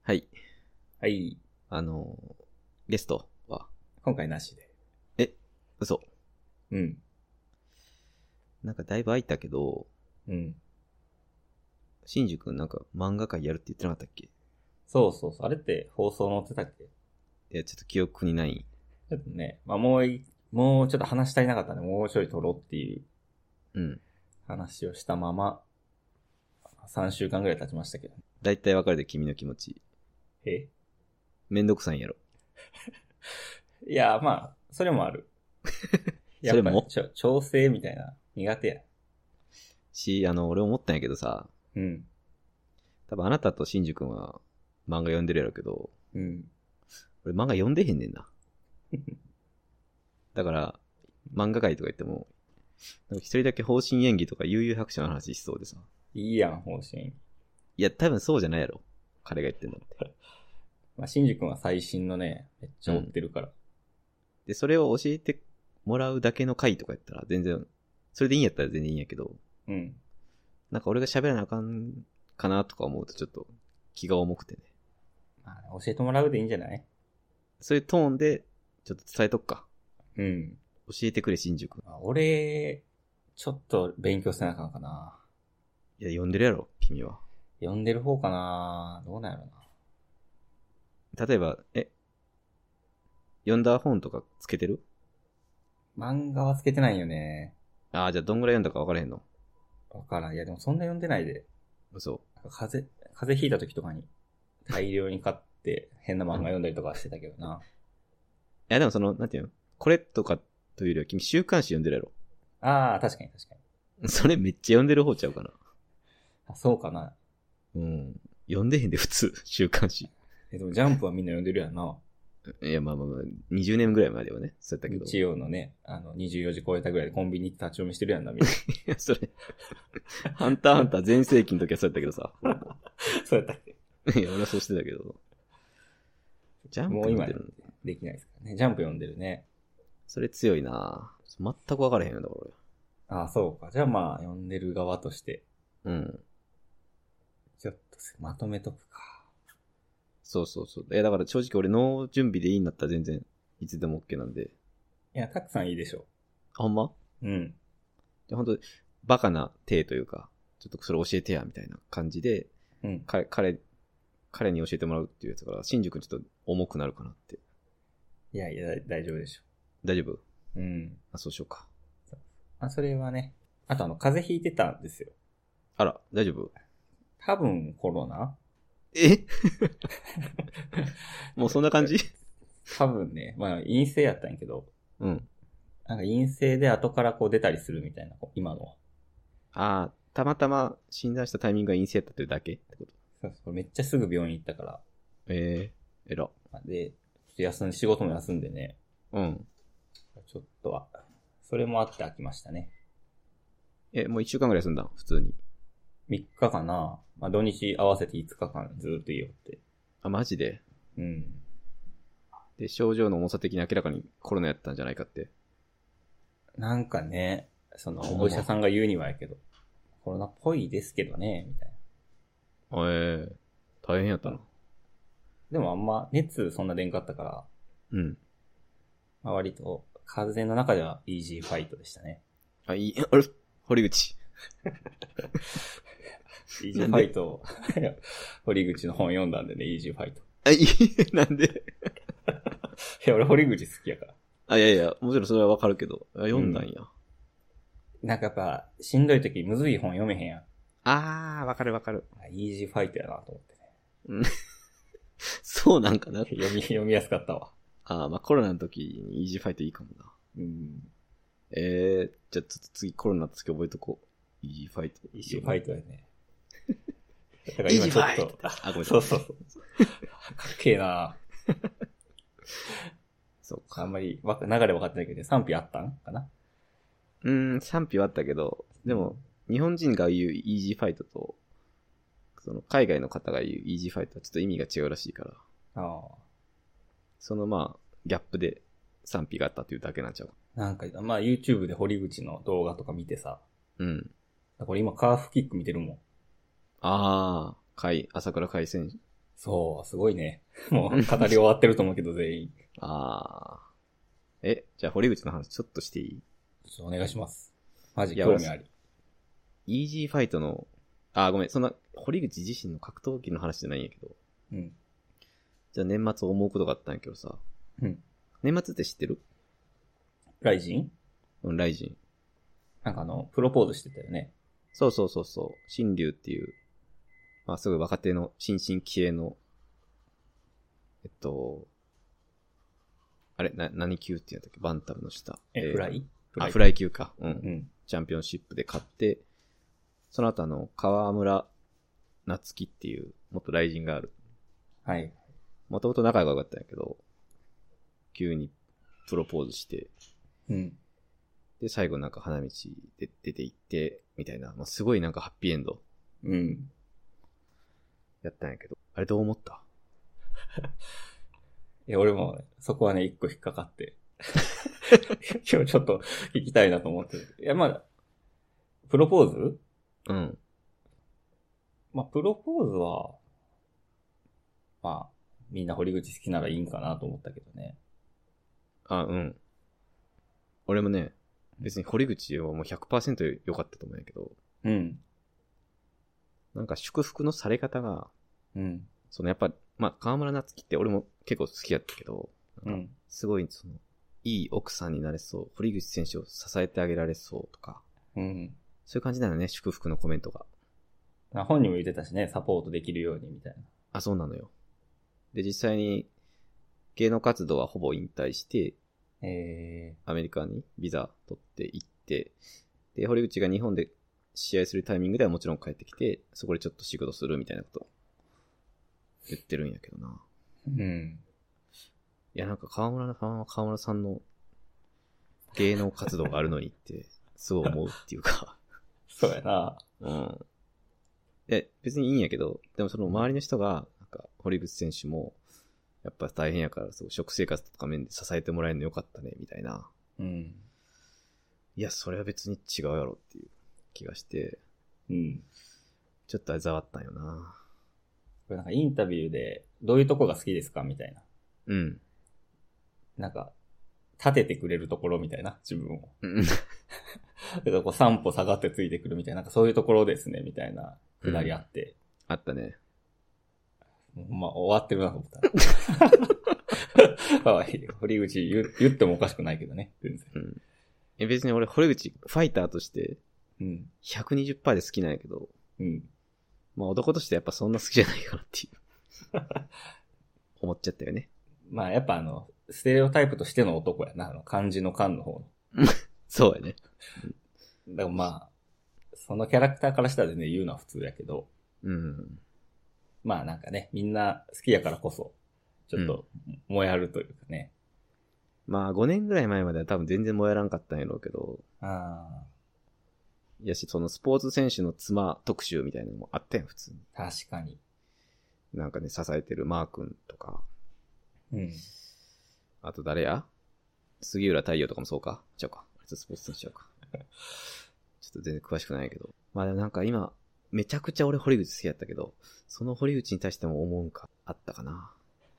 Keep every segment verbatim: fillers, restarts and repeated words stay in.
はい。 はい。 あの、ゲストは今回なしで。 え、嘘。 うん。 なんかだいぶ空いたけど、 うん。 新宿なんか漫画界やるって言ってなかったっけ？ そうそうそう。あれって放送載ってたっけ？ いや、ちょっと記憶にない。 ちょっとね、まあもうい、もうちょっと話足りなかったんで、もうちょい撮ろうっていううん。 話をしたまま、さんしゅうかんぐらい経ちましたけど。 だいたいわかるで君の気持ち。 えめんどくさいんやろ。 いや、まあ、それもある。やそれもっぱりちょ調整みたいな、苦手や。 し、あの、俺思ったんやけどさ、 うん。 多分あなたと新宿君は漫画読んでるやろうけど、 うん。 俺漫画読んでへんねんな。だから、漫画界とか言っても、なんか一人だけ方針演技とか悠々白書の話しそうでさ。 いいやん、方針。 いや、多分そうじゃないやろ。彼が言ってんのって。 まあ、新宿は最新のね、めっちゃ追ってるから。 で、それを教えてもらうだけの回とかやったら全然、それでいいんやったら全然いいんやけど、 うん。 なんか俺が喋らなあかんかなとか思うとちょっと気が重くてね。 まあ、教えてもらうでいいんじゃない？ そういうトーンでちょっと伝えとくか。 うん。 教えてくれ、新宿。 まあ俺、ちょっと勉強せなあかんかな。 いや、読んでるやろ、君は。 読んでる方かな。どうなんやろな。 例えば、え、読んだ本とかつけてる？ 漫画はつけてないよね。 ああ、じゃあどんぐらい読んだか分からへんの？ わからん。いやでもそんな読んでないで。 嘘。 風邪、風邪ひいた時とかに大量に買って変な漫画読んだりとかしてたけどな。 いや、でもその、なんていうの？これとかというよりは君週刊誌読んでるやろ。 ああ、確かに確かに。 それめっちゃ読んでる方ちゃうかな。 あ、そうかな。 うん。読んでへんで普通、週刊誌。 え、でもジャンプはみんな読んでるやんな。 いや、まあまあまあ、にじゅうねんぐらい前ではね、そうやったけど。 日曜のね、あの、にじゅうよじ超えたぐらいでコンビニ行って立ち読みしてるやんな、みんな。 いや、それ、ハンターハンター全盛期の時はそうやったけどさ。 そうやったっけ？ いや、俺はそうしてたけど。ジャンプもう今読んでるの？ できないですからね。ジャンプ読んでるね。 それ強いなぁ。全く分からへんよ、だから俺。 ああ、そうか。じゃあまあ、読んでる側として、 うん。 ちょっとまとめとくか。 そうそうそう。いや、だから正直俺の準備でいいんだったら全然、いつでも OK なんで。 いや、たくさんいいでしょあ、ほんま？ う。うん。 で、ほんと、バカな体というか、ちょっとそれ教えてや、みたいな感じで、 うん。 彼、彼、彼に教えてもらうっていうやつが、新宿ちょっと重くなるかなって。 いやいや、大丈夫でしょ大丈夫？ う。うん。 あ、そうしようか。 あ、それはね。あとあの、風邪ひいてたんですよ。 あら、大丈夫？ 多分コロナ？ えもうそんな感じ？ 多分ね、まあ陰性やったんやけど、 うん。 なんか陰性で後からこう出たりするみたいな、今の。 ああ、たまたま診断したタイミングが陰性だったというだけってこと？ そうそう、めっちゃすぐ病院行ったから。 ええー、えら。 で、休んで、仕事も休んでね。 うん。 ちょっとは、それもあって飽きましたね。 え、もう一週間ぐらい休んだ普通に。 みっかかな。まあ土日合わせていつかかんずーっと家おって。 あ、マジで？ うん。 で、症状の重さ的に明らかにコロナやったんじゃないかって。 なんかね、その、 ほんまお医者さんが言うにはやけど、コロナっぽいですけどね、みたいな。 ええー、大変やったな。 でもあんま熱そんな出んかったから、 うん。 まあ、割と風邪の中ではイージーファイトでしたね。 あ、いい、あれ堀口。 イージーファイト、堀口の本読んだんでね、イージーファイト。 あ、いい、なんで？ いや、俺堀口好きやから。 あ、いやいや、もちろんそれはわかるけど、あ、読んだんや。 うん、なんかやっぱ、しんどい時むずい本読めへんやん。 あー、わかるわかる。 イージーファイトやなと思ってね。 うん。そうなんかな。 読み、読みやすかったわ。 あー、まあコロナの時にイージーファイトいいかもな。 うん。 えー、じゃあちょっと次コロナの時覚えとこう。イージーファイト。 イージーファイトやね。だから今ちょっと、 あ、ごめんなさい。 そうそうそう。かっけえなそうか。 あんまりわ流れ分かってないけど、賛否あったんかな？ うーん、賛否はあったけど、でも、日本人が言うイージーファイトと、その海外の方が言うイージーファイトはちょっと意味が違うらしいから、 ああ。 そのまあ、ギャップで賛否があったというだけなんちゃう。 なんか、まあ YouTube で堀口の動画とか見てさ、 うん。 これ今カーフキック見てるもん。 あー、海、朝倉海選手。 そう、すごいね。もう語り終わってると思うけど、全員。 あー。え、じゃあ堀口の話ちょっとしていい？ ちょっとお願いします。マジいや興味あり。 イージーファイトの、あーごめん、そんな、堀口自身の格闘技の話じゃないんやけど、 うん。 じゃあ年末思うことがあったんやけどさ、 うん。 年末って知ってる？ ライジンうん、ライジン。 なんかあの、プロポーズしてたよね。 そうそうそうそう、新竜っていう、まあすごい若手の新進気鋭の、えっと、あれ、な、何級って言うんだっけ？バンタムの下。 え、 ーフライあ、フライ級か。うん。 うん。 チャンピオンシップで勝って、その後あの、河村夏樹っていう、もっとライジンがある。 はい。 もともと仲が良かったんやけど、急にプロポーズして、 うん。 で、最後なんか花道で出て行って、みたいな、まあ、すごいなんかハッピーエンドうん。 やったんやけど、あれどう思った？ いや、俺もね、そこはね、一個引っかかって。今日ちょっと聞きたいなと思ってる。いや、まあ、プロポーズうん。 まあ、プロポーズは、まあ、みんな堀口好きならいいんかなと思ったけどね。 あ、うん。俺もね、別に堀口はもう ひゃくパーセント 良かったと思うんやけど、 うん。 なんか祝福のされ方が、 うん。 そのやっぱ、まあ、河村夏樹って俺も結構好きやったけど、なんかすごいその、いい奥さんになれそう、堀口選手を支えてあげられそうとか、 うん。 そういう感じなのね、祝福のコメントが。 本人も言ってたしね、サポートできるようにみたいな。 あ、そうなのよ。で、実際に芸能活動はほぼ引退して、 えアメリカにビザ取って行って、で、堀口が日本で試合するタイミングではもちろん帰ってきて、そこでちょっと仕事するみたいなこと言ってるんやけどな。 ー、うん。 いや、なんか河村さんは河村さんの芸能活動があるのにって、すごい思うっていうか。 そうやな。 うん。え、別にいいんやけど、でもその周りの人が、なんか、堀口選手も、やっぱ大変やから、そう、食生活とか面で支えてもらえるのよかったね、みたいな。 うん。 いや、それは別に違うやろっていう気がして、 うん。 ちょっとあざわったんよな。 これなんかインタビューで、どういうとこが好きですかみたいな。 うん。 なんか、立ててくれるところみたいな、自分を。 うん。 でこう三歩下がってついてくるみたいな、なんかそういうところですね、みたいなくだりあって。 あったね。 まあ、終わってるなと思った。堀口言言ってもおかしくないけどね、全然。 うん。え、別に俺、堀口、ファイターとして、 うん。 ひゃくにじゅっパーセントで好きなんやけど、 うん。 まあ男としてやっぱそんな好きじゃないかなっていう。思っちゃったよね。 まあ、やっぱあの、ステレオタイプとしての男やな、あの、漢字の漢の方の。 そうやね。 だからまあ、そのキャラクターからしたらね、言うのは普通やけど、 うん。 まあなんかね、みんな好きやからこそ、ちょっと、燃えあるというかね。 まあごねんぐらい前までは多分全然燃えらんかったんやろうけど、 あいやし、そのスポーツ選手の妻特集みたいなのもあったやん、普通に。 あ、確かに。 なんかね、支えてるマー君とか、 うん。 あと誰や杉浦太陽とかもそうかちゃうか。あいつスポーツ選手ちゃうか。ちょっと全然詳しくないけど。まあでもなんか今、めちゃくちゃ俺堀口好きやったけど、その堀口に対しても思うんか、あったかな。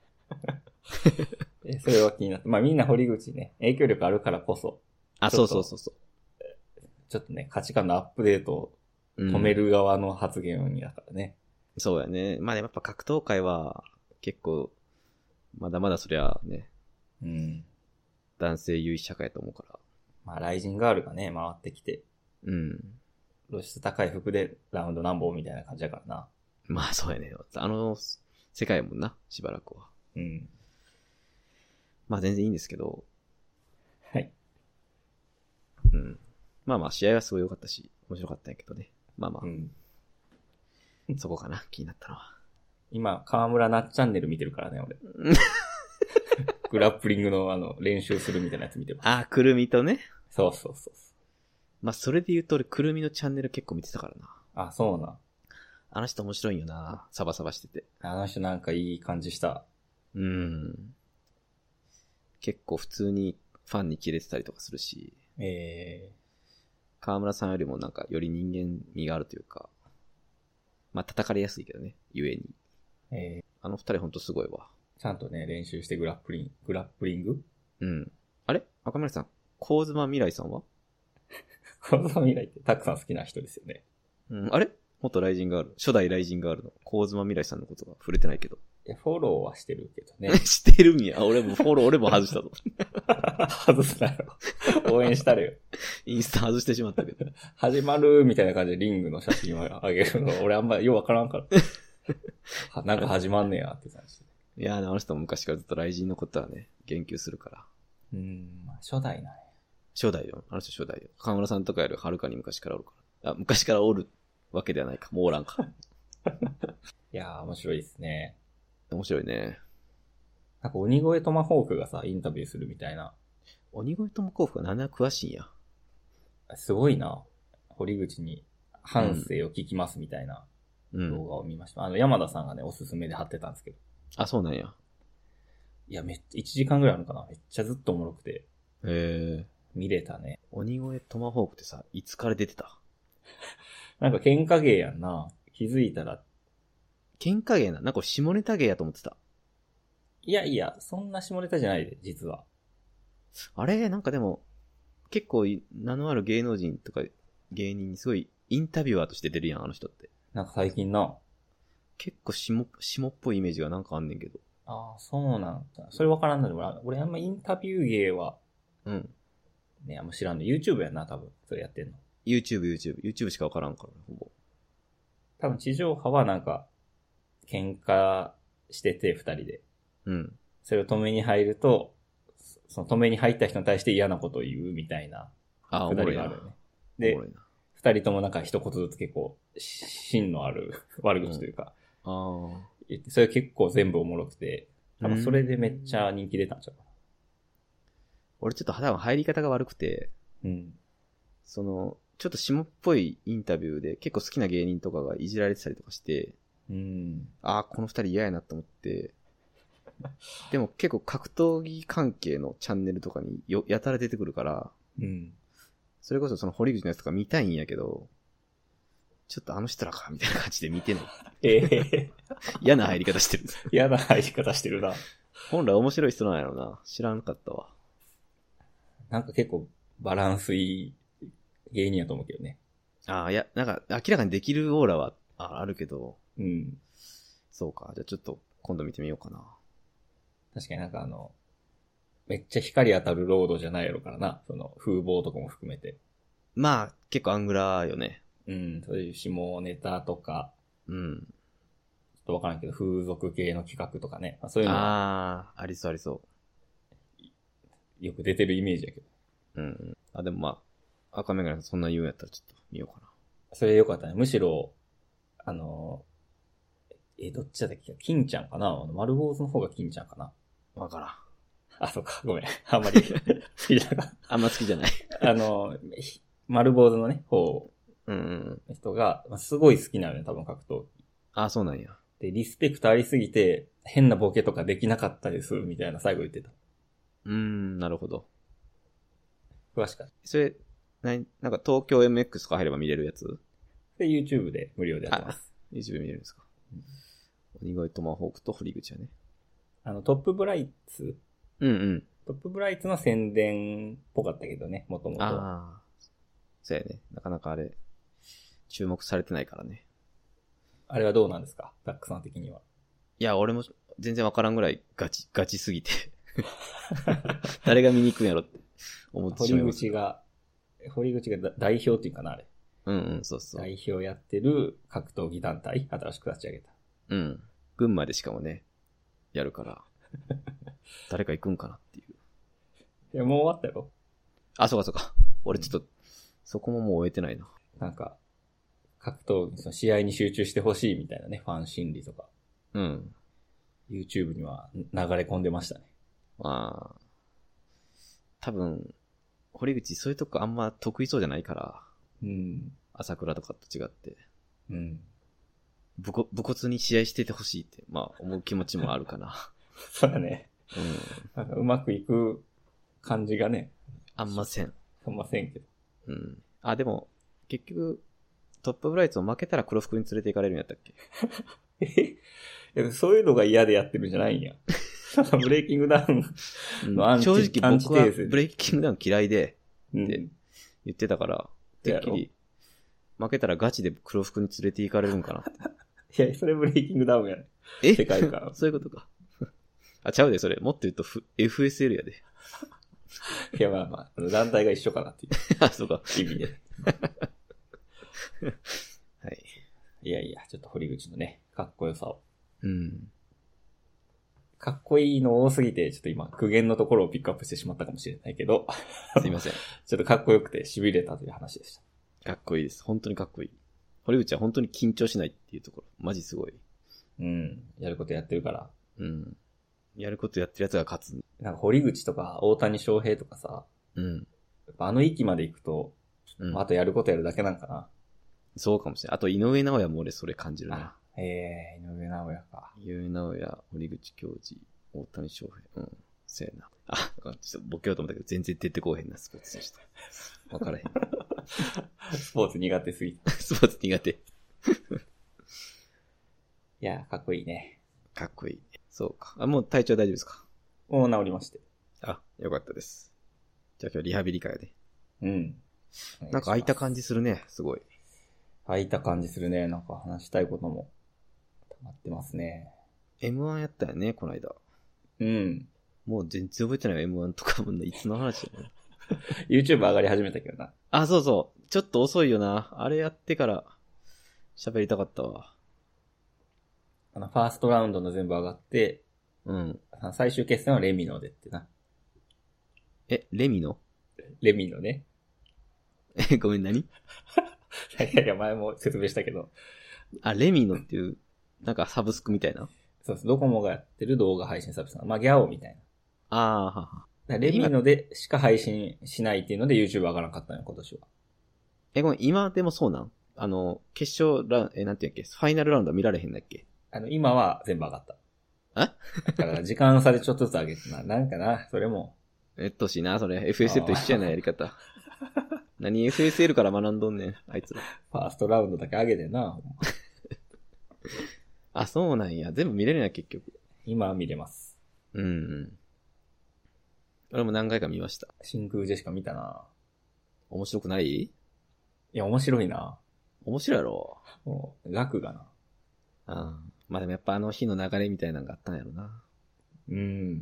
え、それは気になって。まあみんな堀口ね、影響力あるからこそ。 あ、そうそうそうそう。 ちょっとね、価値観のアップデートを止める側の発言だからね。 うん、そうやね。まあでもやっぱ格闘界は結構、まだまだそりゃね、 うん。 男性優位社会だと思うから。 まあ、ライジンガールがね、回ってきて、 うん。 露出高い服でラウンドなんぼみたいな感じだからな。 まあそうやね。あの世界やもんな、しばらくは。 うん。 まあ全然いいんですけど。 はい。 うん。まあまあ試合はすごい良かったし、面白かったんやけどね。まあまあ。 うん。 そこかな、気になったのは。 今、河村なっチャンネル見てるからね、俺。グラップリングのあの、練習するみたいなやつ見てます。 あー、くるみとね。 そうそうそう。 まあそれで言うと俺、くるみのチャンネル結構見てたからな。 あ、そうな。 あの人面白いんよな。サバサバしてて。 あの人なんかいい感じした。 うん。結構普通にファンにキレてたりとかするし。 ええー。河村さんよりもなんかより人間味があるというか。まあ叩かれやすいけどね、ゆえに。 えあの二人ほんとすごいわ。 ちゃんとね、練習してグラップリング、グラップリングうん。あれ赤村さん、コウズマ未来さんはこの未来ってたくさん好きな人ですよね。 うん。あれ元ライジンガール。初代ライジンガールのコウズマ未来さんのことが触れてないけど。 いや、フォローはしてるけどね。 してるんや。俺もフォロー、俺も外したぞ。 外すなよ。応援したれよ。 インスタ外してしまったけど。 始まるみたいな感じでリングの写真を上げるの、俺あんまようわからんから。はなんか始まんねやって感じ。 いやー、あの人も昔からずっとライジンのことはね、言及するから。 うーん、初代なんや。 初代よ。あの人初代よ。河村さんとかよりはるかに昔からおるから。あ、昔からおるわけではないか。もうおらんか。 いやー、面白いですね。 面白いね。 なんか鬼越トマホークがさ、インタビューするみたいな。 鬼越トマホークがなんで詳しいんや。 すごいな。堀口に反省を聞きますみたいなうん。 動画を見ました。あの、山田さんがね、おすすめで貼ってたんですけど。 あ、そうなんや。 いや、めっちゃ、いちじかんぐらいあるのかな。めっちゃずっとおもろくて。 へえ。 見れたね。 鬼越トマホークってさ、いつから出てた？ なんか喧嘩芸やんな。気づいたら。 喧嘩芸な。なんか下ネタ芸やと思ってた。 いやいや、そんな下ネタじゃないで、実は。 あれなんかでも、結構名のある芸能人とか芸人にすごいインタビュアーとして出るやん、あの人って。 なんか最近な。 結構下、下っぽいイメージがなんかあんねんけど。 ああ、そうなんだ。それわからんので、俺、俺あんまインタビュー芸は、 うん。 ね、あんま知らんの。YouTube やんな、多分。それやってんの。 YouTube、YouTube。YouTube しかわからんからね、ほぼ。 多分地上波はなんか、喧嘩してて、二人で。 うん。 それを止めに入ると、その止めに入った人に対して嫌なことを言うみたいな、 あ、おくだもろいな。 りがあるよね。でおもろいな。 二人ともなんか一言ずつ結構、芯のある悪口というか、 ああ。 言ってそれ結構全部おもろくて、多分それでめっちゃ人気出たんちゃうか俺ちょっと多分入り方が悪くて、 な。うん。 その、ちょっと下っぽいインタビューで結構好きな芸人とかがいじられてたりとかして、 うん。 ああ、この二人嫌やなと思って、でも結構格闘技関係のチャンネルとかによやたら出てくるから、 うん。 それこそその堀口のやつとか見たいんやけど、ちょっとあの人らかみたいな感じで見てない。 ええー、 嫌な入り方してる。 嫌な入り方してるな。 本来面白い人なんやろな。知らんかったわ。 なんか結構バランスいい芸人やと思うけどね。 ああ、いや、なんか明らかにできるオーラは あ, あるけど、 うん。 そうか。じゃあちょっと今度見てみようかな。 確かになんかあの、めっちゃ光当たるロードじゃないやろからな。その風貌とかも含めて。 まあ、結構アングラーよね。 うん。そういう下ネタとか、 うん。 ちょっとわからんけど、風俗系の企画とかね。まあ、そういうのはああ、ありそうありそよく出てるイメージやけど。 う。うんうん。あ、でもまあ、赤メガネさんそんな言うんやったらちょっと見ようかな。 それ良かったね。むしろ、あの、え、どっちだったっけ金ちゃんかなあの丸坊主の方が金ちゃんかなわからん。 あ、そうか。ごめん。あんまり好きじゃなかっあんま好きじゃない。 た。あの、ひ丸坊主のね、方うんうん。 の人が、まあすごい好きなのよね、多分格闘技。 あ、そうなんや。 で、リスペクトありすぎて、変なボケとかできなかったです、みたいな最後言ってた。 うーん、なるほど。 詳しかった。 それ、なに、なんか東京 エムエックス とか入れば見れるやつ？ で、YouTube で無料でやってます。 YouTube で見れるんですか？鬼越トマホークと堀口はね。 あの、トップブライツうんうん。 トップブライツの宣伝っぽかったけどね、もともと。 ああ。そうやね。なかなかあれ、注目されてないからね。 あれはどうなんですかダックさん的には。 いや、俺も全然わからんぐらいガチ、ガチすぎて。誰が見に行くんやろって思ってしまい堀ます。 口が、堀口が代表っていうかな、あれ。 うんうん、そうそう。 代表やってる格闘技団体、新しく立ち上げた。 うん。群馬でしかもね、やるから。誰か行くんかなっていう。 いや、もう終わったよ。 あ、そうかそうか。俺ちょっと、そこももう終えてないな。 なんか、格闘技、その試合に集中してほしいみたいなね、ファン心理とか。 うん。 YouTube には流れ込んでましたね。 まあ、多分、堀口そういうとこあんま得意そうじゃないから、 うん。 朝倉とかと違って、 うん。 武骨、武骨に試合しててほしいって、まあ思う気持ちもあるかな。 そうだね。 うん。 なんかうまくいく感じがね、 あんません。 すんませんけど。 うん。あ、でも、結局、トップブライツを負けたら黒服に連れて行かれるんやったっけ？ ええそういうのが嫌でやってるんじゃないんや。ブレイキングダウンのアンチ、 正直僕はアンチテーゼブレイキングダウン嫌いでうんって言ってたから、てっきり負けたらガチで黒服に連れて行かれるんかなって。 いや、それブレイキングダウンやね。 え世界観。 そういうことか。あ、ちゃうで、それ。もっと言うと、エフエスエル やで。 いや、まあまあ、あの団体が一緒かなっていうあ、そうか。 意味で。 はい。 いやいや、ちょっと堀口のね、かっこよさを。 うん。 かっこいいの多すぎて、ちょっと今、苦言のところをピックアップしてしまったかもしれないけど。 すいません。 ちょっとかっこよくて痺れたという話でした。 かっこいいです。本当にかっこいい。堀口は本当に緊張しないっていうところ。マジすごい。 うん。やることやってるから。 うん。やることやってるやつが勝つ。 なんか堀口とか大谷翔平とかさ、 うん。 やっぱあの域まで行くと、 うん、 あとやることやるだけなんかな。 そうかもしれない。あと井上直弥も俺それ感じるな。 ええー、井上直弥か。 井上直弥、堀口教授、大谷翔平。うん。せやな。あ、ちょっとボケようと思ったけど全然出てこうへんな、スポーツ選手と。わからへん。 スポーツ苦手すぎた。 スポーツ苦手。 いや、かっこいいね。 かっこいい。そうか。あ、もう体調大丈夫ですか？ もう治りまして。 あ、よかったです。じゃあ今日リハビリ会で。 うん。 なんか空いた感じするね、すごい。 空いた感じするね。なんか話したいことも溜まってますね。 エムワン やったよね、この間。 うん。 もう全然覚えてないよ、エムワン とかもいつの話だよね。 YouTube 上がり始めたけどな。 あ、そうそう。ちょっと遅いよな。あれやってから喋りたかったわ。 あの、ファーストラウンドの全部上がって、 うん。 最終決戦はレミノでってな。 え、レミのレミノね。 え、ごめん、何？ いやいや、前も説明したけど。 あ、レミノっていう、なんかサブスクみたいな。 そうです。ドコモがやってる動画配信サービスなの。まあ、ギャオみたいな。 ああ、はは。 レミノでしか配信しないっていうので YouTube 上がらなかったのよ、今年は。 え、ごめん、今でもそうなん？あの、決勝ラウンド、え、なんていうんだっけ、ファイナルラウンドは見られへんだっけ？ あの、今は全部上がった。 あ？ だから時間差でちょっとずつ上げてな。なんかな、それも。 えっとしいな、それ。エフエスエル と一緒やな、やり方。何 エフエスエル から学んどんねん、あいつら。 ファーストラウンドだけ上げてな。 あ、そうなんや。全部見れるな、結局。 今は見れます。 うん、うん。俺も何回か見ました。 真空ジェシカ見たな。 面白くない？ いや、面白いな。 面白いやろ。 もう、楽がな。 ああ。まあでもやっぱあの日の流れみたいなのがあったんやろな。 うん。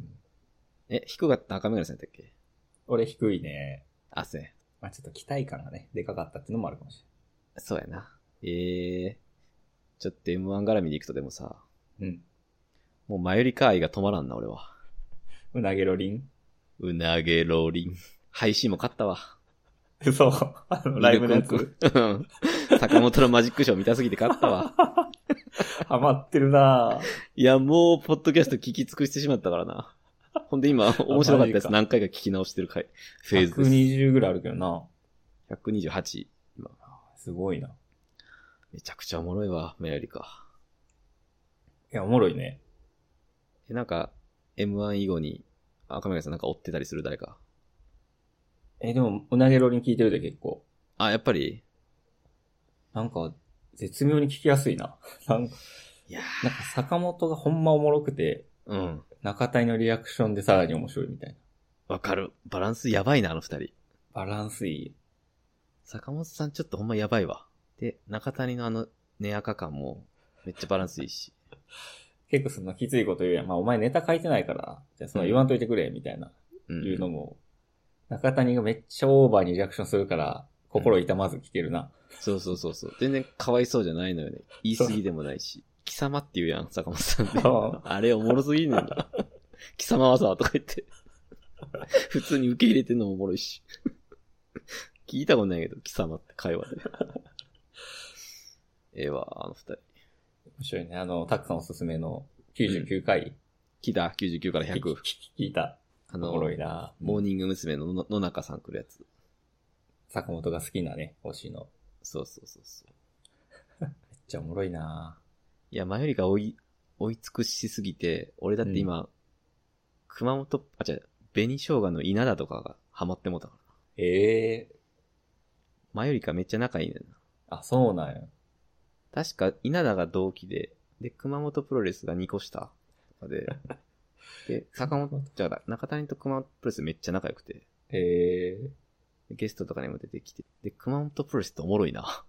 え、低かった赤目柄さんやったっけ？ 俺低いね。 あ、そうや。 まあちょっと期待感がね、でかかったっていうのもあるかもしそうやな。ええー。ちょっと エムワン 絡みで行くとでもさ。 れない。 もう前よりか愛が止まらんな、俺は。 うん。うなげろりんうなげろりん。配信も買ったわ。 そう。あの、ライブのやつ。 うん。坂本のマジックショー見たすぎて買ったわ。 ハマってるな。 いや、もう、ポッドキャスト聞き尽くしてしまったからな。ほんで今、面白かったやつ何回か聞き直してる回、フェーズです。 ひゃくにじゅうぐらいあるけどな。 ひゃくにじゅうはち。今。 すごいな。 めちゃくちゃおもろいわ、メアリか。 いや、おもろいね。 え、なんか、エムワン 以後に、赤目さんなんか追ってたりする誰か。 え、でも、うなげろりん聞いてるで結構。 あ、やっぱりなんか、絶妙に聞きやすいな。なんか、 いやなんか坂本がほんまおもろくて、 ー。うん。 中谷のリアクションでさらに面白いみたいな。 わかる。バランスやばいな、あの二人。 バランスいい。 坂本さんちょっとほんまやばいわ。で、中谷のあの、ネアカ感も、めっちゃバランスいいし。 結構そのきついこと言うやん。まあお前ネタ書いてないから、じゃあその言わんといてくれ、みたいな、 うん。 いうのも、中谷がめっちゃオーバーにリアクションするから、心痛まず聞けるな。 そうそうそうそう。全然かわいそうじゃないのよね。言い過ぎでもないし。貴様って言うやん、坂本さんで。あれおもろすぎんねんな。貴様はさ、とか言って。普通に受け入れてんのもおもろいし。聞いたことないけど、貴様って会話で。ええわ、あの二人。 面白いね。あの、たくさんおすすめのきゅうじゅうきゅうかい。 聞いた ?きゅうじゅうきゅうからひゃく。 聞いた。 あの、 おもろいな。 モーニング娘。のの野中さん来るやつ。 坂本が好きなね、推しの。 そうそうそうそう。 めっちゃおもろいないや、前よりが追い、追い尽くしすぎて、俺だって今、うん、熊本、あ、違う、紅生姜の稲田とかがハマってもうたからな。 ええー。 前よりかめっちゃ仲いいねんな。 あ、そうなんや。 確か、稲田が同期で、 で、熊本プロレスがにこ下とかで、で、坂本、じゃあ、中谷と熊本プロレスめっちゃ仲良くて、 へえ。 ゲストとかにも出てきて、で、熊本プロレスっておもろいな。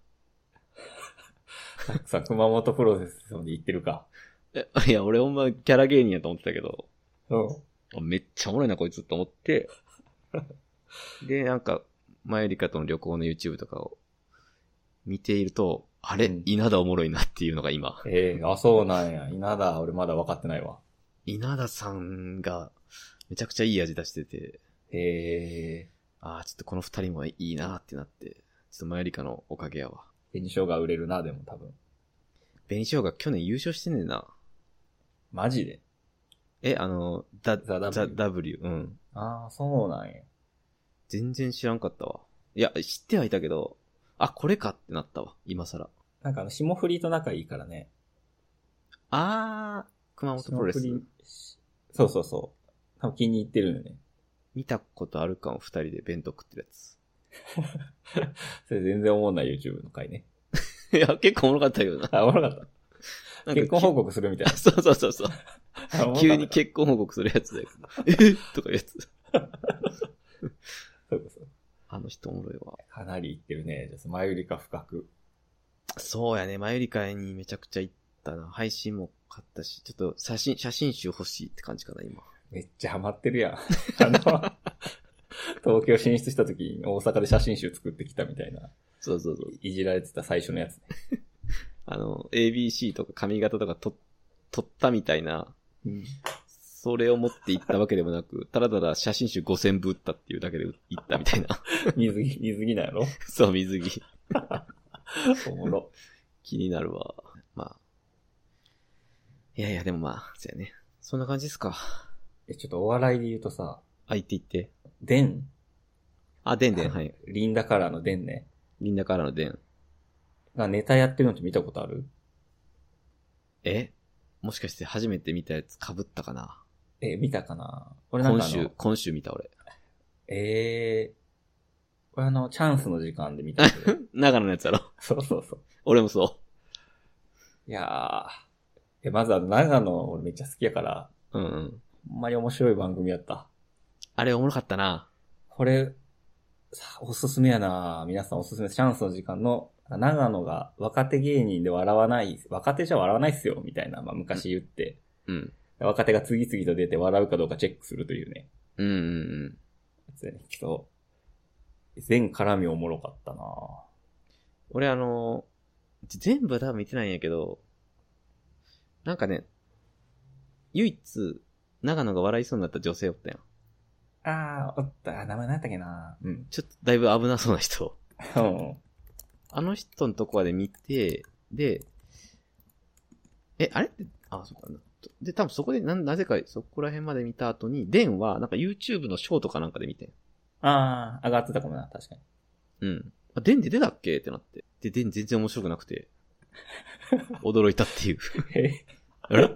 さ、熊本プロレスまで行ってるか。 え、いや、俺ほんまキャラ芸人やと思ってたけど、 うん。 めっちゃおもろいなこいつと思って、で、なんか、マユリカとの旅行の YouTube とかを見ていると、あれ、うん、稲田おもろいなっていうのが今。 ええー、あ、そうなんや。稲田、俺まだ分かってないわ。 稲田さんが、めちゃくちゃいい味出してて、 へえ。 ああ、ちょっとこの二人もいいなってなって、ちょっとマユリカのおかげやわ。 紅生姜売れるな、でも多分。 紅生姜去年優勝してんねんな。 マジで？ え、あの、ザ・ザ・ザ・ W。うん。 ああ、そうなんや。 全然知らんかったわ。いや、知ってはいたけど、あ、これかってなったわ、今更。 なんかあの、霜降りと仲いいからね。 あー、熊本プロレス。 そうそうそう。多分気に入ってるよね。 見たことあるかも、二人で弁当食ってるやつ。 それ全然思んない YouTube の回ね。 いや、結構おもろかったけどな。 あ、おもろかった。結婚報告するみたいな。 そうそうそうそう。急に結婚報告するやつだけど。えとかいうやつ。 そうそう。 あの人おもろいわ。 かなり行ってるね。じゃあ、マユリカ深く。 そうやね。マユリカにめちゃくちゃ行ったな。配信も買ったし、ちょっと写真、写真集欲しいって感じかな、今。 めっちゃハマってるやん。あの、東京進出した時に大阪で写真集作ってきたみたいな。 そうそうそう。 いじられてた最初のやつね。 あの、エービーシー とか髪型とかと、撮ったみたいな。 うん。 それを持って行ったわけでもなく、ただただ写真集ごせんぶ売ったっていうだけで行ったみたいな。 水着、水着なんやろ？ そう、水着。 おもろ。 気になるわ。まあ。いやいや、でもまあ、そうやね。そんな感じですか。 え、ちょっとお笑いで言うとさ。 あ、言って言って。 デン？ あ、デンデン、はい。 リンダカラーのデンね。 リンダカラーのデン。 がネタやってるのって見たことある？ え？もしかして初めて見たやつ被ったかな？ え、見たかな？俺なんか今週、今週見た俺。 ええー。これあの、チャンスの時間で見たけど。 長野のやつやろ？ そうそうそう。 俺もそう。 いやー。え、まずは長野俺めっちゃ好きやから。 うんうん。 ほんまに面白い番組やった。 あれおもろかったな。 これ、さおすすめやな。皆さんおすすめ。チャンスの時間の、長野が若手芸人で笑わない、若手じゃ笑わないっすよ、みたいな、まあ昔言って。 うん。 若手が次々と出て笑うかどうかチェックするというね。 うんうんうん。 やつやね。けど、全絡みおもろかったな。 俺あの、全部多分見てないんやけど、なんかね、唯一、長野が笑いそうになった女性おったやん。 あー、おった。名前何やったっけな。うん。 ちょっとだいぶ危なそうな人。 うん。 あの人のとこまで見て、で、え、あれって、あ、そうかな。で、多分そこでな、なぜかそこら辺まで見た後に、デンはなんか YouTube のショートかなんかで見てん。 あー、上がってたかもな、確かに。 うん。あ、デンで出たっけってなって。で、デン全然面白くなくて、驚いたっていう。 えあれ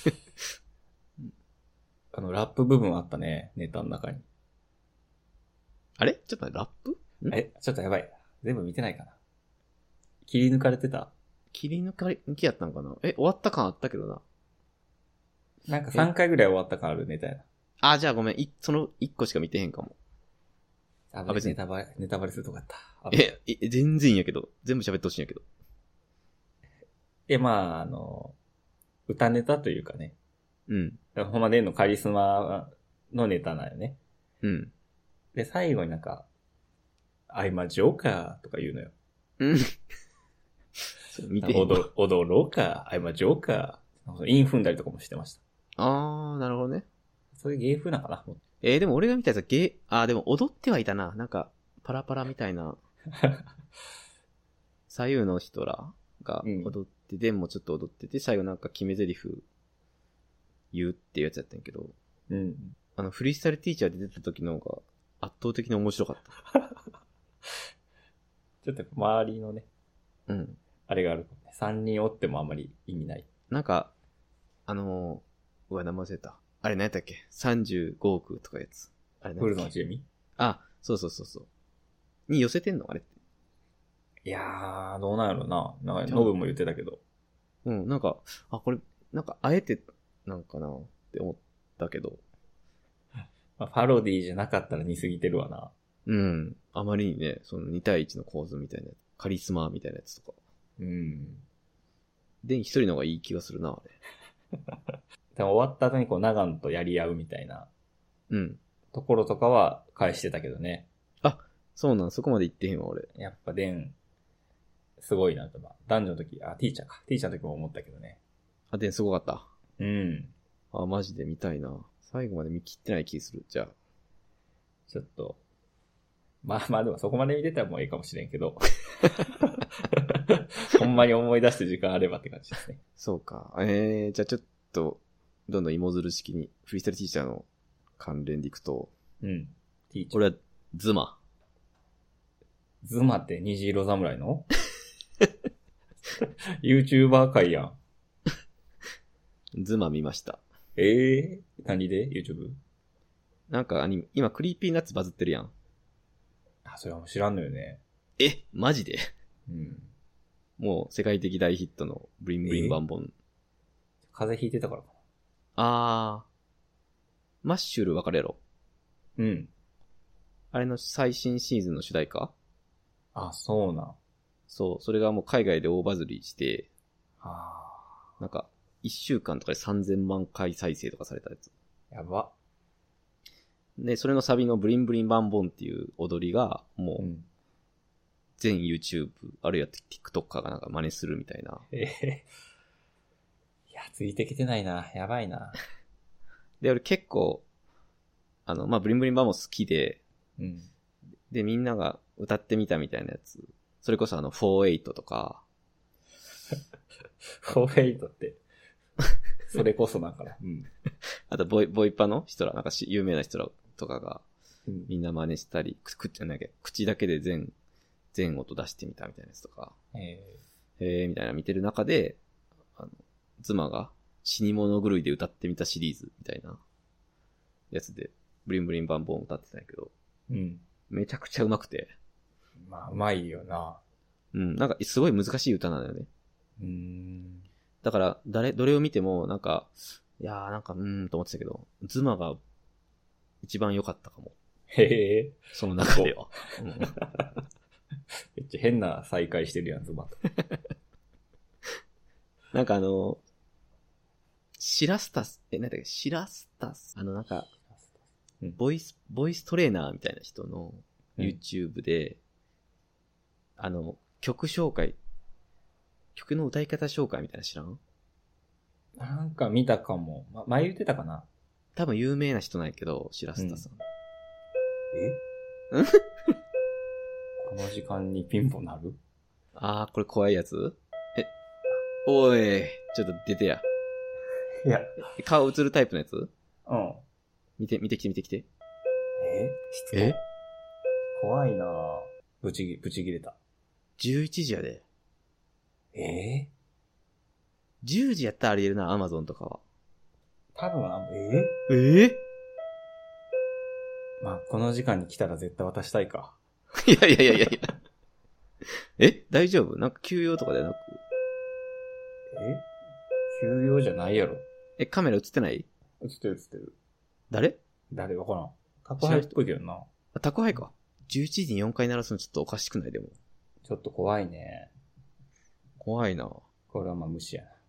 あの、ラップ部分あったね、ネタの中に。 あれちょっと待って、ラップえ、ちょっとやばい。全部見てないかな。切り抜かれてた？ 切り抜かれ、抜きやったんかな？え、終わった感あったけどな。 なんかさんかいぐらい終わった感あるネタやな。 あ、じゃあごめん。い、そのいっこしか見てへんかも。 あ、別にネタバレ、ネタバレするとこやった。 え、え、全然いいんやけど。全部喋ってほしいんやけど。 え、まあ、あの、歌ネタというかね。 うん。 ほんまでんのカリスマのネタなんよね。 うん。 で、最後になんか、I'm a joker とか言うのよ。 うん。見てへんわ。 踊、踊ろうか、I'm a joker。韻踏んだりとかもしてました。 あー、なるほどね。 そういう芸風なんかな。 えー、でも俺が見たやつは芸、あー、でも踊ってはいたな。なんか、パラパラみたいな。左右の人らが踊って、で、もちょっと踊ってて、最後なんか決め台詞言うっていうやつやったんやけど。 うん。 あの、フリースタイルティーチャーで出た時の方が圧倒的に面白かった。 ちょっと周りのね。 うん。 あれがある。三人おってもあんまり意味ない。 なんか、あのー、うわ、名前忘れた。あれ何やったっけ ?さんじゅうごおくとかやつ。あれフルのジェミ？ あ、そうそうそうそう。に寄せてんのあれって。 いやー、どうなんやろな。なんか、ノブも言ってたけど。 うん、なんか、あ、これ、なんか、あえて、なんかなって思ったけど。 まあ、パロディじゃなかったら似すぎてるわな。 うん。あまりにね、そのに対いちの構図みたいなやつ、カリスマみたいなやつとか。 うん。 で、一人の方がいい気がするな、あれ。 でも終わった後にこう、長野とやり合うみたいな。 うん。 ところとかは返してたけどね。 あ、そうなん、そこまで言ってへんわ、俺。 やっぱデン、すごいなと、まあ、男女の時、あ、ティーチャーか。ティーチャーの時も思ったけどね。 あ、で、すごかった。 うん。 あ、マジで見たいな。最後まで見切ってない気する。じゃあ。 ちょっと、まあまあでもそこまで見てたらもういいかもしれんけど。ほんまに思い出して時間あればって感じですね。 そうか。えー、じゃあちょっと、どんどん芋づる式に、フリースタイルティーチャーの関連でいくと、 うん。ティーチャー。 俺は、ズマ。 ズマって虹色侍の?YouTuber 界やん。 ズマ見ました。 ええー、何で ?YouTube? なんかアニメ、今クリーピーナッツバズってるやん。 あ、それはもう知らんのよね。 え、マジでうん。 もう世界的大ヒットのブリンブリンバンボン。 風邪ひいてたからかあー。マッシュルわかるやろ？ な。うん。 あれの最新シーズンの主題歌？ あ、そうなん。 そう、それがもう海外で大バズりして、 あなんか、一週間とかでさんぜんまんかい再生とかされたやつ。 ー。やば。 で、それのサビのブリンブリンバンボンっていう踊りが、もう、 うん。 全 YouTube、あるいは TikToker がなんか真似するみたいな。 ええー。いや、ついてきてないな。やばいな。 で、俺結構、あの、まあ、ブリンブリンバンボン好きで、 うん。 で、みんなが歌ってみたみたいなやつ。それこそあの、フォーエイトとか、 フォーエイトって。それこそだから。うん。 あとボイ、ボイパの人ら、なんかし有名な人らとかが、 うん、 みんな真似したり、く、く、なんだっけ、口だけで全、全音出してみたみたいなやつとか、 えへーみたいな見てる中で、あの、妻が死に物狂いで歌ってみたシリーズみたいなやつで、ブリンブリンバンボン歌ってたんやけど、 ー、うん。 めちゃくちゃ上手くて、 まあ、うまいよな。 うん、なんかすごい難しい歌なんだよね。 うーん。 だから、誰、どれを見ても、なんか、いやーなんか、うーんと思ってたけど、妻が一番良かったかも。 へえ。 その中では。うん、 めっちゃ変な再会してるやん、ズマと。 なんかあの、シラスタス、え、なんだっけ、シラスタス、あのなんか、 うんボイス、ボイストレーナーみたいな人のうん YouTube で、あの、曲紹介、曲の歌い方紹介みたいなの知らん？ なんか見たかも。ま、前言ってたかな？ 多分有名な人なんやけど、シラスタさん。 えんこの時間にピンポンなる？ あー、これ怖いやつ？え、おい、ちょっと出てや。 いや。 顔映るタイプのやつ？ うん。 見て、見てきて見てきて。 ええ怖いなぁ。ぶちぎ、ぶち切れた。 じゅういちじやで。 えじゅうじやったらあり得るな、アマゾンとかは。 多分あ、えええまあ、この時間に来たら絶対渡したいか。 いやいやいやいやいや。え大丈夫？なんか休養とかでなく。 え休養じゃないやろ。 え、カメラ映ってない？ 映ってる映ってる。 誰？ 誰わからん。宅配っぽいけどな。 あ、宅配か。じゅういちじによんかい鳴らすのちょっとおかしくないでも。 ちょっと怖いね。 怖いな。 これはまあ無視やな。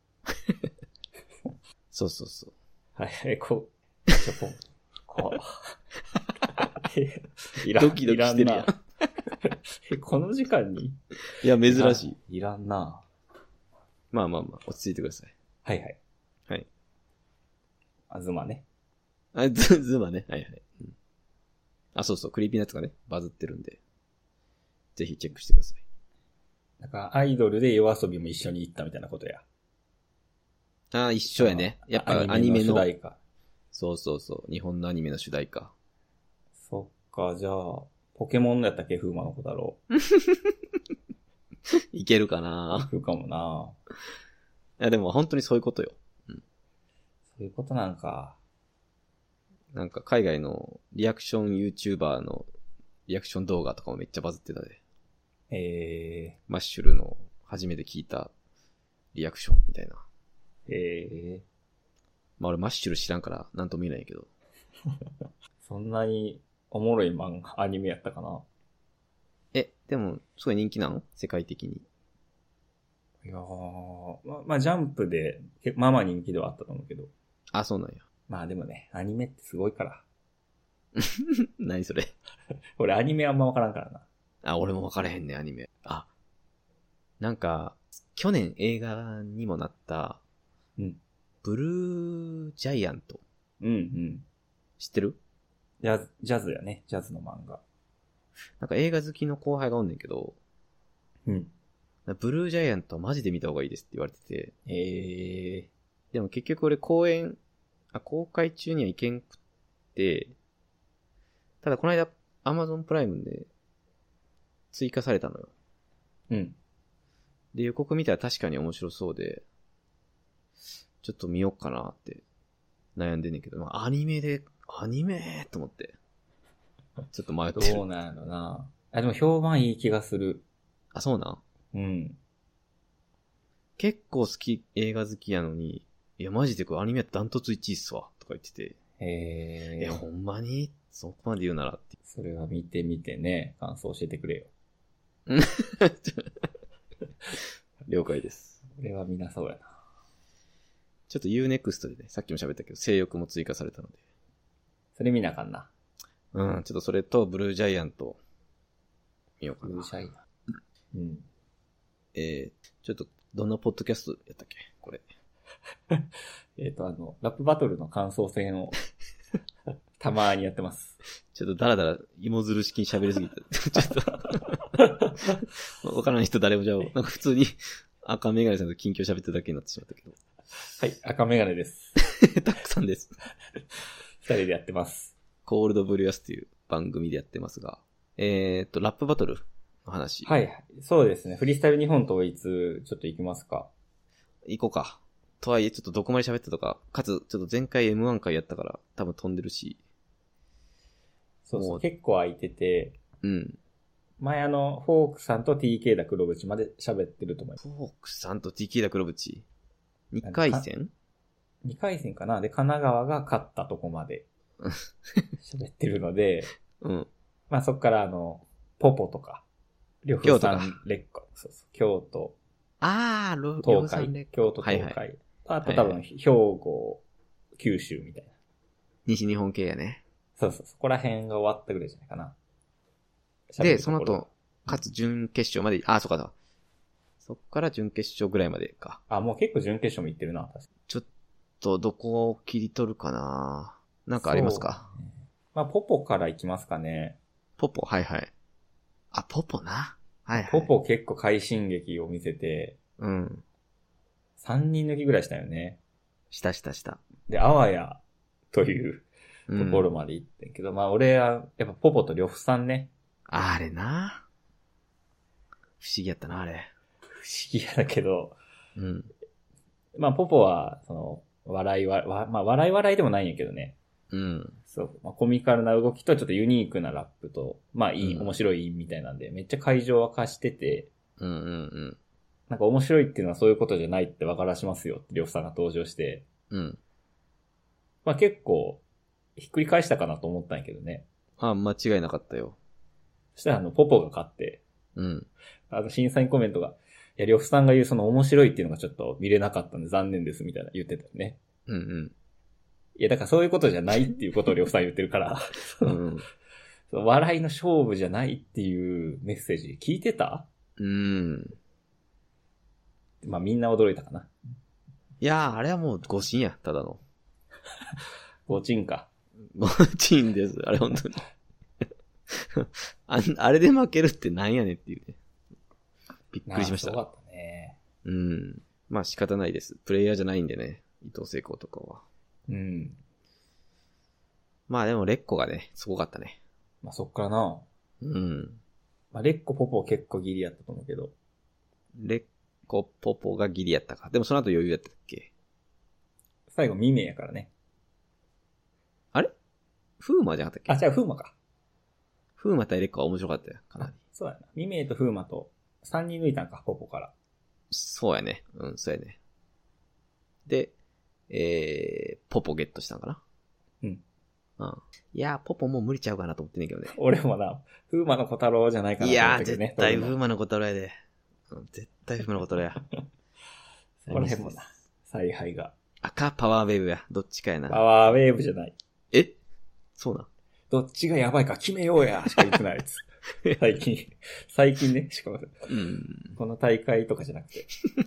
そうそうそう。 はいはい、こう、ちょ、こう、こう。いらん、 ドキドキしてるやんいらんな。え、この時間にいや、珍しい。 いらんな。 まあまあまあ、落ち着いてください。 はいはい。 はい。 あずまね。 あ、ズ、ズマね。はいはい。うん、あ、そうそう、クリーピーナッツがね、バズってるんで。ぜひチェックしてください。 なんか、アイドルで夜遊びも一緒に行ったみたいなことや。 ああ、一緒やね。やっぱアニメの。 主題歌。 そうそうそう。日本のアニメの主題歌。 そっか、じゃあ、ポケモンのやったっけ、風魔の子だろう。 いけるかな？ 行くかもな。 いや、でも本当にそういうことよ。うん。 そういうことなんか。 なんか海外のリアクション YouTuber のリアクション動画とかもめっちゃバズってたで。 えマッシュルの初めて聞いたリアクションみたいな。 へえ。 まあ俺マッシュル知らんからなんとも言えないけど。 そんなにおもろい漫画、アニメやったかな。 え、でも、すごい人気なの世界的に。 いやー、ま、まあ、ジャンプで、結構まあまあ人気ではあったと思うけど。 あ、そうなんや。 まあでもね、アニメってすごいから。 何それ。 俺アニメあんまわからんからな。 あ、俺も分からへんね、アニメ。あ、なんか、去年映画にもなった、 うん。 ブルージャイアント。 うんうん。 知ってる？ ジャズ、ジャズやね。ジャズの漫画。 なんか映画好きの後輩がおんねんけど、 うん。 ブルージャイアントはマジで見た方がいいですって言われてて、 ええでも結局俺公演、あ、公開中には行けんくって、ただこの間 Amazon プライムで追加されたのよ。 ー。うん。 で、予告見たら確かに面白そうで、ちょっと見ようかなって悩んでんねんけど、まあ、アニメで、アニメと思って、ちょっと迷ってる。 どうなんやろな。あ、でも評判いい気がする。 あ、そうなん？ うん。 結構好き、映画好きやのに、いやマジでこれアニメダントツいちいっすわ、とか言ってて、 えええ、ほんまにそこまで言うならって。 それは見てみてね、感想教えてくれよ。 了解です。 俺は見なそうやな。 ちょっと ユーネクスト でね、さっきも喋ったけど、性欲も追加されたので。 それ見なあかんな。 うん、ちょっとそれとブルージャイアント見ようかな。 ブルージャイアン。うん。 えー、ちょっと、どんなポッドキャストやったっけこれ。 えっと、あの、ラップバトルの感想戦を、たまーにやってます。 ちょっとダラダラ芋づる式に喋りすぎた。ちょっと、わからない人誰もじゃあ、なんか普通に赤メガネさんと近況喋ってるだけになってしまったけど。 はい、赤メガネです。 たくさんです。 二人でやってます。 コールドブリュアスという番組でやってますが、えーっと、ラップバトルの話。 はい、そうですね。フリースタイル日本統一、ちょっと行きますか。 行こうか。とはいえ、ちょっとどこまで喋ったとか、かつ、ちょっと前回 エムワン 回やったから、多分飛んでるし。 そうそう、 もう結構空いてて、 うん。 前あの、フォークさんと ティーケー だ黒渕まで喋ってると思います。 フォークさんと ティーケー だ黒渕。にかい戦にかい戦かなで、神奈川が勝ったとこまで喋ってるので、 うん。 まあそっからあの、ポポとか、呂布さん列島、そうそう、京都、 あー、ロ東海、京都、東海、 はいはい、 あと多分、兵庫、九州みたいな。 西日本系やね。 そうそう、そこら辺が終わったぐらいじゃないかな。 で、その後、かつ準決勝まで、あ、そうかだ。そっから準決勝ぐらいまでか。 あ、もう結構準決勝も行ってるな、確かに。 ちょっと、どこを切り取るかな。なんかありますか？ ね、まあ、ポポから行きますかね。 ポポ、はいはい。あ、ポポな。はいはい。 ポポ結構快進撃を見せて、 うん。 さんにん抜きぐらいしたよね。 したしたした。 で、あわや、というところまで行ってんけど、うん、まあ俺は、やっぱポポと呂布さんね。 あれな。不思議やったな、あれ。 不思議やだけど、 うん。 まあポポは、その、笑いは、わまあ笑い笑いでもないんやけどね。 うん。 そう、まあ、コミカルな動きとちょっとユニークなラップと、まあいい、うん、面白いみたいなんで、めっちゃ会場沸かしてて、 うんうんうん。 なんか面白いっていうのはそういうことじゃないって分からしますよって呂布さんが登場して、 うん。 まあ結構、ひっくり返したかなと思ったんやけどね。 あ、間違いなかったよ。 そしたらあの、ポポが勝って、 うん。 あの、審査員コメントが、いや、呂布さんが言うその面白いっていうのがちょっと見れなかったんで残念ですみたいな言ってたよね。 うんうん。 いや、だからそういうことじゃないっていうことを呂布さん言ってるから、うん、笑いの勝負じゃないっていうメッセージ聞いてた？ うん。 まあみんな驚いたかな。 いやー、あれはもう誤審や、ただの。 誤審か。 誤審です、あれ本当に。あ, あれで負けるってなんやねんっていうね。びっくりしました。 すごかったね。 うん。まあ仕方ないです。プレイヤーじゃないんでね、伊藤聖光とかは。 うん。 まあでもレッコがね、すごかったね。 まあそっからな。 うん。 まあレッコポポ結構ギリやったと思うけど。 レッコポポがギリやったか。でもその後余裕やったっけ？ 最後ミメやからね。 あれ？フーマじゃなかったっけ？ あ、じゃあフーマか。 フーマ対レッコは面白かったよ、かなり。 そうやな。ミメとフーマとさんにん抜いたんか、ポポから。 そうやね。うん、そうやね。で、えー、ポポゲットしたんかな。 うん。 うん。いやー、ポポもう無理ちゃうかなと思ってんねんけどね。 俺もな、風魔の小太郎じゃないかなと思いやー、 ったけどね。 絶対取るの風魔の小太郎やで。うん、絶対風魔の小太郎や。 この辺もな、采配が。 赤パワーウェーブや。どっちかやな。 パワーウェーブじゃない。 えそうなん。 どっちがやばいか決めようや、しか言ってないやつ。最近、最近ね、しかも、 うん。 この大会とかじゃなくて。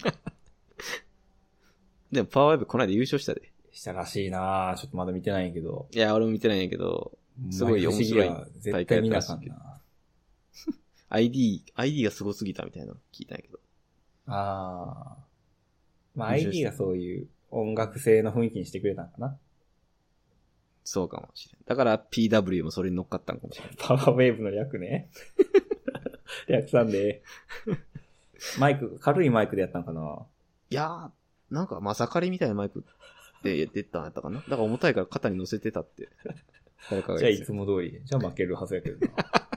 でもパワーウェーブこの間優勝したで。 したらしいなちょっとまだ見てないんやけど。 いや、俺も見てないんやけど、すごい面白い大会やったらしいけど。アイディー、アイディー がすごすぎたみたいなの聞いたんやけど。 ああ。まあ アイディー がそういう音楽性の雰囲気にしてくれたんかな。 そうかもしれん。だから ピーダブリュー もそれに乗っかったんかもしれん。 パワーウェーブの略ね。略さんで。マイク、軽いマイクでやったんかな。 いやー、なんかまさかりみたいなマイクで出たんやったかな。だから重たいから肩に乗せてたって。誰かがじゃあ言ってた。 いつも通り。じゃあ負けるはずやけどな。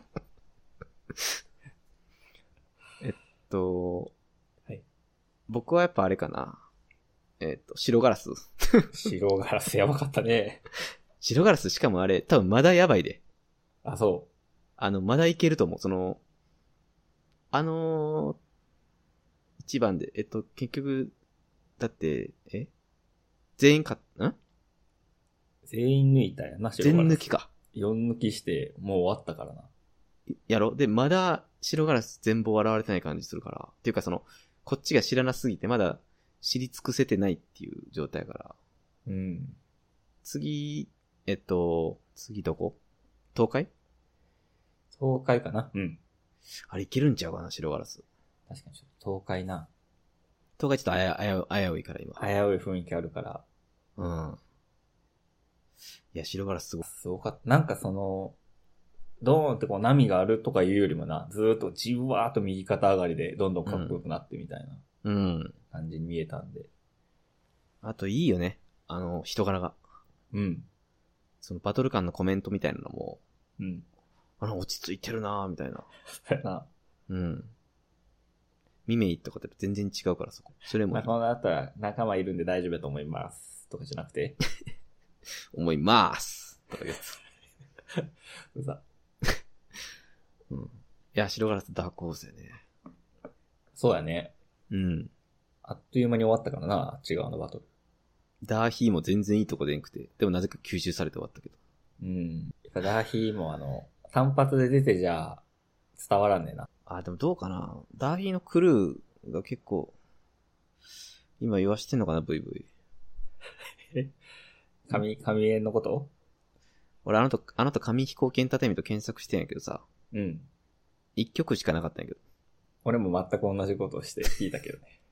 えっと、 はい。 僕はやっぱあれかな。えっと、白ガラス。 白ガラスやばかったね。 白ガラスしかもあれ、多分まだやばいで。 あ、そあの、まだいけると思う。その、あのー、一番で、えっと、結局、だって、え全員か、ん全員抜いたやな、白ガラス。 全抜きか。 よん抜きして、もう終わったからな。 やろで、まだ白ガラス全部笑われてない感じするから。っていうかその、こっちが知らなすぎてまだ知り尽くせてないっていう状態から。 うん。 次、えっと、次どこ東海東海かな。うん。 あれいけるんちゃうかな、白ガラス。 確かにちょっと東海な。 東海ちょっとあや、あや、あやういから今。 危うい雰囲気あるから。 うん。いや、白ガラスすごい。 すごかった。なんかその、ドーンってこう波があるとかいうよりもな、ずーっとじわーっと右肩上がりでどんどんかっこよくなってみたいなうん。 感じに見えたんで。 あといいよね。あの、人柄が。 うん。 そのバトル感のコメントみたいなのも、 うん。 あの、落ち着いてるなーみたいな。 そうやな。 うん。ミメイとかって全然違うからそこ。それもまあ、この後は仲間いるんで大丈夫だと思います。とかじゃなくて。 思いますとか言ううざ。 うん。いや、白ガラスダークホースやね。 そうやね。 うん。 あっという間に終わったからな、あっち側のバトル。 ダーヒーも全然いいとこでんくて。でもなぜか吸収されて終わったけど。 うん。やっぱダーヒーもあの、単発で出てじゃ伝わらんねえな。 あ、でもどうかな。ダーヒーのクルーが結構、今言わしてんのかな、ブイブイ。 え神、神縁のこと？ 俺あのと、あのと紙飛行機エンターテイメント検索してんやけどさ。 うん。 一曲しかなかったんやけど。 俺も全く同じことをして聞いたけどね。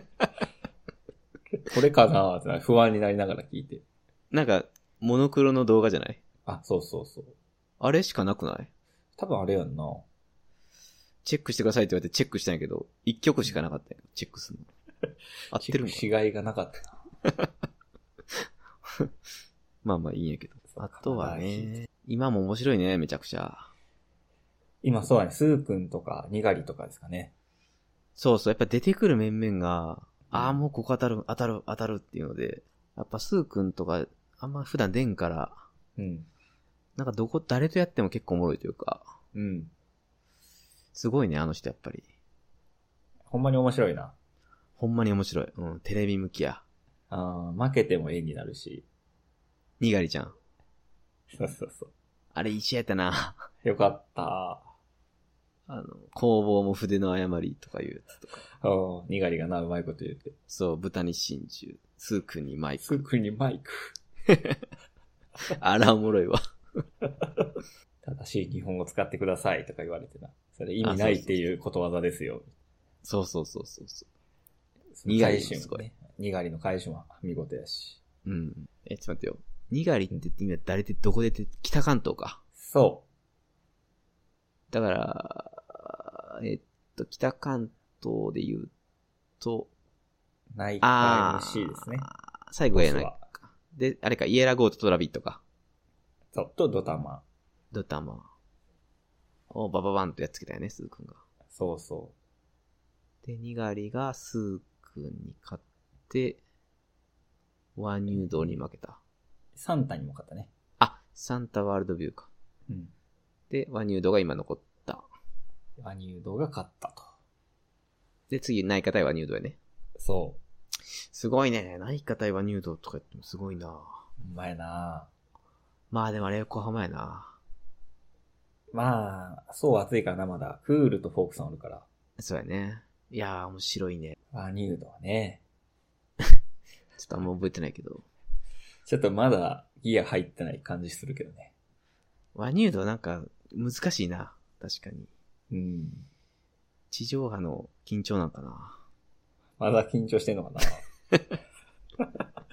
これかなーって不安になりながら聞いて。 なんか、モノクロの動画じゃない？ あ、そうそうそう。 あれしかなくない？ 多分あれやんな。 チェックしてくださいって言われてチェックしたんやけど、一曲しかなかったんや。チェックするの。合ってるんかしがいがなかったな。 まあまあいいんやけど。あとはね、今も面白いね、めちゃくちゃ。 今そうだね、スー君とか、ニガリとかですかね。 そうそう、やっぱ出てくる面々が、 うん、 ああ、もうここ当たる、当たる、当たるっていうので、やっぱスー君とか、あんま普段出んから、 うん。 なんかどこ、誰とやっても結構おもろいというか、 うん。 すごいね、あの人やっぱり。 ほんまに面白いな。 ほんまに面白い。うん、テレビ向きや。 ああ、負けても絵になるし。 にがりちゃん。 そうそうそう。 あれ一緒やったな。 よかった。 あの、工房も筆の誤りとかいうやつとか。 ああ、にがりがな、うまいこと言って。 そう、豚に真珠、スー君にマイク。 スー君にマイク。 あらおもろいわ。 正しい日本語使ってくださいとか言われてな。それ意味ないっていうことわざですよ。 そうそうそうそうそう。 にがりもすごい。にがりの返しも見事やし。 うん。え、ちょっと待ってよ。にがりって言って今誰でどこでて、北関東か。 そう。 だから、えっと、北関東で言うと、 ナイカ エムシー ですね。 最後やないか。で、あれか、イエラゴートとラビットか。 そう、とドタマ。 ドタマ。をバババンとやっつけたよね、スー君が。 そうそで、にがりがスー君に勝って、ワニュードに負けた。 サンタにも勝ったね。 あ、サンタワールドビューか。 うん。 で、ワニュードが今残った。 ワニュードが勝ったと。 で、次、ナイカ対ワニュードやね。 そう。 すごいね。ナイカ対ワニュードとか言ってもすごいな。 うまいな。 まあでもあれ横浜やな。 まあ、そう暑いからな、まだ。クールとフォークさんおるから。 そうやね。いやー、面白いね。 ワニュードはね。 ちょっとあんま覚えてないけど。 ちょっとまだギア入ってない感じするけどね。 ワニュードなんか難しいな。確かに。 うん。 地上波の緊張なんかな。 まだ緊張してんのかな。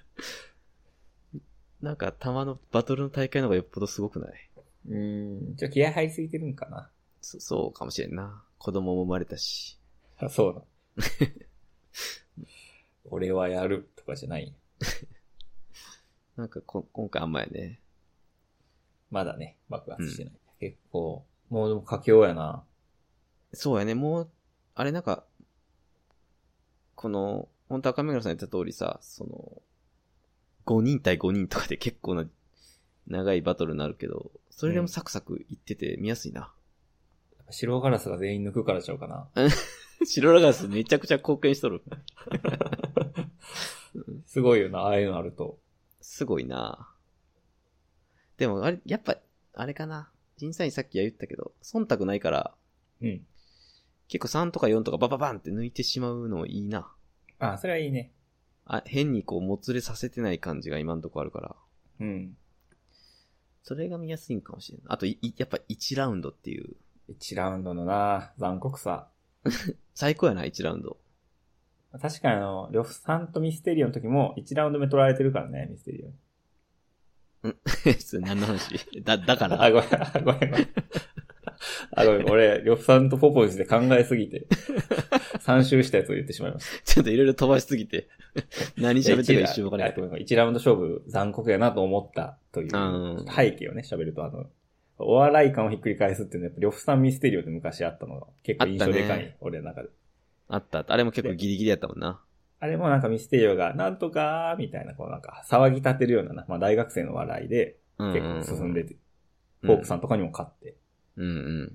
なんか、たまのバトルの大会の方がよっぽどすごくない？ うーん。ちょ、気合入りすぎてるんかな。 そ、そうかもしれんな。子供も生まれたし。 あ、そうだ。俺はやるとかじゃない。 なんかこ、今回あんまやね。 まだね、爆発してない。うん、結構、もうでも佳境やな。 そうやね、もう、あれなんか、この、本当赤目黒さん言った通りさ、その、ごにん対ごにんとかで結構な長いバトルになるけど、それでもサクサクいってて見やすいな。 うん、白ガラスが全員抜くからちゃうかな。 白ガラスめちゃくちゃ貢献しとる。 すごいよな、ああいうのあると。 すごいな。でもあれ、やっぱ、あれかな。審査員さっきは言ったけど、忖度ないから、 うん。 結構さんとかよんとかバババンって抜いてしまうのいいな。 ああ、それはいいね。 あ、変にこう、もつれさせてない感じが今んとこあるから。 うん。 それが見やすいんかもしれない。あと、いやっぱいちラウンドっていう。 いちラウンドのな、残酷さ。 最高やな、いちラウンド。 確かにあの、呂布さんとミステリオの時もいちラウンド目取られてるからね、ミステリオ。 うんそれ何の話だ、だからあ、ごめん、あ、ごめん、ごめん。あ、ごめん、俺、呂布さんとポポイズで考えすぎて、参集したやつを言ってしまいました。 ちょっといろいろ飛ばしすぎて、何喋ってるか一瞬分からない。 いちラウンド勝負残酷やなと思ったという背景をね、喋ると、あの、お笑い感をひっくり返すっていうのは、やっぱ呂布さんミステリオで昔あったのが結構印象でかい、ね、俺の中で。 あったあった。あれも結構ギリギリやったもんな。 あれもなんかミステリオが、なんとかーみたいな、こうなんか騒ぎ立てるようなな、まあ大学生の笑いで結構進んでて、フォークさんとかにも勝って。 うんうん。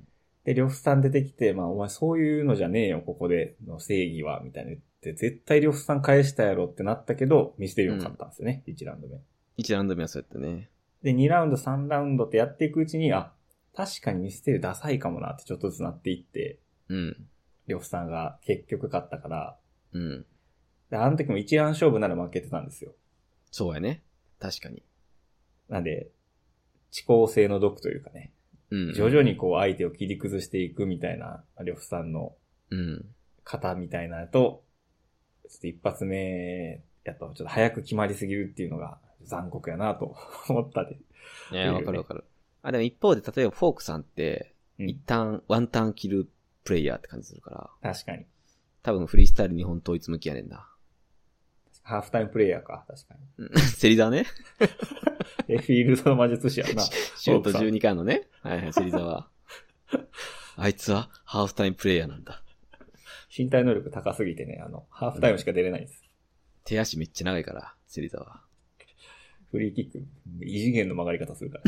で、呂布さん出てきて、まあお前そういうのじゃねえよ、ここでの正義は、みたいな言って、絶対呂布さん返したやろってなったけど、ミステリオ勝ったんですよね、うん、いちラウンド目。 いちラウンド目はそうやったね。 で、にラウンド、さんラウンドってやっていくうちに、あ、確かにミステリオダサいかもなってちょっとずつなっていって、 うん。 呂布さんが結局勝ったから、 うん。 で、あの時も一ラウンド勝負なら負けてたんですよ。 そうやね。確かに。 なんで、遅効性の毒というかね。うん、うん。徐々にこう相手を切り崩していくみたいな、呂布さんの、うん。型みたいなのと、ちょっと一発目、やっとちょっと早く決まりすぎるっていうのが残酷やなと思ったで。 いや、わかるわかる。あ、でも一方で、例えばフォークさんって、一旦、ワンターンキルプレイヤーって感じするから。 確かに。 多分フリースタイル日本統一向きやねんな。 ハーフタイムプレイヤーか、確かに。セリザね。 え、フィールドの魔術師やな。 シュートじゅうにかんのね。はいはい、セリザは。あいつはハーフタイムプレイヤーなんだ。 身体能力高すぎてね、あの、ハーフタイムしか出れないです。 手足めっちゃ長いから、セリザは。 フリーキック、異次元の曲がり方するから。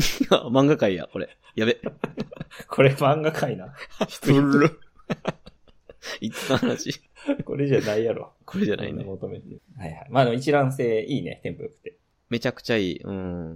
漫画界や、これ。やべ。 これ漫画界な。 ブルいつの話これじゃないやろ。 これじゃないね。 求めて。はいはい。まあでも一覧性いいね、テンポ良くて。 めちゃくちゃいい。うん。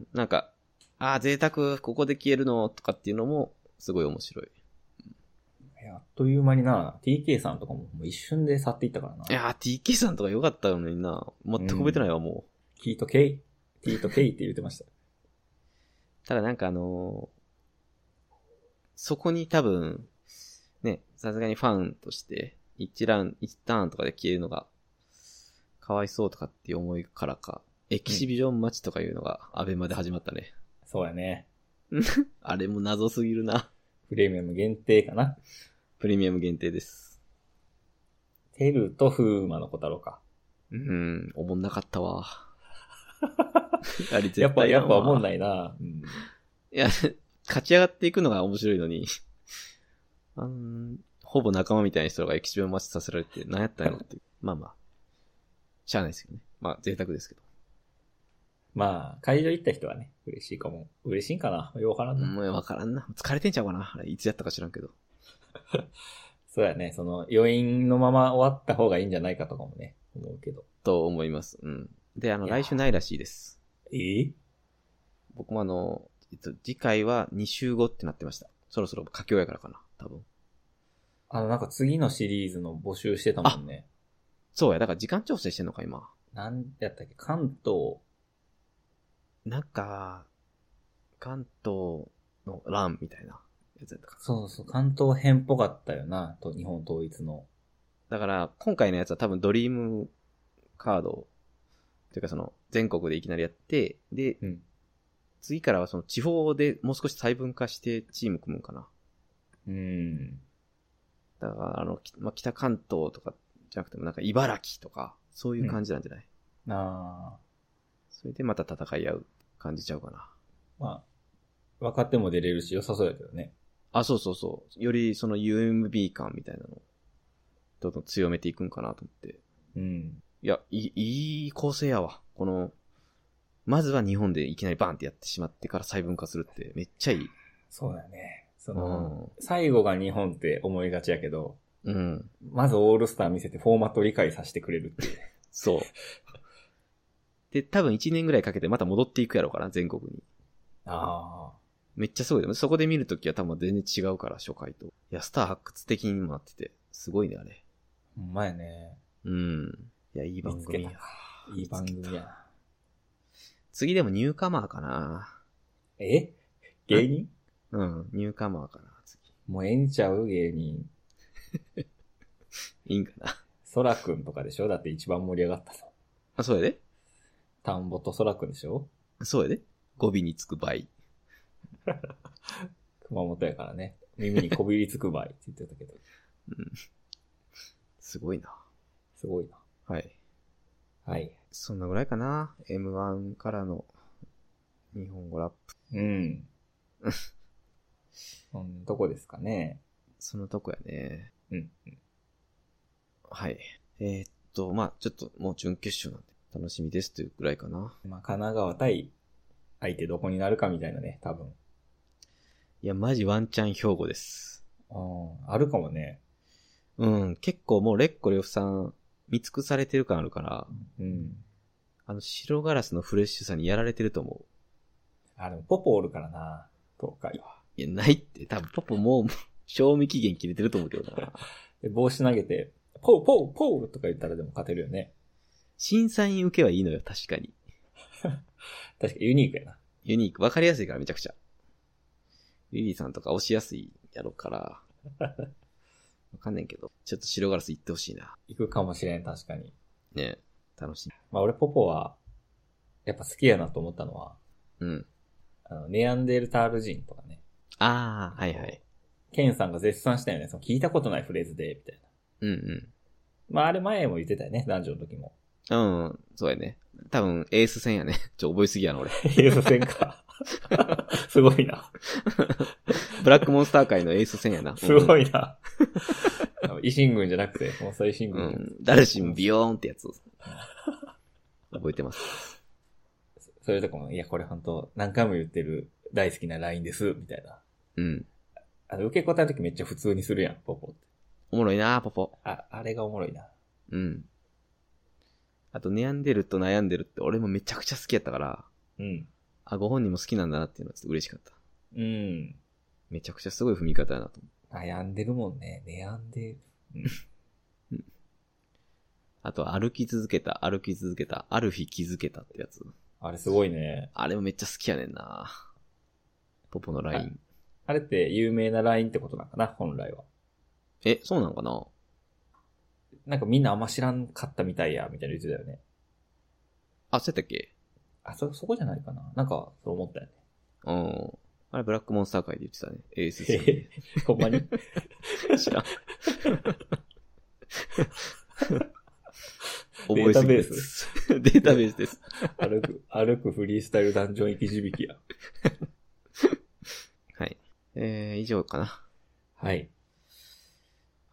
なんか、ああ、贅沢、ここで消えるのとかっていうのも、すごい面白い。 いや、あっという間にな、ティーケー さんとかももう一瞬で去っていったからな。 いやー、ティーケー さんとか良かったのにな。全く覚えてないわ、もう。キーと K? ティーと K って言ってました。 ただなんかあのー、そこに多分、ね、さすがにファンとして、一ラウン、一ターンとかで消えるのが、かわいそうとかっていう思いからか、エキシビジョンマッチとかいうのが、アベマで始まったね。 うん、そうやね。 あれも謎すぎるな。 プレミアム限定かな。 プレミアム限定です。 テルとフーマの小太郎か。 うん、おもんなかったわ。あれ絶対やっぱ、やっぱおもんないな。うん、 いや、勝ち上がっていくのが面白いのに。あの、 ほぼ仲間みたいな人が液晶待ちさせられて、何やったんやろっていう。まあまあ。しゃあないですけどね。まあ、贅沢ですけど。 まあ、会場行った人はね、嬉しいかも。嬉しいんかなよくわからんな。 もうわからんな。疲れてんちゃうかなあれいつやったか知らんけど。 そうやね。その、余韻のまま終わった方がいいんじゃないかとかもね、思うけど。 と思います。うん。で、あの、来週ないらしいです。 えー、 僕もあの、えっと、次回はに週後ってなってました。そろそろ佳境やからかな、多分。 あの、なんか次のシリーズの募集してたもんね。 そうや、だから時間調整してんのか、今。 なんやったっけ関東。 なんか、関東の欄みたいなやつやったか。 そうそう、関東編っぽかったよな、と日本統一の。 だから、今回のやつは多分ドリームカード、というかその、全国でいきなりやって、で、 うん、 次からはその地方でもう少し細分化してチーム組むんかな。 うん。 だから、あの、まあ、北関東とかじゃなくてもなんか茨城とか、そういう感じなんじゃない、 うん、ああ。 それでまた戦い合う感じちゃうかな。 まあ、分かっても出れるし良さそうやけどね。 あ、そうそうそう。よりその ユーエムビー 感みたいなのをどんどん強めていくんかなと思って。 うん。 いや、いい、いい構成やわ。この、まずは日本でいきなりバーンってやってしまってから細分化するってめっちゃいい。 そうだね。その、最後が日本って思いがちやけど、 うん。 まずオールスター見せてフォーマット理解させてくれるっていう。 そう。で、多分いちねんぐらいかけてまた戻っていくやろうから、全国に。 ああ。 めっちゃすごい。そこで見るときは多分全然違うから、初回と。いや、スター発掘的にもなってて、すごいね、あれ。 ほんまやね。 うん。いや、いい番組や。 いい番組や。 次でもニューカマーかな。 え芸人？ うん、ニューカマーかな、次。 もうええんちゃう芸人。 いいんかな。 ソラくんとかでしょだって一番盛り上がったの。 あ、そうやで田んぼとソラくんでしょそうやで語尾につく場合。 熊本やからね。耳にこびりつく場合って言ってたけど。 うん。すごいな。 すごいな。 はい。 はい。 そんなぐらいかな。エムワン からの日本語ラップ。 うん。そんなとこですかね。 そのとこやね。 うん。 はい。えー、っと、まあちょっともう準決勝なんで楽しみですというぐらいかな。 まあ神奈川対相手どこになるかみたいなね、多分。 いや、マジワンチャン兵庫です。 ああ、あるかもね。 うん、結構もうレッコレフさん見尽くされてる感あるから、 うん。 あの白ガラスのフレッシュさにやられてると思う。 あ、でもポポおるからな、東海は。 いや、ないって、多分ポポもう、賞味期限切れてると思うけどな。 で帽子投げて、ポーポーポーとか言ったらでも勝てるよね。 審査員受けはいいのよ、確かに。 確かユニークやな。 ユニーク、わかりやすいからめちゃくちゃ。リリーさんとか押しやすいやろから。わかんないけど、ちょっと白ガラス行ってほしいな。 行くかもしれん、確かに。 ね楽しい。 まあ俺ポポは、やっぱ好きやなと思ったのは、 うん。 あの、ネアンデルタール人とかね。 ああ、はいはい。 ケンさんが絶賛したよね。その聞いたことないフレーズで、みたいうんうん。 な。まああれ前も言ってたよね、男女の時も。 うん、そうやね。多分、エース戦やね。ちょ、覚えすぎやな、俺。 エース戦か。すごいな。 ブラックモンスター界のエース戦やな。 すごいな。維新軍じゃなくて、モンスター維新軍。 うん。ダルシムビヨーンってやつ。覚えてます。 それとかも、いや、これ本当何回も言ってる大好きなラインです、みたいな。 うん。 あの、受け答えの時めっちゃ普通にするやん、ポポって。 おもろいな、ポポ。 あ、あれがおもろいな。 うん。あと、悩んでると悩んでるって俺もめちゃくちゃ好きやったから、 うん。 あ、ご本人も好きなんだなっていうのはちょっと嬉しかった。 うん。 めちゃくちゃすごい踏み方やなと思悩んでるもんね。悩んでる。うん。 あと、歩き続けた、歩き続けた、ある日気づけたってやつ。 あれすごいね。 あれもめっちゃ好きやねんな。ポポのライン。 あれって有名なラインってことなんかな、本来は。 え、そうなのかな？ なんかみんなあんま知らんかったみたいや、みたいな言ってたよね。 あ、そうやったっけ？ あ、そ、そこじゃないかな。なんか、そう思ったよね。 うん。あれ、ブラックモンスター界で言ってたね。エースへへほんまに知らん。覚えすぎです。データベースです。 歩く、歩くフリースタイルダンジョン生き字引きや。 はい。えー、以上かな。 はい。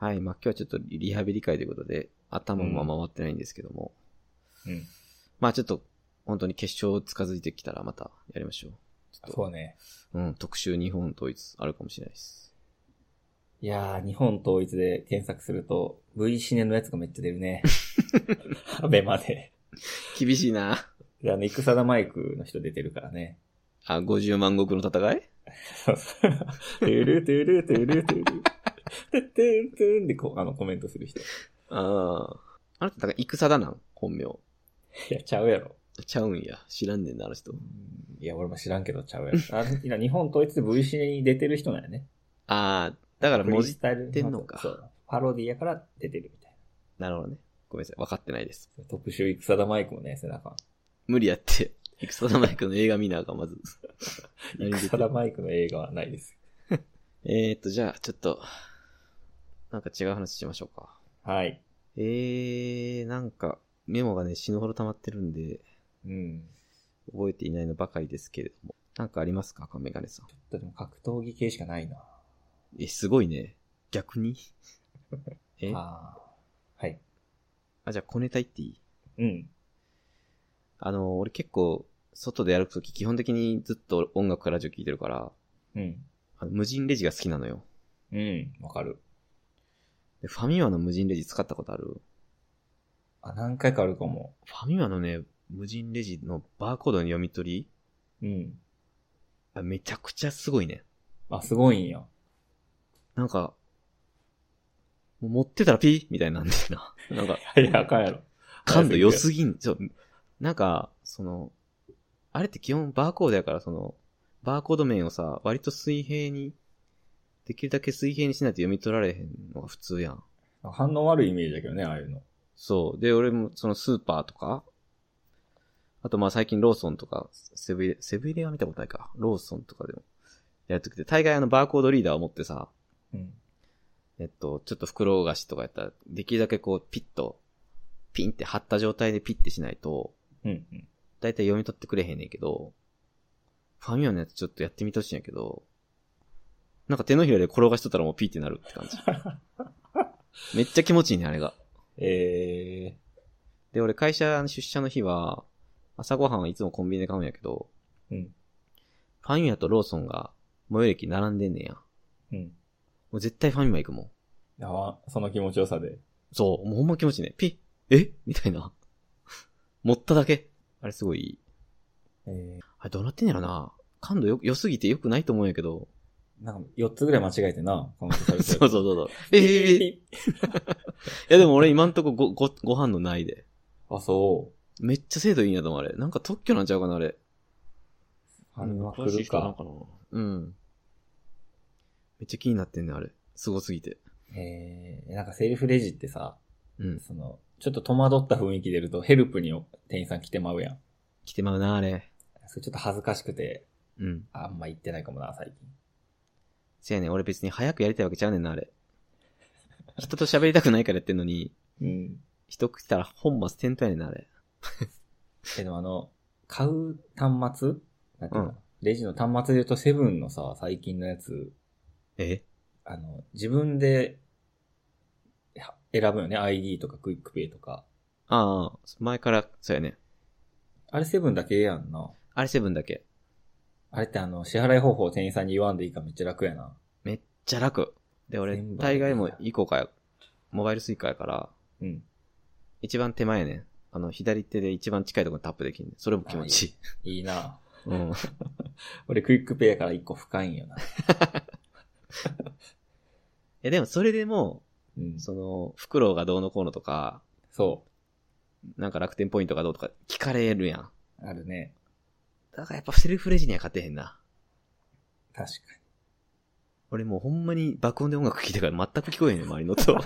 はい。まあ、今日はちょっとリハビリ会ということで、頭も回ってないんですけども。 うん。 まあ、ちょっと、本当に決勝近づいてきたらまたやりましょう。 そうね。 うん。特集日本統一あるかもしれないです。 いやー、日本統一で検索すると、V シネのやつがめっちゃ出るね。アベマで。 厳しいな。 あの、戦田マイクの人出てるからね。 あ、ごじゅうまん石の戦いそうそう。トゥルトゥルトゥルトゥル。トゥットゥントゥンでこう、あの、コメントする人。 ああ。あなた、だから戦だなん本名。 いや、ちゃうやろ。 ちゃうんや。知らんねんな、あの人。 いや、俺も知らんけどちゃうやろ。あ今、日本統一で V シネに出てる人なんやね。 ああ、だから文字タイルってんのか。 そう。パロディやから出てるみたいなるほどね。ごめんなさい。分かってないです。 特集戦田マイクもね、背中。 無理やって。戦田マイクの映画見なあかん、まず。 戦田マイクの映画はないです。 えーっと、じゃあ、ちょっと、なんか違う話しましょうか。 はい。 えー、なんか、メモがね、死ぬほど溜まってるんで、 うん。 覚えていないのばかりですけれども。なんかありますか、亀ガネさん。 ちょっとでも格闘技系しかないな。 え、すごいね。逆にえああ。はい。 あ、じゃあ小ネタ言っていい？ うん。 あの、俺結構、外で歩くとき基本的にずっと音楽かラジオ聴いてるから、 うん。 あの無人レジが好きなのよ。 うん。わかる。 で、ファミマの無人レジ使ったことある？ あ、何回かあるかも。 ファミマのね、無人レジのバーコードの読み取りうん。 あ、めちゃくちゃすごいね。 あ、すごいんや。 なんか、もう持ってたらピーみたいになんだよな。なんか、 いや、あかんやろ。 感度良すぎん。ちょ、なんか、その、あれって基本バーコードやから、その、バーコード面をさ、割と水平に、できるだけ水平にしないと読み取られへんのが普通やん。 反応悪いイメージだけどね、ああいうの。 そう。で、俺もそのスーパーとか、あとまあ最近ローソンとか、セブン入れ、セブン入れは見たことないか。ローソンとかでもやるときて、大概あのバーコードリーダーを持ってさ、 うん。 えっと、ちょっと袋菓子とかやったら、できるだけこうピッと、ピンって貼った状態でピッてしないと、 うんうん。 だいたい読み取ってくれへんねんけど、ファミマのやつちょっとやってみてほしいんやけど、なんか手のひらで転がしとったらもうピーってなるって感じ。めっちゃ気持ちいいね、あれが。 えー。で、俺会社出社の日は、朝ごはんはいつもコンビニで買うんやけど、 うん。 ファミマとローソンが最寄り駅並んでんねんや。 うん。 もう絶対ファミマ行くもん。 あ、その気持ちよさで。 そう、もうほんま気持ちいいね。ピッえみたいな。持っただけ。あれすごいいい。 えー、 あれどうなってんやろな。感度よ、良すぎて良くないと思うんやけど。 なんかよっつぐらい間違えてな。 そうそうそうそう。えー、えー、いやでも俺今んとこご、ご、ご飯のないで。 あ、そう。 めっちゃ精度いいんやと思うあれ。なんか特許なんちゃうかなあれ。 あれは来るか。 うん。めっちゃ気になってんねあれ。すごすぎて。 えー、なんかセルフレジってさ、 うん。 その、ちょっと戸惑った雰囲気出るとヘルプに店員さん来てまうやん。 来てまうなあれ。 それちょっと恥ずかしくて、 うん。 あんま言ってないかもな、最近。 せやねん、俺別に早くやりたいわけちゃうねんな、あれ。人と喋りたくないからやってんのに、 うん。 人来たら本末転倒やねんな、あれ。 けどあの、買う端末なんていうの、うん、レジの端末で言うとセブンのさ、最近のやつ。 えあの、自分で選ぶよね。アイディー とかクイックペイとか。 ああ、前から、そうやね。 あれセブンだけやんな。 あれセブンだけ。 あれってあの、支払い方法を店員さんに言わんでいいからめっちゃ楽やな。 めっちゃ楽。で、俺、大概もイコカや、モバイルスイカやから、 うん。 一番手前やねん。あの、左手で一番近いところにタップできんねん。それも気持ちいい。いいな。 うん。 俺クイックペイやから一個深いんよな。 え、でもそれでも、 うん、 その、袋がどうのこうのとか、 そう。 なんか楽天ポイントがどうとか聞かれるやん。 あるね。 だからやっぱセルフレジには勝てへんな。 確かに。 俺もうほんまに爆音で音楽聴いてから全く聞こえへんねん、周りの音。だ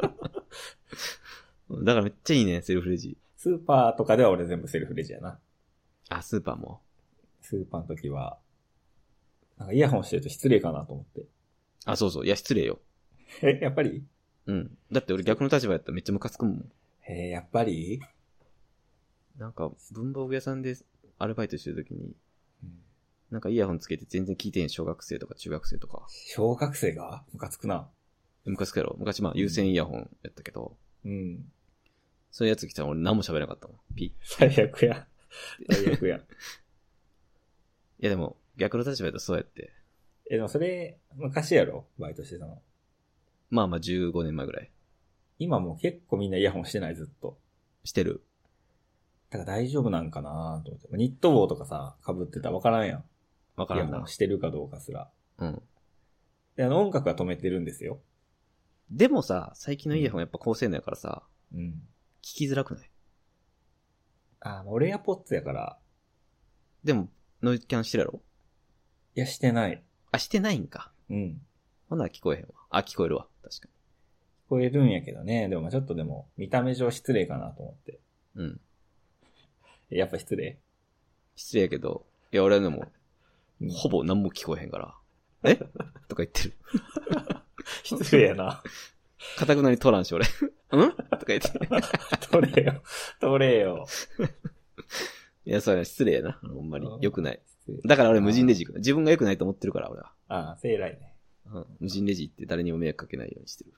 からめっちゃいいね、セルフレジ。 スーパーとかでは俺全部セルフレジやな。 あ、スーパーも。 スーパーの時は、なんかイヤホンしてると失礼かなと思って。 あ、そうそう。いや、失礼よ。 え、やっぱり？ うん。だって俺逆の立場やったらめっちゃムカつくもん。 へえ、やっぱり？ なんか、文房具屋さんでアルバイトしてる時に、うん、なんかイヤホンつけて全然聞いてへん小学生とか中学生とか。 小学生がムカつくな。 昔からよ。昔まあ有線イヤホンやったけど。 うん。 そういうやつ来たら俺何も喋れなかったもん。ピ最悪や。最悪や。いやでも、逆の立場だとそうやって。 え、でもそれ、昔やろバイトしてたの。 まあまあじゅうごねんまえぐらい。 今もう結構みんなイヤホンしてないずっと。 してる。 だから大丈夫なんかなと思って。ニット帽とかさ、被ってたらわからんやん。 わからんな。 イヤホンしてるかどうかすら。 うん。 で、あの音楽は止めてるんですよ。 でもさ、最近のイヤホンやっぱ高性能やからさ、 うん。 聞きづらくない？ あ、俺エアポッツやから。 でも、ノイズキャンしてるやろ？ いや、してない。 あ、してないんか。 うん。 ほんなら聞こえへんわ。あ、聞こえるわ。確か聞こえるんやけどね。でもまあちょっとでも、見た目上失礼かなと思って。 に。うん。 やっぱ失礼？ 失礼やけど、いや俺はでも、 うん、 ほぼ何も聞こえへんから。えとか言ってる。 失礼やな。 かたくなに取らんし、俺。んとか言って。 取れよ。取れよ。 いや、それ失礼やな。ほんまに。良くない。だから俺無人レジ行く。自分が良くないと思ってるから、俺は。 ああ、せいらいね。 うん。無人レジ行って誰にも迷惑かけないようにしてる。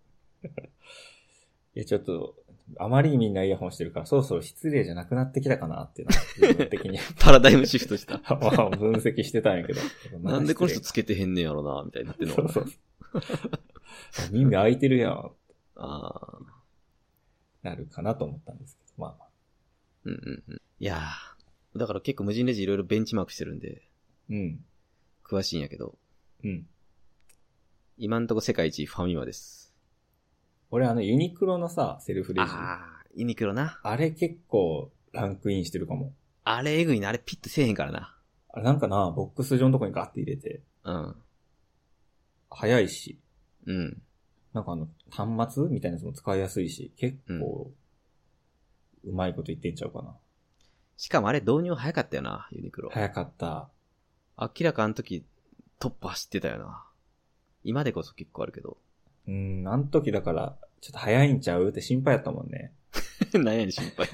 いや、ちょっと、あまりにみんなイヤホンしてるから、そろそろ失礼じゃなくなってきたかなっていうのは、自分的に。 パラダイムシフトした。 まあ、分析してたんやけど。 なんでこの人つけてへんねんやろな、みたいになってんの。 そうそう。耳開いてるやん。 ああ。 なるかなと思ったんですけど、まあまあ。 うんうんうん。いやー。だから結構無人レジいろいろベンチマークしてるんで。 うん。 詳しいんやけど。 うん。 今んとこ世界一ファミマです。 俺あのユニクロのさ、セルフレジ。 あー、ユニクロな。 あれ結構ランクインしてるかも。 あれエグいな。あれピッとせえへんからな。 あれなんかな、ボックス上のとこにガッて入れて。 うん。 早いし。 うん。 なんかあの、端末みたいなやつも使いやすいし、結構、うまいこと言ってんちゃうかな。 しかもあれ導入早かったよな、ユニクロ。 早かった。 明らかあの時トップ走ってたよな。今でこそ結構あるけど。 うーん、あの時だから、ちょっと早いんちゃうって心配やったもんね。 何やねん心配って。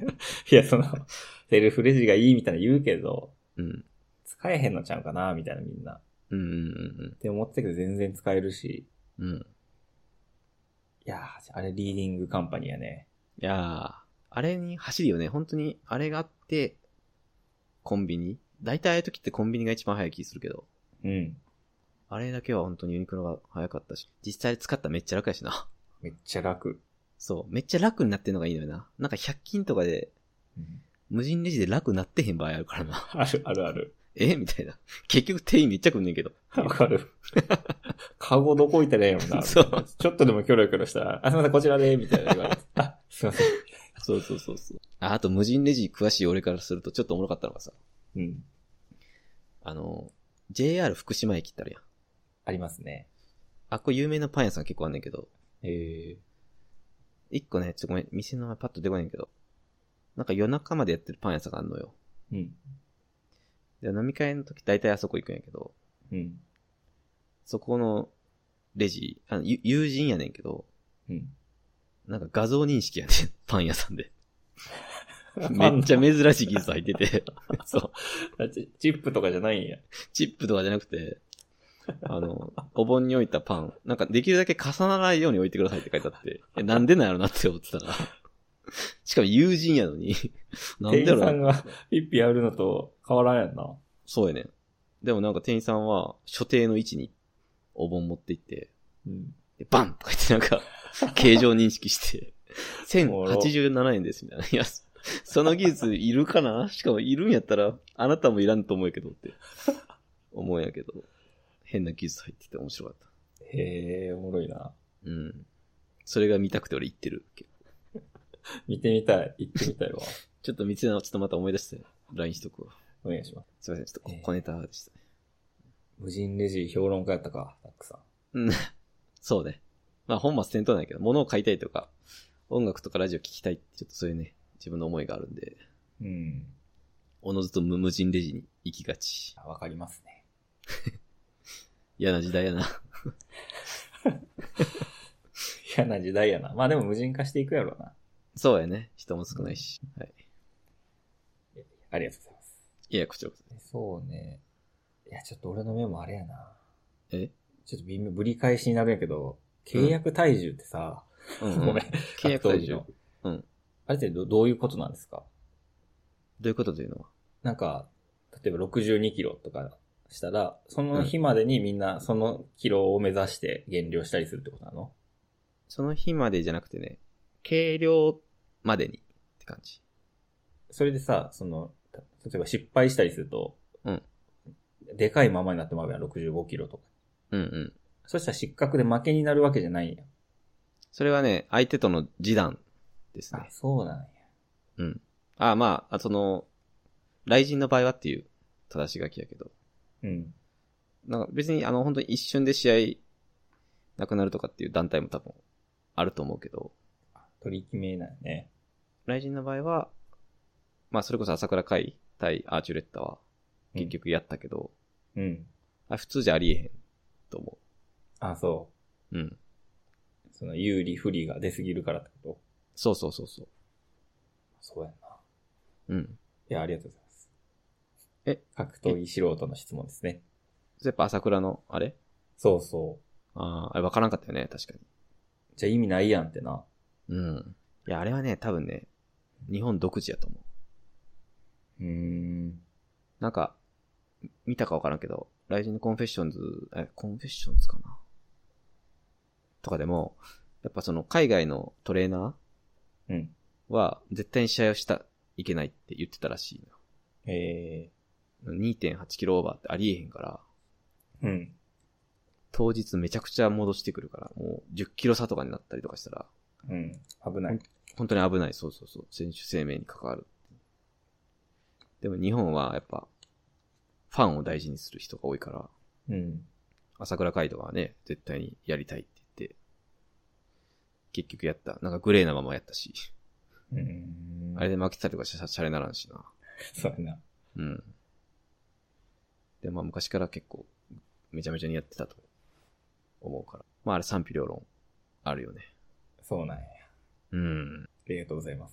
いや、その、セルフレジがいいみたいな言うけど、 うん。 使えへんのちゃうかなみたいなみんな。 うんうんうんって思ってたけど全然使えるし。 うん。うん。 いやー、あれリーディングカンパニーやね。 いやー、あれに走るよね。本当に、あれがあって、コンビニ。大体ああいう時ってコンビニが一番早い気するけど。 うん。 あれだけは本当にユニクロが早かったし、実際使ったらめっちゃ楽やしな。 めっちゃ楽。 そう。めっちゃ楽になってんのがいいのよな。なんかひゃく均とかで、うん、無人レジで楽なってへん場合あるからな。 ある、あるある。 えみたいな。結局店員めっちゃ来んねんけど。 わかる。カゴどこ置いたらええのな。 そう。 ちょっとでもキョロキョロしたら、あ、すいません、こちらで、みたいな言われて。あ、すいません。 そうそうそうそう。あ、あと無人レジ詳しい俺からするとちょっとおもろかったのがさ。 うん。 あの、ジェイアール 福島駅ってあるやん。 ありますね。 あっこ有名なパン屋さん結構あんねんけど。 へえ。 一個ね、ちょっとごめん、店の名前パッと出こないんけど。なんか夜中までやってるパン屋さんがあんのよ。 うん。 で、飲み会の時大体あそこ行くんやけど。 うん。 そこのレジ、あの、友人やねんけど。 うん。 なんか画像認識やねん。パン屋さんで。めっちゃ珍しい技術入ってて。そう。 チップとかじゃないんや。 チップとかじゃなくて、あの、お盆に置いたパン、なんかできるだけ重ならないように置いてくださいって書いてあって、え、なんでなんやろなって思ってたら。しかも友人やのに。 なんでやろな。店員さんがピッピやるのと変わらんやんな。 そうやねん。でもなんか店員さんは所定の位置にお盆持って行って、うん、でバンとか言ってなんか、形状認識して、せんはちじゅうななえんですみたいな。いや、その技術いるかな？しかもいるんやったら、あなたもいらんと思うけどって、思うんやけど。変な技術入ってて面白かった。 へえ、おもろいな。 うん。それが見たくて俺行ってる。 見てみたい。行ってみたいわ。 ちょっと見つめな、ちょっとまた思い出して、ライン しとくわ。 お願いします。 すいません、ちょっと小ネタでしたね。 無人レジ評論家やったか、タックさん。うん。そうね。まあ本末転倒なんやけど、物を買いたいとか、音楽とかラジオ聞きたいって、ちょっとそういうね、自分の思いがあるんで。 うん。 おのずと無人レジに行きがち。 わかりますね。 嫌な時代やな。 嫌な時代やな。まあでも無人化していくやろうな。 そうやね。人も少ないし。うん、はい。 ありがとうございます。 いや、こちらこそ。そうね。いや、ちょっと俺の目もあれやな。 え？ ちょっと微妙、ぶり返しになるんやけど、 契約体重ってさ、 うん、うん、 ごめん。 契約体重。うん。 あれってどどういうことなんですか？ どういうことというのは？ なんか、例えばろくじゅうにキロとかしたら、その日までにみんなそのキロを目指して減量したりするってことなの？ その日までじゃなくてね、計量までにって感じ。 それでさ、その、例えば失敗したりすると、 うん。 でかいままになってまうやん、ろくじゅうごキロとか。 うんうん。 そしたら失格で負けになるわけじゃないんや。 それはね、相手との示談ですね。 あ、そうなんや。 うん。あ、まあ、その、雷神の場合はっていう正し書きやけど。 うん。 なんか別にあの本当に一瞬で試合なくなるとかっていう団体も多分あると思うけど。 取り決めなんやね。 雷神の場合は、まあそれこそ朝倉海対アーチュレッタは結局やったけど。 うん。うん、 あ、普通じゃありえへんと思う。 あ、そう。 うん。 その有利不利が出すぎるからってこと？ そうそうそうそう。 そうやな。 うん。 いや、ありがとうございます。 え格闘技素人の質問ですね。 やっぱ朝倉の、あれ？ そうそう。 ああ、あれ分からんかったよね、確かに。 じゃあ意味ないやんってな。 うん。いや、あれはね、多分ね、日本独自やと思う。うーん。 なんか、見たか分からんけど、ライジンのコンフェッションズ、え、コンフェッションズかなとかでも、やっぱその海外のトレーナーは絶対に試合をしたいけないって言ってたらしいの。 へー にてんはち キロオーバーってありえへんから、 うん。 当日めちゃくちゃ戻してくるから、もうじゅっキロ差とかになったりとかしたら、 うん。危ない。 本当に危ない。そうそうそう。選手生命に関わる。でも日本はやっぱ、ファンを大事にする人が多いから、 うん。 朝倉海斗はね、絶対にやりたいって言って、結局やった。なんかグレーなままやったし。 うん。 あれで負けたりとかしゃ、しゃれならんしな。 そうやな。 うん。で、まあ昔から結構、めちゃめちゃにやってたと思うから。まああれ賛否両論あるよね。 そうなんや。 うん。 ありがとうございます。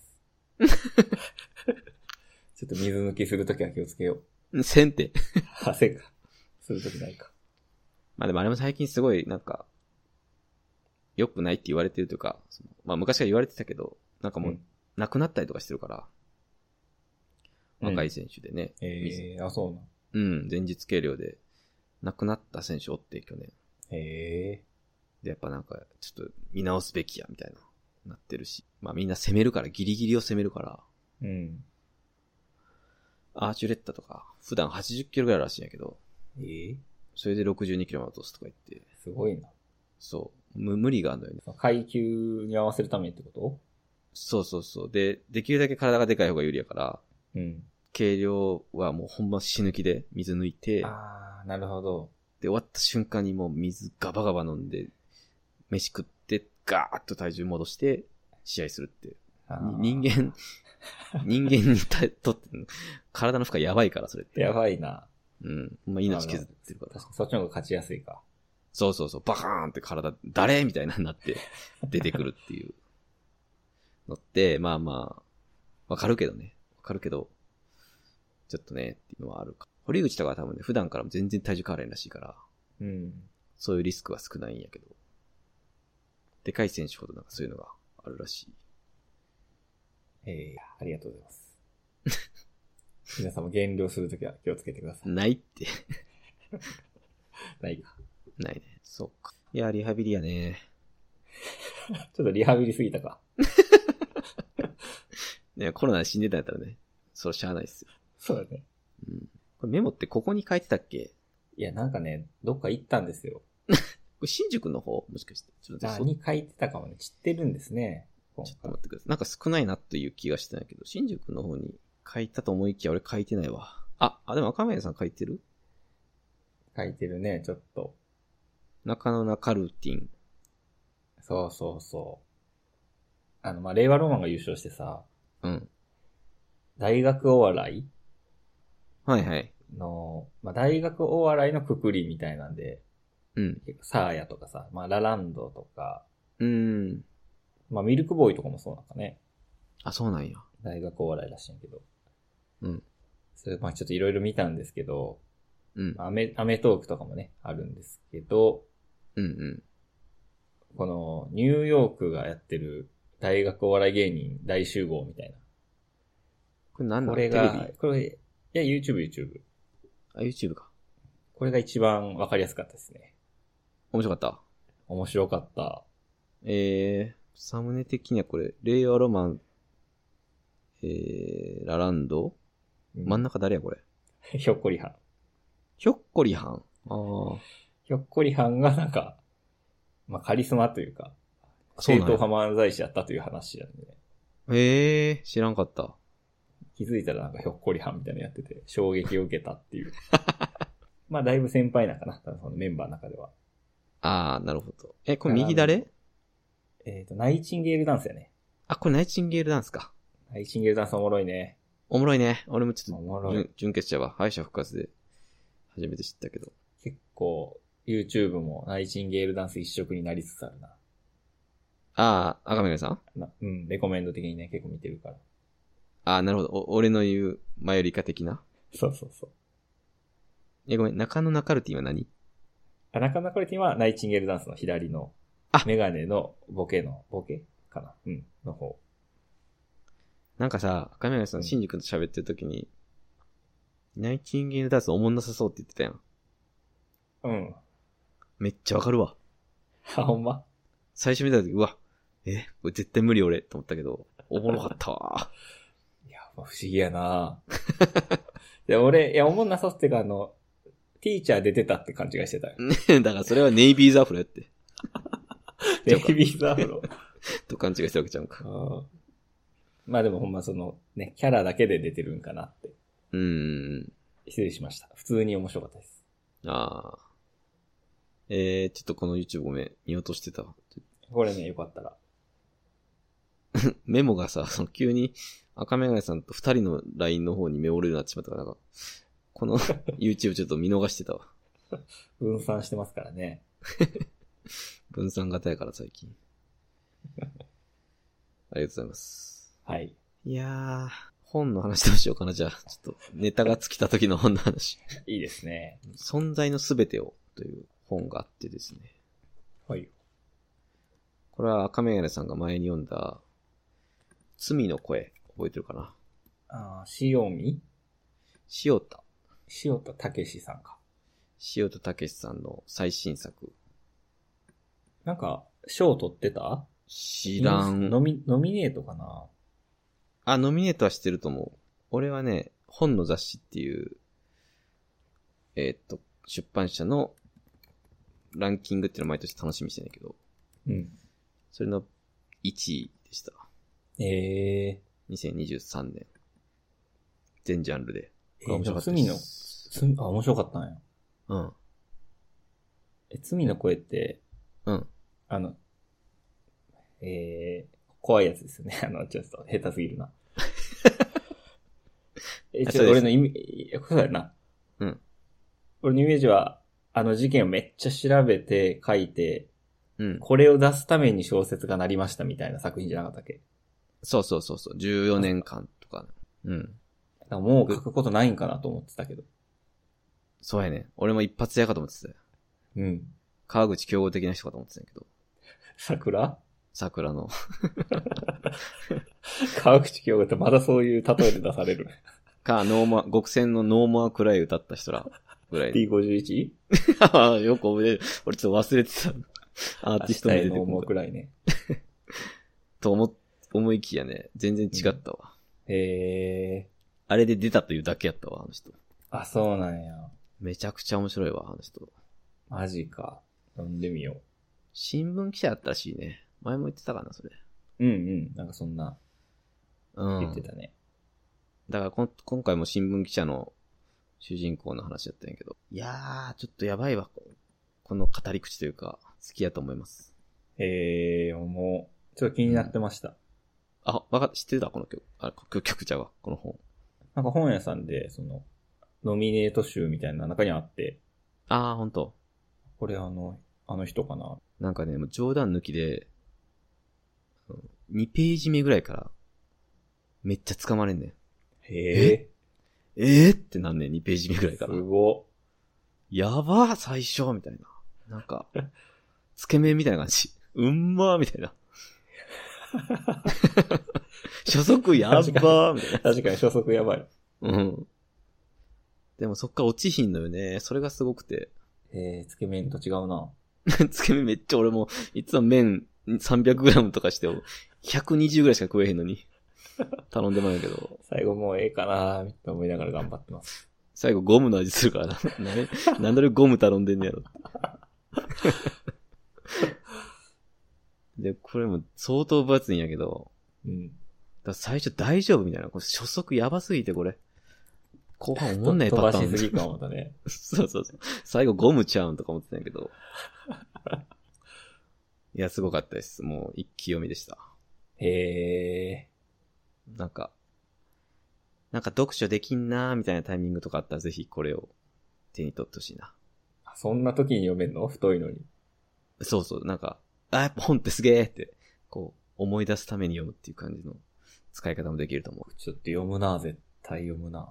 ちょっと水抜きするときは気をつけよう。せんって。 汗か。するときないか。 まあでもあれも最近すごいなんか、良くないって言われてるというか、そのまあ昔から言われてたけど、なんかもう、亡くなったりとかしてるから、うん、若い選手でね。 ええー、あ、そうな。 うん、前日計量で、亡くなった選手おって去年。 へえ。 で、やっぱなんか、ちょっと見直すべきや、みたいな、なってるし。まあみんな攻めるから、ギリギリを攻めるから。 うん。 アーチュレッタとか、普段はちじゅっキロぐらいらしいんやけど。 ええー、 それでろくじゅうにキロまで落とすとか言って。 すごいな。 そう。む無理があるのよね。 階級に合わせるためにってこと？ そうそうそう。で、できるだけ体がでかい方が有利やから。 うん。 計量はもうほんま死ぬ気で水抜いて。 ああ、なるほど。 で、終わった瞬間にもう水ガバガバ飲んで、飯食って、ガーッと体重戻して、試合するって。人間、人間にとって、体の負荷やばいから、それって。 やばいな。 うん。まあ、命削ってるから。 確かにそっちの方が勝ちやすいか。 そうそうそう、バカーンって体、誰みたいなになって、出てくるっていうのって、まあまあ、わかるけどね。わかるけど、ちょっとね、っていうのはあるか。堀口とかは多分ね、普段からも全然体重変わらないらしいから、 うん。 そういうリスクは少ないんやけど、でかい選手ほどなんかそういうのがあるらしい。 ええー、ありがとうございます。皆さんも減量するときは気をつけてください。 ないって。 ないか。 ないね。そうか。いや、リハビリやね。 ちょっとリハビリすぎたか。 ね、コロナで死んでたんやったらね、それしゃあないっすよ。 そうだね。 うん。これメモってここに書いてたっけ？ いや、なんかね、どっか行ったんですよ。 これ新宿の方もしかして。 ちょっと何に書いてたかもね、知ってるんですね。 ちょっと待ってください。なんか少ないなという気がしてないけど、新宿の方に書いたと思いきや俺書いてないわ。あ、あ、でも赤嶺さん書いてる？ 書いてるね、ちょっと。 中野中ルーティン。 そうそうそう。あの、まあ、令和ロマンが優勝してさ。 うん。 大学お笑いはいはい。 の、まあ、大学お笑いのくくりみたいなんで。 うん。 結構サーヤとかさ、まあ、ラランドとか。 うーん。 まあ、ミルクボーイとかもそうなんかね。 あ、そうなんや。 大学お笑いらしいんけど。 うん。 それ、まあ、ちょっといろいろ見たんですけど。 うん。 アメ、アメトークとかもね、あるんですけど。 うんうん。 このニューヨークがやってる大学お笑い芸人大集合みたいな。 これ何なの？ これが、 テレビ？ これ、いや、YouTube、YouTube。 あ、YouTube か。 これが一番わかりやすかったですね。 面白かった？ 面白かった。 えー、サムネ的にはこれ、令和ロマン、えー、ラランド、うん、真ん中誰やこれ？ ひょっこりはん。 ひょっこりはん。ああ。 ひょっこりはんがなんか、まあ、カリスマというか、正統派漫才師やったという話なんでね。 ええー、知らんかった。 気づいたらなんかひょっこりはんみたいなのやってて、衝撃を受けたっていう。まあ、だいぶ先輩なんかな、そのメンバーの中では。 ああ、なるほど。え、これ右誰？ えっと、ナイチンゲールダンスやね。 あ、これナイチンゲールダンスか。 ナイチンゲールダンスおもろいね。 おもろいね。俺もちょっと、 おもろい。 準決者は敗者復活で初めて知ったけど。 結構、YouTube もナイチンゲールダンス一色になりつつあるな。 ああ、赤目さん？ うん、レコメンド的にね、結構見てるから。 ああ、なるほど。お俺の言う、マヨリカ的な？ そうそうそう。 え、ごめん、中野ナカルティは何？ あ、中野ナカルティはナイチンゲールダンスの左の、メガネのボケの、ボケかな？うん、の方。なんかさ、赤目さん、シンジ君と喋ってる時に、ナイチンゲールダンスおもんなさそうって言ってたやん。 うん。めっちゃわかるわ。 あ、ほんま？ 最初見た時、うわ、え、これ絶対無理俺、と思ったけど、おもろかったわ。 いや、不思議やなで俺、いや、おもんなさってか、あの、ティーチャー出てたって勘違いしてたよ。 ねだからそれはネイビーズアフロやって。 ネイビーズアフロと勘違いしたわけちゃうんか。 あまあでもほんまその、ね、キャラだけで出てるんかなって。 うーん。 失礼しました。普通に面白かったです。 ああ。えー、ちょっとこの YouTube ごめん、見落としてた。 これね、よかったら。 メモがさ、その急に赤メガネさんと二人の ライン の方にメモるようになってしまったから、なんか、この YouTube ちょっと見逃してたわ。 分散してますからね。 分散型やから最近。ありがとうございます。 はい。 いやー、本の話どうしようかな、じゃあ。ちょっと、ネタが尽きた時の本の話。 いいですね。 存在のすべてをという本があってですね。 はい。 これは赤メガネさんが前に読んだ、罪の声、覚えてるかな？ ああ、塩見？ 塩田。 塩田武史さんか。 塩田武史さんの最新作。 なんか、賞取ってた？ 知らん。 ノミ、ノミネートかな？ あ、ノミネートはしてると思う。俺はね、本の雑誌っていう、えー、っと、出版社のランキングっていうのを毎年楽しみにしてんだけど。 うん。 それのいちいでした。 ええー。 にせんにじゅうさんねん。全ジャンルで。 えー、面白かったです。罪の、罪、あ、面白かったんや。 うん。 え、罪の声って、 うん。 あの、えー、怖いやつですよね。あの、ちょっと下手すぎるな。え、ちょっと俺のイメージ、そうやな。 うん。 俺のイメージは、あの事件をめっちゃ調べて書いて、 うん。 これを出すために小説がなりましたみたいな作品じゃなかったっけ？ そうそうそうそう。じゅうよねんかんとか。うん。 だからもう書くことないんかなと思ってたけど。 そうやね。俺も一発やかと思ってたよ。 うん。 川口競合的な人かと思ってたんやけど。 桜？ 桜の。 川口競合ってまだそういう例えで出される。 か、ノーマ、極戦のノーマーくらい歌った人らぐらい。 ティーごじゅういち？ よく覚えてる。俺ちょっと忘れてた。アーティスト名出てくる。 ノーマーくらいね。 と思、思いきやね、全然違ったわ。 うん、へー。 あれで出たというだけやったわ、あの人。 あ、そうなんや。 めちゃくちゃ面白いわ、あの人。 マジか。飲んでみよう。 新聞記者やったらしいね。前も言ってたかな、それ。 うんうん。なんかそんな。 うん。 言ってたね。 だからこん今回も新聞記者の主人公の話だったんやけど。いやー、ちょっとやばいわ。この語り口というか、好きやと思います。 へえー、もう、ちょっと気になってました。うん、 あ、わか、知ってたこの曲。あ、曲、曲ちゃうわ、この本。 なんか本屋さんで、その、ノミネート集みたいな中にあって。 あー、ほんと。 これあの、あの人かな。 なんかね、もう冗談抜きで、にページ目ぐらいから、めっちゃ掴まれんねん。 へえ。 ええー、ってなんねん、にページ目ぐらいから。 すご。 やばー、最初みたいな。なんか、つけ麺みたいな感じ。 うんまーみたいな。初速やっばーみたいな。 確かに初速やばい。 うん。でもそっから落ちひんのよね。それがすごくて。 えー、つけ麺と違うな。 つけ麺めっちゃ俺も、いつも麺 さんびゃくグラム とかしてひゃくにじゅうぐらいしか食えへんのに。頼んでもらうけど。 最後もうええかなーって思いながら頑張ってます。 最後ゴムの味するからな。なんで俺ゴム頼んでんねやろ。で、これも相当分厚いんやけど。 うん。 だ最初大丈夫みたいな。これ初速やばすぎてこれ。後半思んないパターン。 飛ばしすぎかもだね。 そうそうそう。最後ゴムちゃうんとか思ってたんやけど。いや、すごかったです。もう一気読みでした。 へー。なんか、なんか読書できんなーみたいなタイミングとかあったらぜひこれを手に取ってほしいな。 そんな時に読めんの？太いのに。 そうそう。なんか、あ、やっぱ本ってすげーって、こう、思い出すために読むっていう感じの使い方もできると思う。 ちょっと読むな、絶対読むな。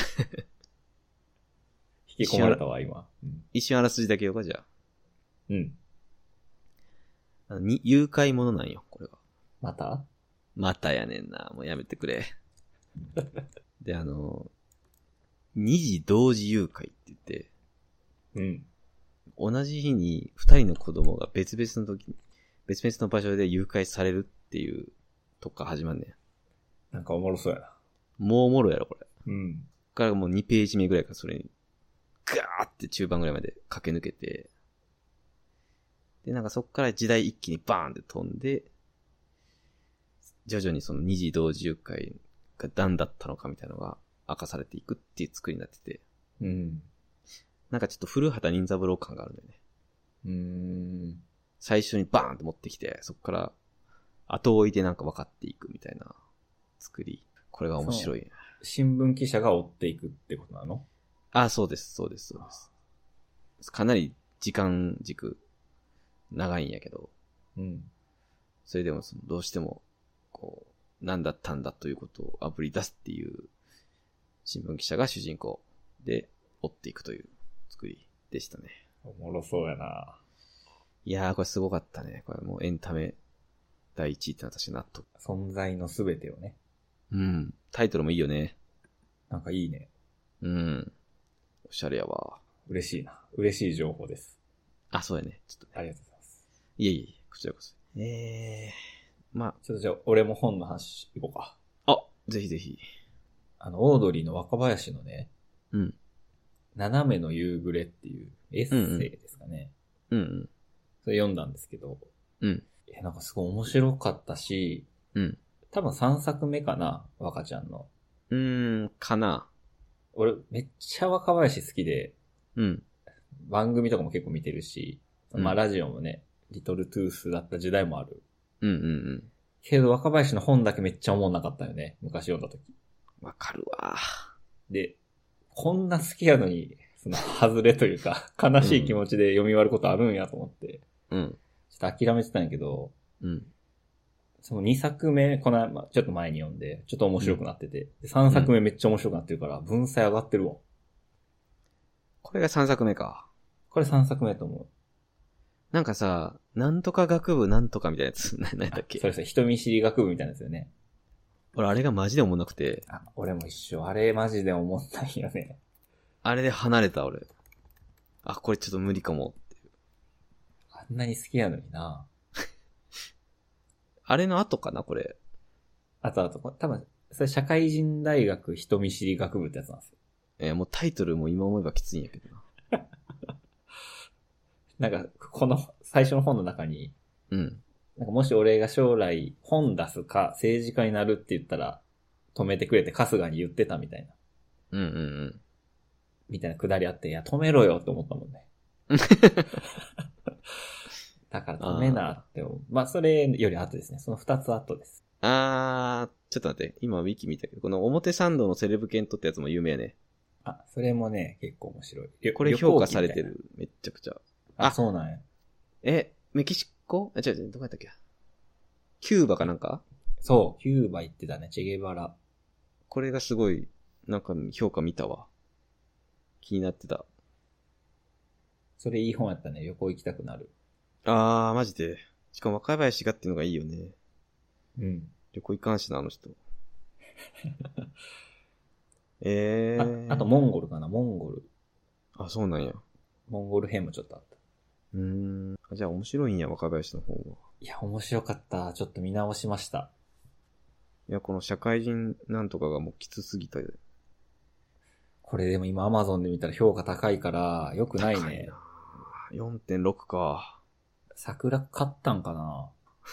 引き込まれたわ、今。 うん、一瞬あらすじだけよか、じゃあ。 うん。 あのに、誘拐者なんよ、これは。 またまたやねんな。もうやめてくれ。で、あの、二児同時誘拐って言って、 うん。 同じ日に二人の子供が別々の時に、別々の場所で誘拐されるっていうとこから始まんねん。 なんかおもろそうやな。 もうおもろやろ、これ。 うん。 からもうにページ目ぐらいからそれに、ガーって中盤ぐらいまで駆け抜けて、で、なんかそっから時代一気にバーンって飛んで、徐々にその二児同時誘拐が何だったのかみたいなのが明かされていくっていう作りになってて、 うん。 なんかちょっと古畑任三郎感があるんだよね。 うーん。 最初にバーンって持ってきて、そっから後を追いでなんか分かっていくみたいな作り。これが面白いね。 新聞記者が追っていくってことなの？ あ、そうです、そうです、そうです。かなり時間軸長いんやけど、 うん。 それでもそのどうしてもこう何だったんだということをあぶり出すっていう新聞記者が主人公で追っていくという作りでしたね。 おもろそうやな。 いやーこれすごかったね。これもうエンタメ第一位って私納得。 存在のすべてをね。 うん。タイトルもいいよね。 なんかいいね。 うん。おしゃれやわ。 嬉しいな。嬉しい情報です。 あ、そうやね。ちょっと、ね。 ありがとうございます。 いえいえ、こちらこそ。えー。まあ。 ちょっとじゃあ、俺も本の話いこうか。 あ、ぜひぜひ。 あの、オードリーの若林のね。 うん。 斜めの夕暮れっていうエッセイですかね。 うんうん。うんうん、 それ読んだんですけど。 うん。 いや、なんかすごい面白かったし。 うん。 多分さんさくめかな、若ちゃんの。 うーん、かな。 俺、めっちゃ若林好きで。 うん。 番組とかも結構見てるし。まあ、 うん、 ラジオもね、リトルトゥースだった時代もある。 うんうんうん。 けど若林の本だけめっちゃ思んなかったよね。昔読んだ時。 わかるわ。 で、こんな好きやのに、その、外れというか、悲しい気持ちで読み終わることあるんやと思って。 うん。 ちょっと諦めてたんやけど、 うん。 そのにさくめ、この、まあ、ちょっと前に読んで、ちょっと面白くなってて、うん、さんさくめめっちゃ面白くなってるから、文才上がってるわ。 これがさんさくめか。 これさんさくめと思う。 なんかさ、なんとか学部なんとかみたいなやつ、何だっけ？ そうですね、人見知り学部みたいなやつよね。 俺、あれがマジで思んなくて。 あ、俺も一緒。あれマジで思んないよね。 あれで離れた、俺。あ、これちょっと無理かもっていう。 あんなに好きやのにな。 あれの後かな、これ。 あとあと、多分、それ社会人大学人見知り学部ってやつなんですよ。 えー、もうタイトルも今思えばきついんやけどな。 なんか、この最初の本の中に、 うん。 なんかもし俺が将来本出すか政治家になるって言ったら止めてくれて春日に言ってたみたいな。 うんうんうん。 みたいなくだりあって、いや止めろよって思ったもんね。だから止めなって思う。まあそれより後ですね。その二つ後です。 あー、ちょっと待って。今ウィキ見たけど、この表参道のセレブ犬とってやつも有名ね。 あ、それもね、結構面白い。 これ評価されてる。めっちゃくちゃ。 あ、そうなんや。 え、メキシコ？あ、違う違う、どこやったっけ？キューバかなんか？ そう、キューバ行ってたね、チェゲバラ。 これがすごい、なんか評価見たわ。気になってた。 それいい本やったね、旅行行きたくなる。 あー、マジで。 しかも若林がっていうのがいいよね。 うん。 旅行行かんしな、あの人。えー。 あ、あとモンゴルかな、モンゴル。 あ、そうなんや。 モンゴル編もちょっとあった。 うーん。じゃあ面白いんや、若林の方は。 いや、面白かった。ちょっと見直しました。 いや、この社会人なんとかがもうきつすぎたよ。 これでも今 Amazon で見たら評価高いから、よくないね。高いな。 よんてんろく か。 桜買ったんかな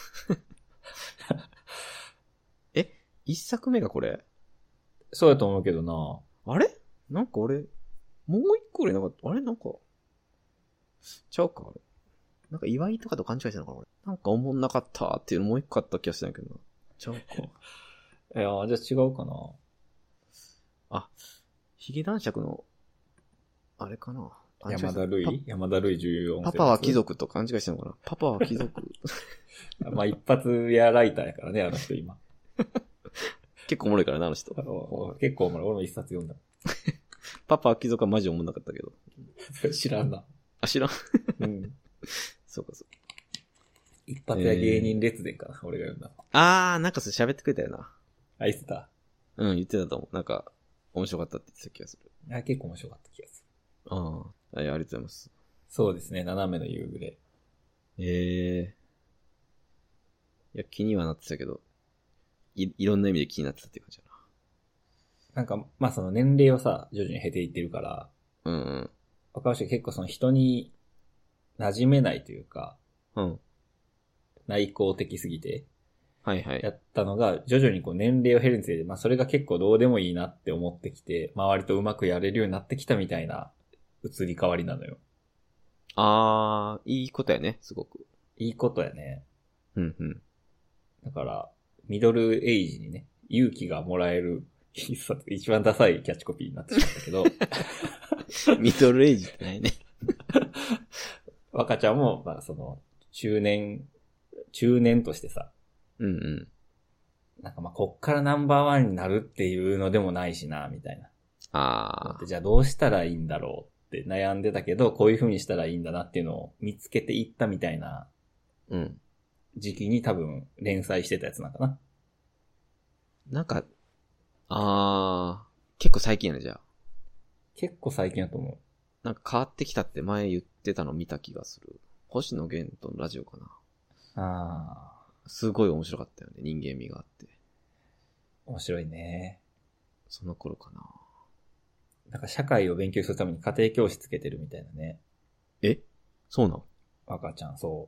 え、一作目がこれ？ そうやと思うけどな。 あれなんか俺、もう一個俺なんか、あれなんか、ちゃうかあれ。なんか祝いとかと勘違いしたのかな俺。なんか思んなかったっていうのもう一個あった気がしたんやけどな。ちゃうか。 いや、じゃあ違うかな。 あ、ヒゲ男爵の、あれかな。 山田るい山田るいじゅうよんパパは貴族と勘違いしたのかな。パパは貴族。 まあ一発やライターやからね、あの人今。 結構おもろいからな、あの人。 結構おもろい。俺も一冊読んだ。 パパは貴族はマジおもんなかったけど。 知らんな。 あ、知らん。 うん。 そうかそうか。 一発や芸人列伝かな、えー、俺が読んだ。 あー、なんかそれ喋ってくれたよな。 あ、言ってた？ うん、言ってたと思う。なんか、面白かったって言ってた気がする。 あ、結構面白かった気がする。ああ、はい、ありがとうございます。 そうですね、斜めの夕暮れ。 ええー。いや、気にはなってたけど、い、いろんな意味で気になってたっていう感じだな。 なんか、まあその年齢をさ、徐々に減っていってるから、 うんうん。 若林は結構その人に馴染めないというか、 うん。 内向的すぎて、 はいはい。 やったのが、徐々にこう年齢を減るにつれて、まあそれが結構どうでもいいなって思ってきて、周りとうまくやれるようになってきたみたいな移り変わりなのよ。 あー、いいことやね、すごく。 いいことやね。 うんうん。 だから、ミドルエイジにね、勇気がもらえる一冊、一番ダサいキャッチコピーになってしまったけど。 ミドルエイジってないね。 若ちゃんも、まあその、中年、中年としてさ、 うんうん。 なんかまあ、こっからナンバーワンになるっていうのでもないしな、みたいな。 ああ。じゃあどうしたらいいんだろうって悩んでたけど、こういう風にしたらいいんだなっていうのを見つけていったみたいな、 うん。 時期に多分連載してたやつなんかな。 なんか、あー、結構最近やね、じゃあ。 結構最近だと思う。 なんか変わってきたって前言ってたの見た気がする。星野源とのラジオかな。 ああ。 すごい面白かったよね。人間味があって。 面白いね。 その頃かな。 なんか社会を勉強するために家庭教師つけてるみたいなね。 え？そうなの？ 赤ちゃん、そう。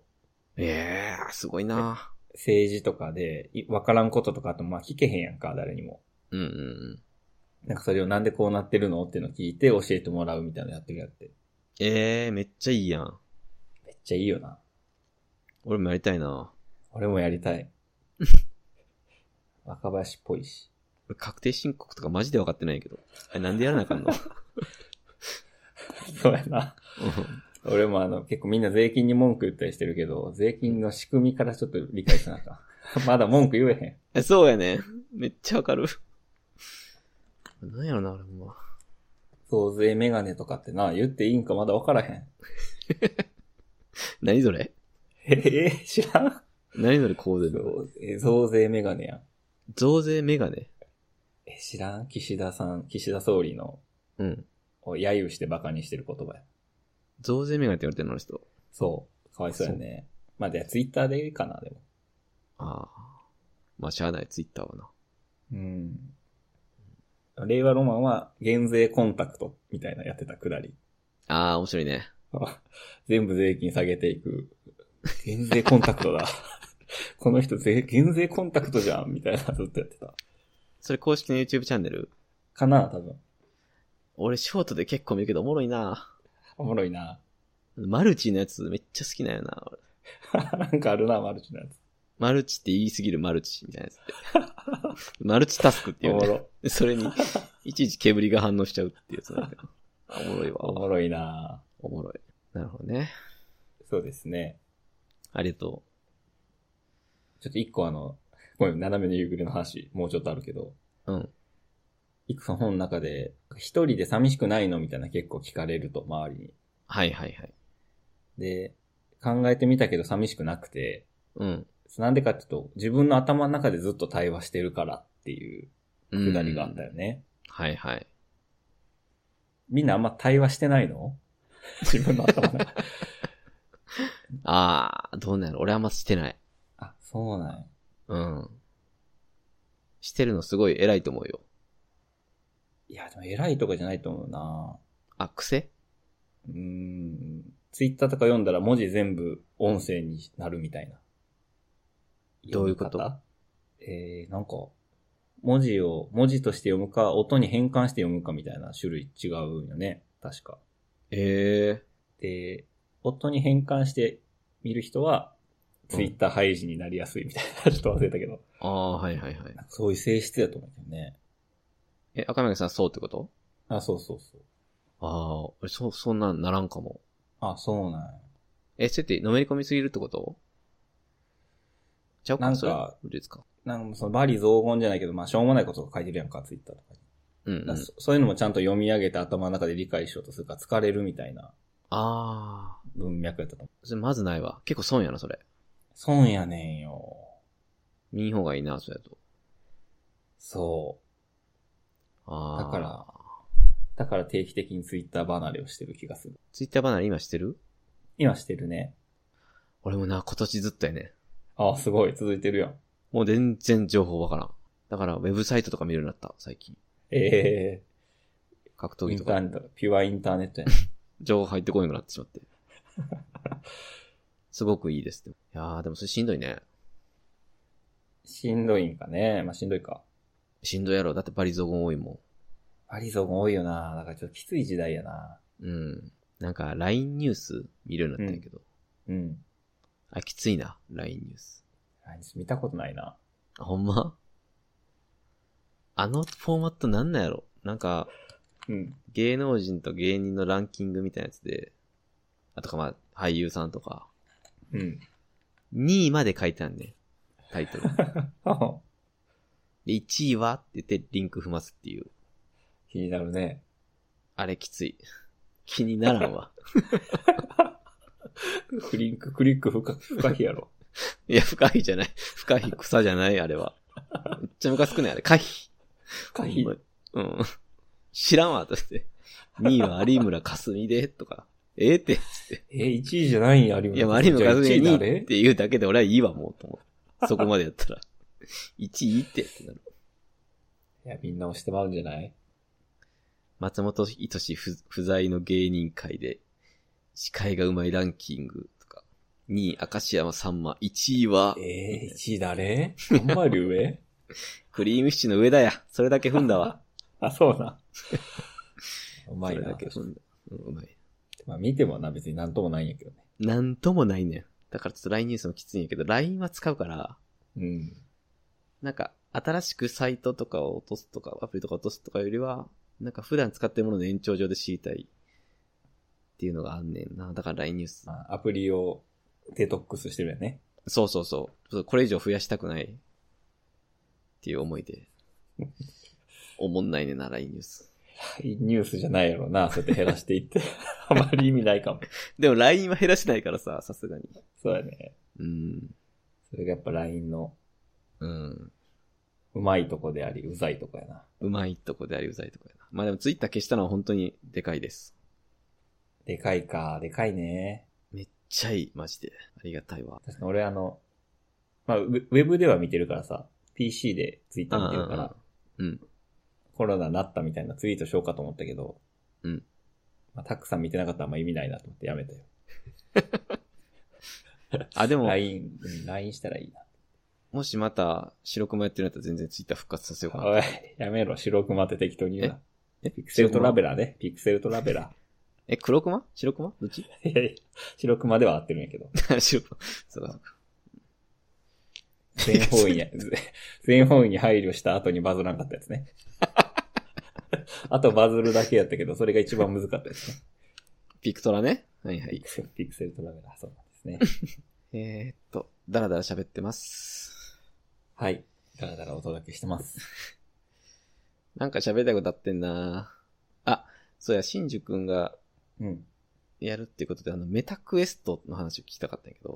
ええー、すごいな。 政治とかで、わからんこととかあとまあ聞けへんやんか、誰にも。 うんうんうん。 なんかそれをなんでこうなってるのっていうのを聞いて教えてもらうみたいなのやってるやって。 ええー、めっちゃいいやん。 めっちゃいいよな。 俺もやりたいな。 俺もやりたい。若林っぽいし。 俺確定申告とかマジで分かってないけど。あれなんでやらなあかんの？ そうやな。俺もあの結構みんな税金に文句言ったりしてるけど、税金の仕組みからちょっと理解しなあかん。まだ文句言えへん。そうやね。めっちゃわかる。なんやろな、俺も。 増税メガネとかってな、言っていいんかまだ分からへん。 何それ？ えー、知らん？ 何それ増税え増税メガネやん。 増税メガネ？ え、知らん？岸田さん、岸田総理の、 うん。 を揶揄してバカにしてる言葉や。 増税メガネって言われてるの、あの人。 そう。かわいそうやね。まあ、で、ツイッターでいいかな、でも。 ああ。まあ、しゃあない、ツイッターはな。 うん。令和ロマンは、減税コンタクトみたいなやってたくだり。 ああ、面白いね。 全部税金下げていく。減税コンタクトだ。この人税、減税コンタクトじゃんみたいなずっとやってた。 それ公式の YouTube チャンネルかな多分。 俺ショートで結構見るけどおもろいな。 おもろいな。 マルチのやつめっちゃ好きなんやな。 俺なんかあるな、マルチのやつ。 マルチって言いすぎるマルチみたいなやつって。マルチタスクっていう、ね。 おもろ。 それに、いちいち煙が反応しちゃうっていうやつなんだけど。おもろいわ。 おもろいな。 おもろい。なるほどね。 そうですね。ありがとう。ちょっと一個あの、ごめん、斜めの夕暮れの話、もうちょっとあるけど。 うん。 一個その本の中で、一人で寂しくないのみたいな結構聞かれると、周りに。 はいはいはい。 で、考えてみたけど寂しくなくて、 うん。 なんでかっていうと、自分の頭の中でずっと対話してるからっていうくだりがあったよね。 はいはい。 みんなあんま対話してないの？自分の頭の中。 ああ、どうなんやろ。俺あんましてない。 あ、そうなんや。 うん。してるのすごい偉いと思うよ。 いや、でも偉いとかじゃないと思うな。 あ、癖？ うーん。ツイッターとか読んだら文字全部音声になるみたいな。 どういうこと？ えー、なんか、文字を、文字として読むか、音に変換して読むかみたいな種類違うよね。確か。 ええー。で、音に変換して見る人は、ツイッター配信になりやすいみたいな、ちょっと忘れたけど。 ああ、はいはいはい。 そういう性質だと思うけどね。 え、赤目さんそうってこと？ あ、そうそうそう。 ああ、俺そ、そんなんならんかも。 あ、そうなんや。 え、それってのめり込みすぎるってこと？ちゃうかなんか、 それですか？ なんかそのバリ雑言じゃないけど、まあしょうもないことが書いてるやんか、ツイッターとかに。 うん、うんそ。そういうのもちゃんと読み上げて頭の中で理解しようとするから疲れるみたいな。 ああ。 文脈やったと思う。 それまずないわ。結構損やな、それ。 損やねんよ。 見ん方がいいな、それだと。 そああ。 だから、だから定期的にツイッター離れをしてる気がする。 ツイッター離れ今してる？ 今してるね。 俺もな、今年ずっとやね。 あ、すごい、続いてるやん。 もう全然情報わからん。だから、ウェブサイトとか見るようになった、最近。 ええー。 格闘技とか。 インターネット、ピュアインターネットやね。 情報入ってこなくなってしまって。すごくいいです。いやー、でもそれしんどいね。 しんどいんかね。まあ、しんどいか。 しんどいやろ。だってバリ雑言多いもん。 バリゾン多いよな。だからちょっときつい時代やな。 うん。なんか、ライン ニュース見るようになったんやけど。 うん。うん、 あ、きついな、ライン ニュース。 ラインニュース見たことないな。 あ、ほんま？あのフォーマットなんなんやろ？なんか、 うん。 芸能人と芸人のランキングみたいなやつで、あとかまあ、俳優さんとか。 うん。 にいまで書いてあるね。タイトル。で、いちいはって言ってリンク踏ますっていう。 気になるね。 あれきつい。気にならんわ。 クリンク、クリック不可、不可避やろ。 いや、不可避じゃない。不可避草じゃない、あれは。めっちゃムカつくね、あれ。可避。 不可避。 うん。知らんわ、として。にいは有村架純で、とか。ええって、つって。 え、いちいじゃないんや、有村。 いや、有村架純にいって言うだけで俺はいいわ、もう、と思う。そこまでやったら。いちいって、ってなる。 いや、みんな押してまうんじゃない？ 松本人志不不在の芸人会で、司会がうまいランキングとか。にい、明石山さんま。いちいは、 えー、いちい誰？さんまより上？ クリームシチューの上だや。それだけ踏んだわ。 あ、そうな。うまいな。 それだけ踏んだ。うん、うまい。 まあ見てもな、別になんともないんやけどね。 なんともないねん。だからちょっと ライン ニュースもきついんやけど、ライン は使うから、 うん。 なんか、新しくサイトとかを落とすとか、アプリとか落とすとかよりは、なんか普段使ってるものの延長上で知りたいっていうのがあんねんな。だから ライン ニュース。 まあ、アプリをデトックスしてるよね。 そうそうそう。これ以上増やしたくないっていう思いで。おもんないねんな、ライン ニュース。 ライン ニュースじゃないやろな、そうやって減らしていって。あまり意味ないかも。 でも ライン は減らしないからさ、さすがに。 そうやね。 うん。 それがやっぱ ライン の、 うん。 うまいとこであり、うざいとこやな。 うまいとこでありうざいとこやな。まあでもツイッター消したのは本当にでかいです。 でかいか、でかいね。 めっちゃいい、マジで。ありがたいわ。 確かに俺あの、まあ、ウェブでは見てるからさ、ピーシー でツイッター見てるから、 うん。 コロナなったみたいなツイートしようかと思ったけど、 うん。 まあ、たくさん見てなかったらあんま意味ないなと思ってやめたよ。 あ、でも、 ライン、うん、ライン したらいいな。 もしまた、白熊やってるんだったら全然ツイッター復活させようかな。 おい、やめろ、白熊って適当に言うな。 えピクセルトラベラーね。ピクセルトラベラー。 え、黒熊白熊どっち？ いやいや、白熊では合ってるんやけど。 白熊。そうかそうか。 全方位に、全方位に配慮した後にバズらんかったやつね。あとバズるだけやったけど、それが一番難かったですね。 ピクトラね。はいはい。 ピクセル、ピクセルトラベラー、そうなんですね。 えーっと、だらだら喋ってます。 はい。だらだらお届けしてます。 なんか喋りたいことあってんな。あ、そうや、新宿くんが、 うん。 やるっていうことで、あの、メタクエストの話を聞きたかったんやけど。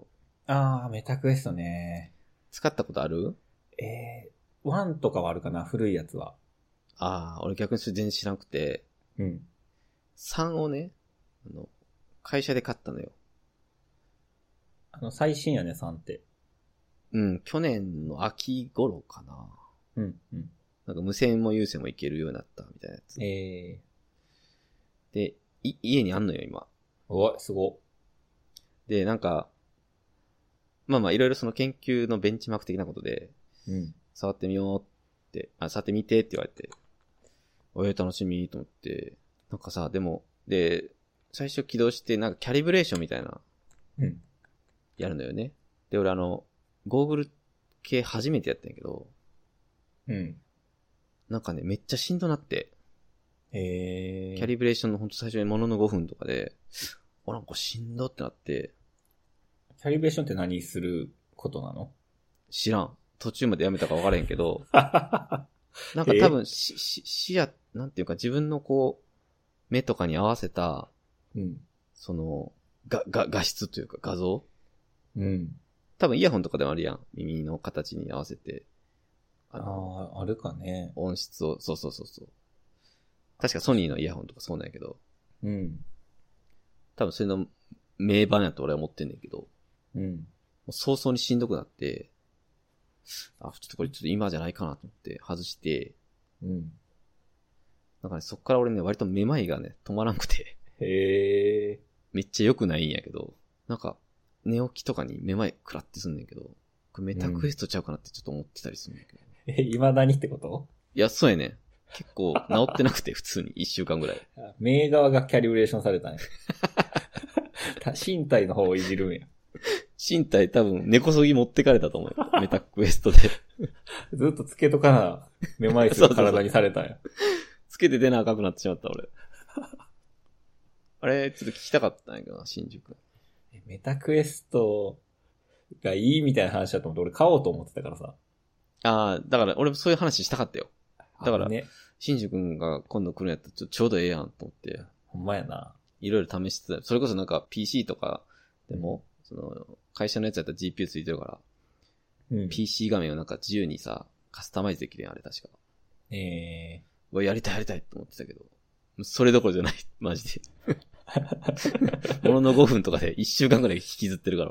あー、メタクエストね。 使ったことある？ えー、ワンとかはあるかな、古いやつは。 ああ、俺逆に全然知らなくて。 うん。 さんをね、あの、会社で買ったのよ。 あの、最新やね、さんって。 うん、去年の秋頃かな。 うん、うん。 なんか無線も有線もいけるようになったみたいなやつ。 えー。で、い、家にあんのよ、今。 お、すご。 で、なんか、まあまあいろいろその研究のベンチマーク的なことで、 うん。 触ってみようって、あ、触ってみてって言われて、おえー、楽しみと思って、なんかさ、でも、で、最初起動して、なんかキャリブレーションみたいな、 うん。 やるのよね。で、俺あの、ゴーグル系初めてやったんやけど、 うん。 なんかね、めっちゃしんどなって、 へー。 キャリブレーションのほんと最初にもののごふんとかで、あ、なんかしんどってなって、 キャリブレーションって何することなの？ 知らん。途中までやめたか分からへんけど、なんか多分し、し、視野、なんていうか自分のこう、目とかに合わせた、 うん。 その、が、が、画質というか画像？ うん。 多分イヤホンとかでもあるやん。耳の形に合わせて。 ああ、あるかね。 音質を、そうそうそうそう。確かソニーのイヤホンとかそうなんやけど。 うん。 多分それの名盤やと俺は思ってんねんけど。 うん。 もう早々にしんどくなって、あ、ちょっとこれちょっと今じゃないかなと思って外して、 うん。 なんかね、そっから俺ね、割とめまいがね、止まらんくて。 へえ。 めっちゃ良くないんやけど、なんか、寝起きとかにめまいくらってすんねんけど、これメタクエストちゃうかなってちょっと思ってたりするんだけど。 え、未だにってこと？ いや、そうやね。結構治ってなくて、普通に一週間ぐらい。 名側がキャリブレーションされたんや。身体の方をいじるんや。 身体多分根こそぎ持ってかれたと思うよ。メタクエストで。 ずっとつけとかな、めまいする体にされたんや。 つけて出な赤くなってしまった、俺。あれ、ちょっと聞きたかったんやけどな、新宿。 メタクエストがいいみたいな話だと思って、俺買おうと思ってたからさ。 ああ、だから俺もそういう話したかったよ。だから、 ね、 新宿くんが今度来るんやったらちょちょうどええやんと思って。 ほんまやな。 いろいろ試してた。それこそなんか ピーシー とかでも、その、会社のやつやったら ジーピーユー ついてるから、うん、ピーシー 画面をなんか自由にさ、カスタマイズできるやん、あれ確か。 ええー。やりたいやりたいと思ってたけど、それどころじゃない、マジで。もののごふんとかでいっしゅうかんくらい引きずってるから。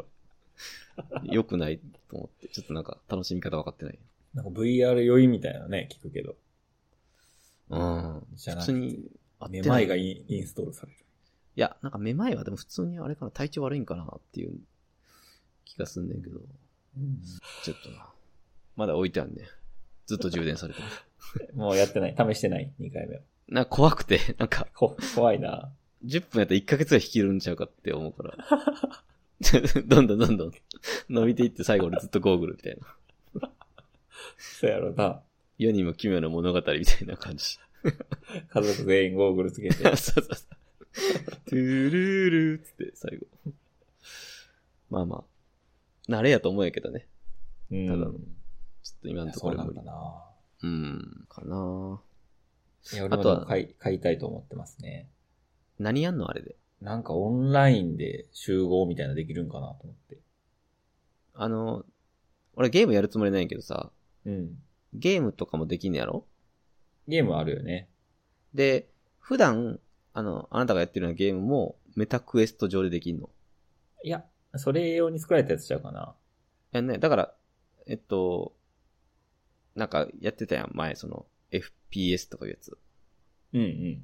良くないと思って、ちょっとなんか楽しみ方分かってない。 なんか ブイアール 酔いみたいなね、聞くけど。 うん。じゃなくて普通に、 めまいがインストールされる。 いや、なんかめまいはでも普通にあれかな、体調悪いんかなっていう気がすんねんけど。うん、ちょっとな。まだ置いてあんね。ずっと充電されてる。 もうやってない。試してない。にかいめは。 なんか怖くて、なんか。 こ、怖いな。 じゅっぷんやったらいっかげつは引きるんちゃうかって思うから。どんどんどんどん伸びていって最後俺ずっとゴーグルみたいな。 そうやろな。 世にも奇妙な物語みたいな感じ。 家族全員ゴーグルつけて。 そうそうそう。トゥルルーつって最後。まあまあ。慣れやと思うんやけどね。うん。ただ、ちょっと今のところ無理。 そうなんだな。 うん。かな。 いや、俺も買い、買いたいと思ってますね。 何やんのあれで。 なんかオンラインで集合みたいなできるんかなと思って。 あの、俺ゲームやるつもりないけどさ。 うん。 ゲームとかもできんねやろ？ ゲームあるよね。 で、普段、あの、あなたがやってるようなゲームもメタクエスト上でできんの？ いや、それ用に作られたやつちゃうかな。 いやね、だから、えっと、なんかやってたやん、前、その、エフピーエス とかいうやつ。 うんうん。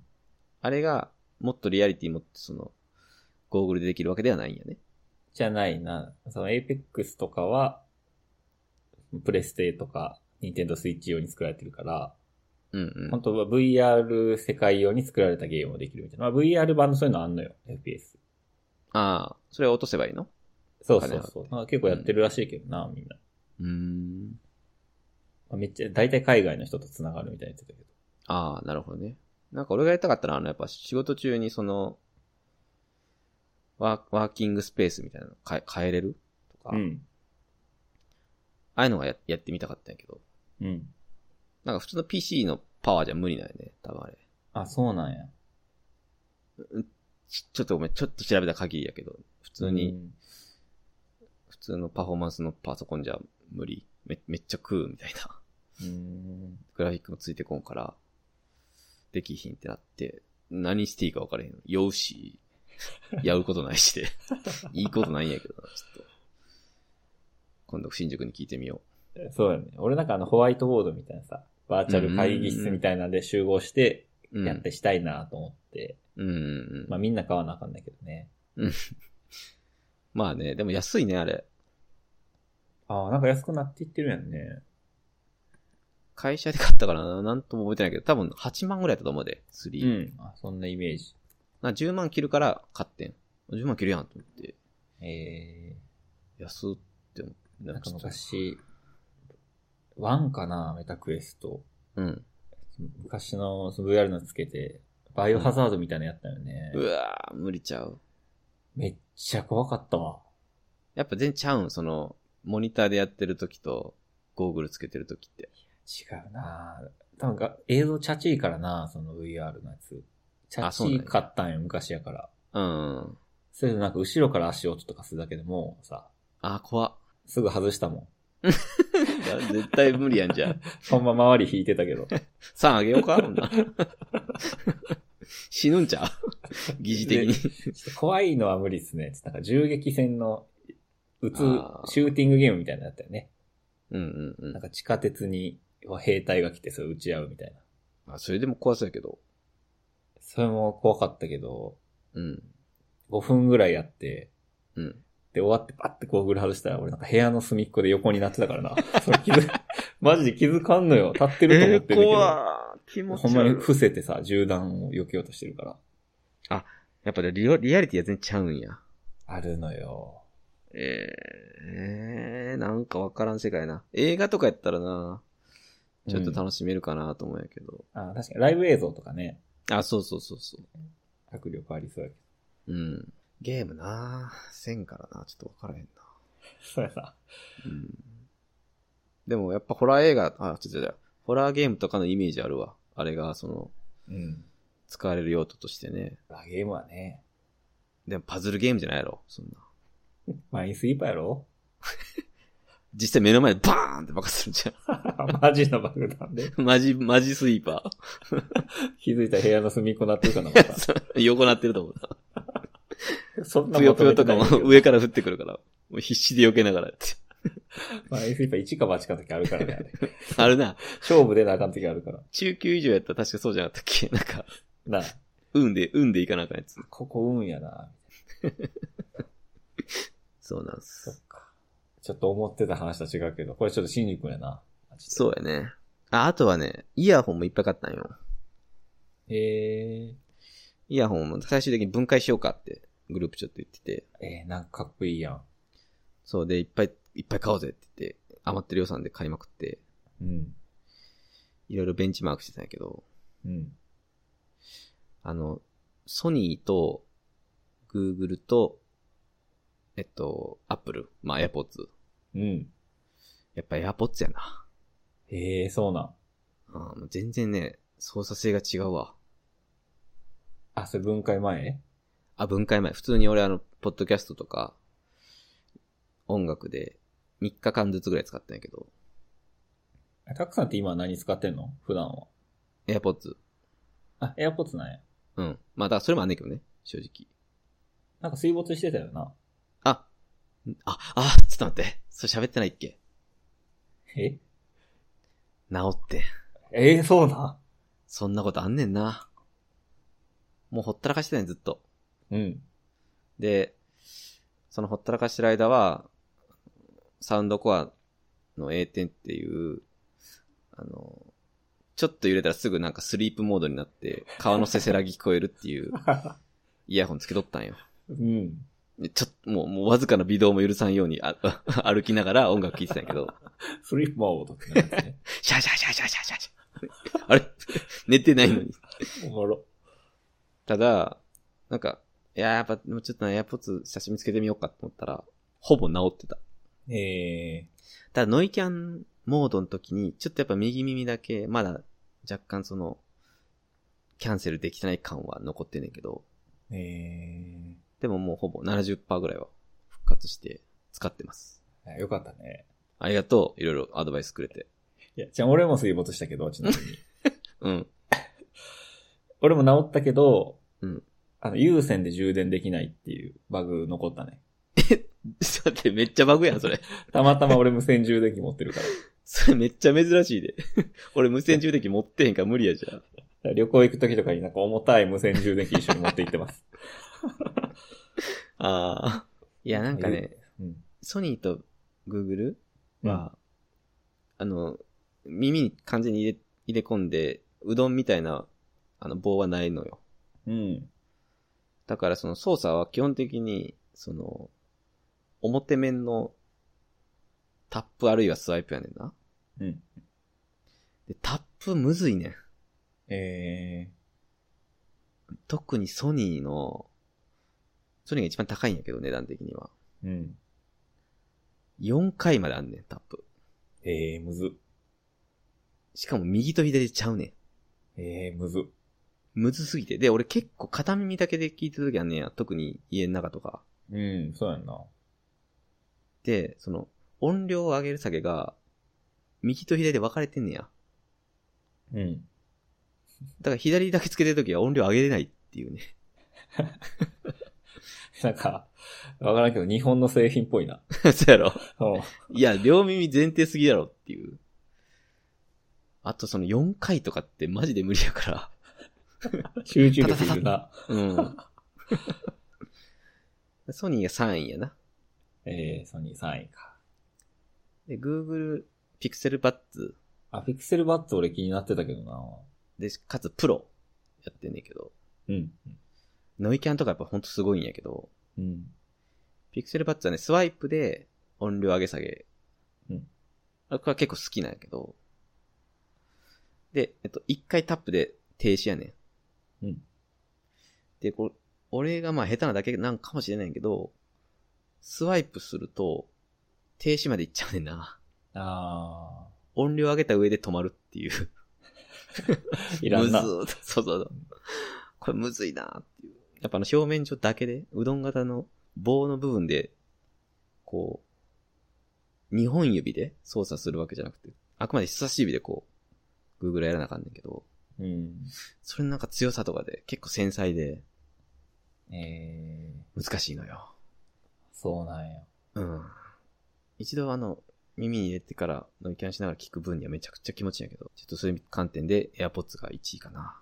あれが、もっとリアリティ持って、その、ゴーグルでできるわけではないんやね。 じゃないな。その Apex とかは、プレステとか、ニンテンドースイッチ用に作られてるから、 うんうん。 本当は ブイアール 世界用に作られたゲームもできるみたいな。まあ、ブイアール 版のそういうのあんのよ、エフピーエス。 ああ、それを落とせばいいの？ そうそうそう。まあ、結構やってるらしいけどな、うん、みんな。 うーん。 まあ、めっちゃ、大体海外の人と繋がるみたいに言ってたけど。 ああ、なるほどね。なんか俺がやりたかったのは、あの、やっぱ仕事中にその、ワー、ワーキングスペースみたいなの変え、変えれるとか。うん。ああいうのがや、やってみたかったんやけど。 うん。 なんか普通の ピーシー のパワーじゃ無理なんやね、多分あれ。 あ、そうなんや。 ち、ちょっとごめん、ちょっと調べた限りやけど、普通に、うん、 通のパフォーマンスのパソコンじゃ無理。め、めっちゃ食うみたいな。 うーん。 グラフィックもついてこんから、できひんってなって、何していいか分からへん。酔うし、やることないしで。いいことないんやけどな、ちょっと。今度新宿に聞いてみよう。そうだね。俺なんかあのホワイトボードみたいなさ、バーチャル会議室みたいなんで集合して、やってしたいなと思って。 うんうんうん。 まあみんな買わなあかんだけどね。 うん。まあね、でも安いね、あれ。 ああ、なんか安くなっていってるやんね。 会社で買ったからな、なんとも覚えてないけど、多分はちまんぐらいだったと思うで、スリー。 うん。あ、そんなイメージ。 なじゅうまん切るから買ってん。じゅうまん切るやんと思って。 えー。安って思って。 なんか昔、ワンかな、メタクエスト。 うん。 昔の ブイアール のつけて、バイオハザードみたいなのやったよね。 うん、うわー、無理ちゃう。 めっちゃ怖かったわ。 やっぱ全然ちゃうん、その、モニターでやってる時と、ゴーグルつけてる時って。 違うなぁ。多分が映像チャチいからな、その ブイアール のやつ。チャチいかったんよ、昔やから。 うん。 それでなんか後ろから足音とかするだけでもさ。 あ、怖っ。 すぐ外したもん。 絶対無理やんじゃん。 ほんま周り引いてたけど。 さんあげようかほんな。死ぬんちゃう疑似的に。 怖いのは無理っすね。なんか銃撃戦の撃つシューティングゲームみたいなのやったよね。 うんうんうん。 なんか地下鉄に兵隊が来てそれ撃ち合うみたいな。あ、それでも怖そうやけど。 それも怖かったけど。 うん。 ごふんぐらいやって。 うん。 で、終わってパッてゴーグル外したら、俺なんか部屋の隅っこで横になってたからな。それ気づ、マジで気づかんのよ。立ってると思ってるけど。えー、 怖気持ち悪い。 ほんまに伏せてさ、銃弾を避けようとしてるから。 あ、やっぱりリアリアリティは全然ちゃうんや。 あるのよ。 えー、えー、なんかわからん世界な。映画とかやったらな、ちょっと楽しめるかなと思うんやけど。 うん、あ、確かにライブ映像とかね。 あ、そうそうそうそう。 迫力ありそうやけど。うん。ゲームなぁ。せんからな。ちょっとわからへんな。 そうやな。 うん。でもやっぱホラー映画、あ、ちょっとじゃホラーゲームとかのイメージあるわ。あれが、その、 うん。 使われる用途としてね。 ホラーゲームはね。 でもパズルゲームじゃないやろ、そんな。 マインスイーパーやろ実際目の前でバーンって爆発するじゃん。マジの爆弾で。 マジ、マジスイーパー。気づいたら部屋の隅っこなってるかな、また。横なってると思う。 そんなぷよぷよとかも上から降ってくるから、もう必死で避けながらやって。 まあ、エスイーパーいちか八か時あるからね、あれ。 あるな。 勝負出なあかん時あるから。 中級以上やったら確かそうじゃなかったっけなんか。 なあ。 運で、運でいかなあかんやつ。 ここ運やな。 そうなんす。 そっか。ちょっと思ってた話と違うけど、これちょっと新宿やな。 そうやね。あ、あとはね、イヤホンもいっぱい買ったんよ。 へー。 イヤホンも最終的に分解しようかってグループちょっと言ってて。 えー、なんかかっこいいやん。 そうで、いっぱい、いっぱい買おうぜって言って、余ってる予算で買いまくって。 うん。 いろいろベンチマークしてたんやけど。 うん。 あの、ソニーと、グーグルと、えっと、アップル。まあ、AirPods。 うん。 やっぱ AirPods やな。 へえー、そうなん。 あもう全然ね、操作性が違うわ。 あ、それ分解前？ あ、分解前。普通に俺あの、ポッドキャストとか、音楽でみっかかんずつぐらい使ってんやけど。 たくさんって今何使ってんの？普段は。 AirPods。 あ、AirPods なんや。 うん。まあ、だからそれもあんねんけどね、正直。 なんか水没してたよな。 あ、あ、あ、ちょっと待って。それ喋ってないっけ？ え？ 治って。 ええー、そうな。 そんなことあんねんな。もうほったらかしてたね、ずっと。 うん。 で、そのほったらかしてる間は、サウンドコアの エーテン っていう、あの、ちょっと揺れたらすぐなんかスリープモードになって、川のせせらぎ聞こえるっていう、イヤホンつけとったんよ。 うん。 ちょっと、もう、もうわずかな微動も許さんようにあ歩きながら音楽聴いてたんやけど。 スリープモードってなんですね。 シャシャシャシャシャシャシャ。あれ寝てないのに。 おもろ。 ただ、なんか、いや、やっぱ、もうちょっとエアポッツ写真見つけてみようかと思ったら、ほぼ治ってた。 へえ。 ただ、ノイキャンモードの時に、ちょっとやっぱ右耳だけ、まだ若干その、キャンセルできてない感は残ってんねんけど。 へえ。 でももうほぼ ななじゅっパーセント ぐらいは復活して。 使ってます。 よかったね。 ありがとう。いろいろアドバイスくれて。 いや、じゃあ俺も水没したけど、ちなみに。 うん。俺も治ったけど、 うん。 あの、有線で充電できないっていうバグ残ったね。 え、だってめっちゃバグやん、それ。 たまたま俺無線充電器持ってるから。 それめっちゃ珍しいで。俺無線充電器持ってへんから無理やじゃん。 旅行行くときとかになんか重たい無線充電器一緒に持って行ってます。 ああ。いや、なんかね、うん、ソニーとグーグルは、うん、あの、耳に完全に入れ、入れ込んで、うどんみたいな、あの、棒はないのよ。 うん。 だからその操作は基本的に、その、表面のタップあるいはスワイプやねんな。 うん。 で、タップむずいねん。 えー、特にソニーの、ソニーが一番高いんやけど、値段的には。 うん。 よんかいまであんねん、タップ。 えー、むず。 しかも右と左ちゃうねん。えー、むず。 むずすぎて。で、俺結構片耳だけで聞いてるときあんねんや。特に家の中とか。 うん、そうやんな。 で、その、音量を上げる下げが、右と左で分かれてんねや。 うん。 だから左だけつけてるときは音量上げれないっていうね。 なんか、わからんけど日本の製品っぽいな。 そうやろ。いや、両耳前提すぎだろっていう。あとそのよんかいとかってマジで無理やから。 集中力いるな。 うん。ソニーがさんいやな。 えー、ソニーさんいか。 で、Google Pixel Buds。 あ、ピクセルバッツ俺気になってたけどな。 で、かつプロやってんねんけど。 うん。 ノイキャンとかやっぱほんとすごいんやけど。 うん。 ピクセルバッツはね、スワイプで音量上げ下げ。 うん。 これは結構好きなんやけど。で、えっと、一回タップで停止やねん。うん。 で、これ、俺がまあ下手なだけなんかもしれないけど、スワイプすると、停止までいっちゃうねんな。 あー。 音量上げた上で止まるっていう。 いらんな。 むずーそうそうそう。これむずいなっていう。やっぱあの表面上だけで、うどん型の棒の部分で、こう、二本指で操作するわけじゃなくて、あくまで人差し指でこう、Google やらなあかんねんけど、 うん。 それのなんか強さとかで結構繊細で、 えー、難しいのよ。 そうなんや。 うん。一度あの、耳に入れてからノイキャンしながら聞く分にはめちゃくちゃ気持ちいいんやけど、ちょっとそういう観点で AirPods がいちいかな。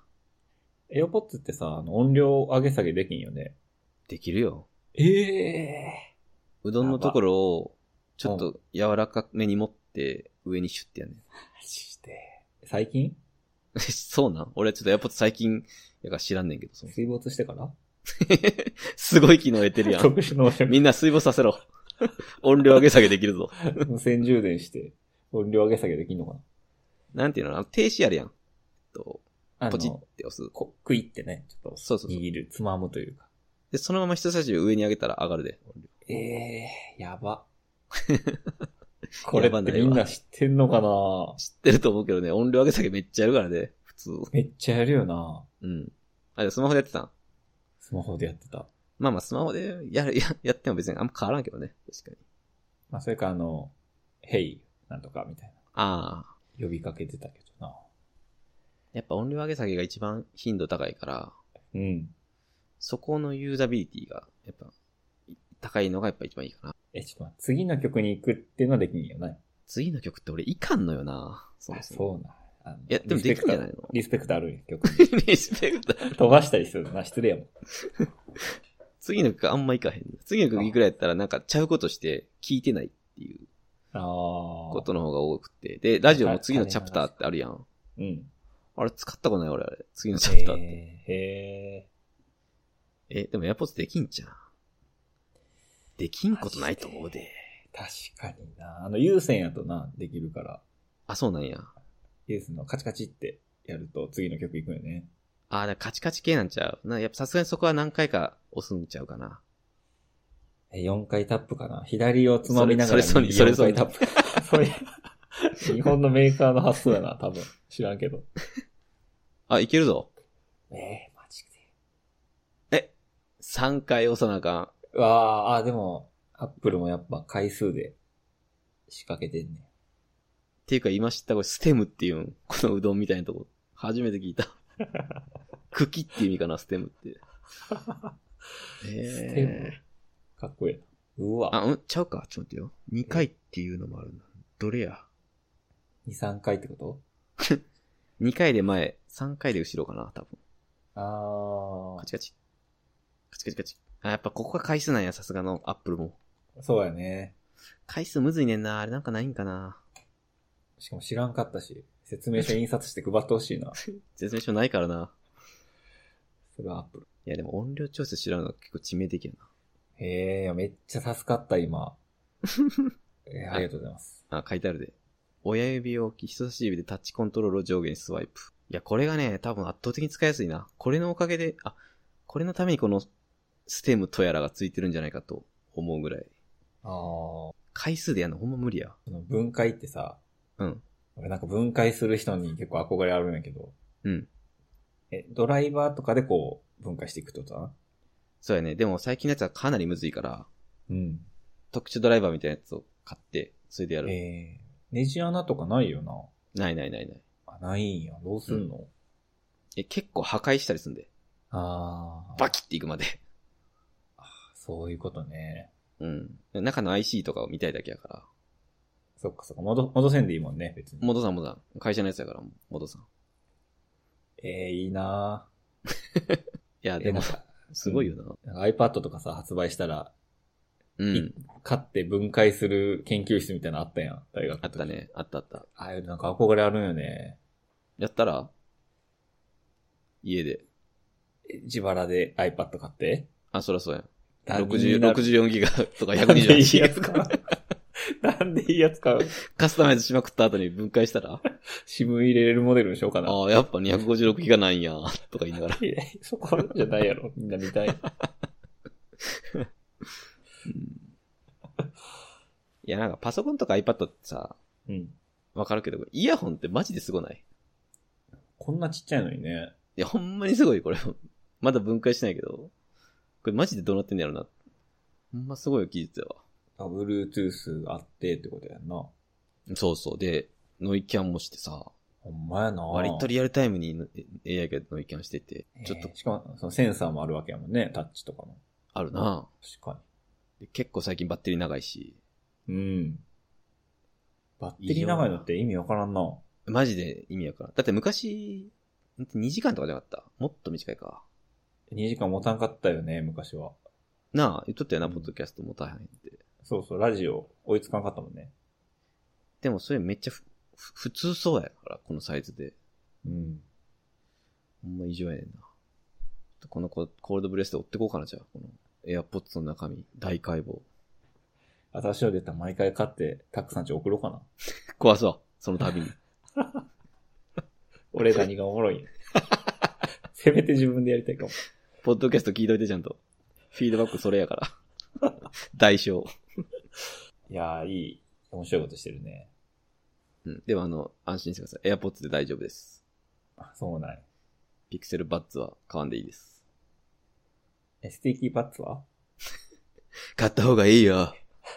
AirPods ってさ、あの音量上げ下げできんよね。 できるよ。 ええー。うどんのところを、ちょっと柔らかめに持って上にシュッてやんねん。マジで。最近そうなん俺ちょっと AirPods 最近やから知らんねんけど。 水没してからすごい機能得てるやん。 特殊能力。 みんな水没させろ。音量上げ下げできるぞ。 無線充電して音量上げ下げできんのかななんていうのあの停止あるやん。とポチって押す。 こクイってね、ちょっとそうそうそう握る、つまむというか。 で、そのまま人差し指上に上げたら上がるで。 ええー、やば。これってみんな知ってんのかな知ってると思うけどね、音量上げ下げめっちゃやるからね、普通。 めっちゃやるよな。 うん。あ、でスマホでやってたんスマホでやってた。 まあまあスマホでやる、や、やっても別にあんま変わらんけどね。確かに。 まあそれかあの、Hey なんとかみたいな。 ああ。 呼びかけてたけどな。 やっぱ音量上げ下げが一番頻度高いから。 うん。 そこのユーザビリティが、やっぱ、高いのがやっぱ一番いいかな。 え、ちょっと待って、次の曲に行くっていうのはできんよな。 次の曲って俺いかんのよな。 そうそう。そうな。 いや、でもできるんじゃないのリスペクトある曲に。 リスペクト飛ばしたりするな、失礼やもん。 次の曲あんまいかへん。次の曲いくらやったらなんかちゃうことして聞いてないっていうことの方が多くて。で、ラジオも次のチャプターってあるやん。 うん。 あれ使ったことない俺あれ。次のチャプターって。 へー。え、でも AirPods できんじゃん。できんことないと思うで。 確かにな。あの、有線やとな、できるから。 あ、そうなんや。 有線のカチカチってやると次の曲いくよね。 ああ、だからカチカチ系なんちゃう。な、やっぱさすがにそこは何回か押すんちゃうかな。 え、よんかいタップかな。左をつまみながらそれ、それ、それ、 よんかいタップ。それ、日本のメーカーの発想やな、多分。知らんけど。 あ、いけるぞ。 えー、マジで。 え、さんかい押さなあかん。うわー、あ、でも、 アップルもやっぱ回数で仕掛けてんねん。 っていうか今知ったこれステムっていうん。このうどんみたいなとこ。初めて聞いた。茎っていう意味かな、ステムって。 えー、ステムかっこいい。うわ。 あ、うん、ちゃうか。ちょっと待ってよ。にかいっていうのもあるんだ。どれや ? に、さんかいってこと ? に 回で前、さんかいで後ろかな、多分。 あー。 カチカチ。カチカチカチ。あ、やっぱここが回数なんや、さすがのアップルも。 そうやね。 回数むずいねんな。あれなんかないんかな。 しかも知らんかったし、説明書印刷して配ってほしいな。 説明書ないからな。 それはアップル。 いやでも音量調節知らんの結構致命的やな。 へえ、めっちゃ助かった、今。えー、ありがとうございます。 あ、書いてあるで。親指を置き、人差し指でタッチコントロールを上下にスワイプ。いや、これがね、多分圧倒的に使いやすいな。これのおかげで、あ、これのためにこのステムとやらがついてるんじゃないかと思うぐらい。 ああ。 回数でやるのほんま無理や。 その分解ってさ、 うん。 俺なんか分解する人に結構憧れあるんやけど。 うん。 え、ドライバーとかでこう、分解していくってことだな。 そうやね。でも最近のやつはかなりむずいから、 うん。 特殊ドライバーみたいなやつを買って、それでやる。 えー、ネジ穴とかないよな。 ないないないない。 あ、ないんや。どうすんの、うん、 え、結構破壊したりすんで。 ああ。 バキっていくまで。 あ、そういうことね。 うん。中の アイシー とかを見たいだけやから。 そっかそっか。戻、戻せんでいいもんね、別に。 戻さん戻さん。会社のやつやから、戻さん。 ええー、いいなぁ。 いや、でも、すごいよな。 なんか iPad とかさ、発売したら、 うん。 買って分解する研究室みたいなのあったやん、大学。 あったね。あったあった。 ああいうなんか憧れあるんよね。 やったら家で。 自腹で iPad 買って。 あ、そらそうやん。ろくじゅう、ろくじゅうよんギガとかひゃくにじゅうはちギガとか。 なんでいいやつ買うカスタマイズしまくった後に分解したらシム入れれるモデルにしようかな。 ああ、やっぱにひゃくごじゅうろくギガなんや、とか言いながら。 いや、そこじゃないやろ。みんな見たい。 うん、いや、なんかパソコンとか iPad ってさ、 うん。 わかるけど、イヤホンってマジですごない？ こんなちっちゃいのにね。 いや、ほんまにすごい、これ。まだ分解してないけど。これマジでどうなってんのやろな。ほんますごい技術やわ。 あ、Bluetooth あってってことやんな。 そうそう。で、ノイキャンもしてさ。 ほんまやな。 割とリアルタイムに エーアイ がノイキャンしてて。ちょっと。 しかも、そのセンサーもあるわけやもんね。タッチとかも。 あるな。 確かに。で結構最近バッテリー長いし。 うん。バッテリー長いのって意味わからんな。 マジで意味わからん。だって昔、にじかんとかじゃなかった？もっと短いか。 にじかん持たんかったよね、昔は。 なあ、言っとったよな、うん、ポッドキャストも大変って。 そうそう、ラジオ追いつかんかったもんね。 でもそれめっちゃふ普通そうやから、このサイズで。 うん。 ほんま異常やねんな。このコールドブレスで追ってこうかな、じゃあ。この AirPods の中身、大解剖。 私を出たら毎回買って、たくさんち送ろうかな。 怖そう、その度に。 俺何がおもろいんや。せめて自分でやりたいかも。 ポッドキャスト聞いといてちゃんと。フィードバックそれやから。代償。 いやー、いい。面白いことしてるね。 うん。でもあの、安心してください。AirPods で大丈夫です。 あ、そうない。 ピクセルバッツは買わんでいいです。 え、スティーキーパッツは買った方がいいよ。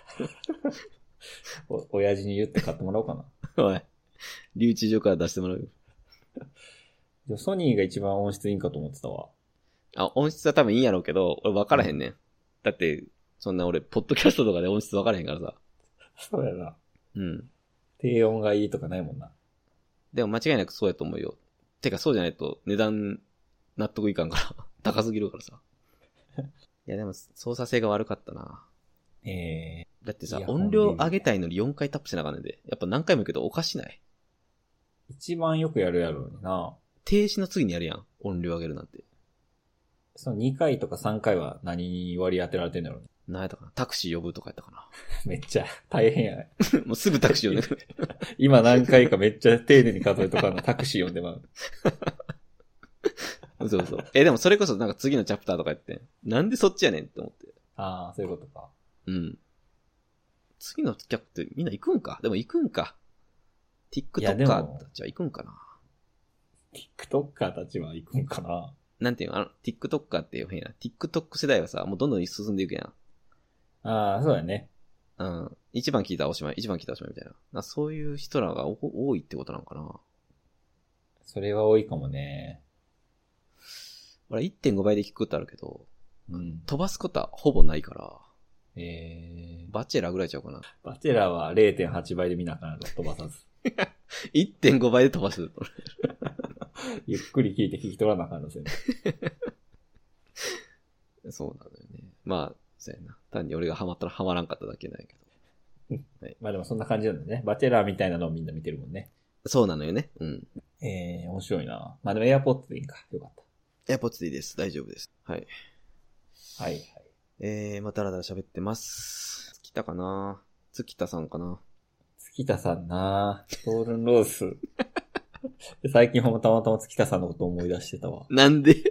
お、親父に言って買ってもらおうかな。 おい。留置所から出してもらうよ。 でもソニーが一番音質いいんかと思ってたわ。 あ、音質は多分いいんやろうけど、俺分からへんねん。うん、だって、そんな俺、ポッドキャストとかで音質分からへんからさ。 そうやな。 うん。 低音がいいとかないもんな。 でも間違いなくそうやと思うよ。てかそうじゃないと値段納得いかんから。高すぎるからさ。いやでも操作性が悪かったな。 ええー。だってさ、音量上げたいのによんかいタップしなあかんねんで。やっぱ何回も言うけどおかしない？ 一番よくやるやろうにな。 停止の次にやるやん。音量上げるなんて。 そのにかいとかさんかいは何に割り当てられてんだろうね。 何やったかな、タクシー呼ぶとかやったかな。 めっちゃ大変やね。 もうすぐタクシー呼んでくる。 今何回かめっちゃ丁寧に数えとかのタクシー呼んでまう。 そうそう。え、でもそれこそなんか次のチャプターとかやって、なんでそっちやねんって思って。 ああ、そういうことか。 うん。次のキャプってみんな行くんか？でも行くんか。TikToker たちは行くんかな。 TikToker たちは行くんかな。 なんていうの、あの、TikToker っていう変やな。TikTok 世代はさ、もうどんどん進んでいくやん。 ああ、そうだね。 うん。一番聞いたらおしまい、一番聞いたらおしまいみたいな。なそういう人らが多いってことなのかな。 それは多いかもね。 俺 いってんご 倍で聞くことあるけど、 うん、 飛ばすことはほぼないから。 えー、 バチェラーぐらいちゃうかな。 バチェラーは れいてんはち 倍で見なかなと飛ばさず。 いってんご 倍で飛ばす。 ゆっくり聞いて聞き取らなあかんのですよね。 そうなのよね。まあ、そうやな。単に俺がハマったらハマらんかっただけないけど。 はい、まあでもそんな感じなんだね。バチェラーみたいなのをみんな見てるもんね。 そうなのよね。うん。 えー、面白いな。まあでも AirPods でいいんか。よかった。 AirPods でいいです。大丈夫です。はい。 はいはい。 えー、まただらだら喋ってます。月田かな月田さんかな月田さんなトールンロース。最近ほんまたまたま月田さんのことを思い出してたわ。 なんで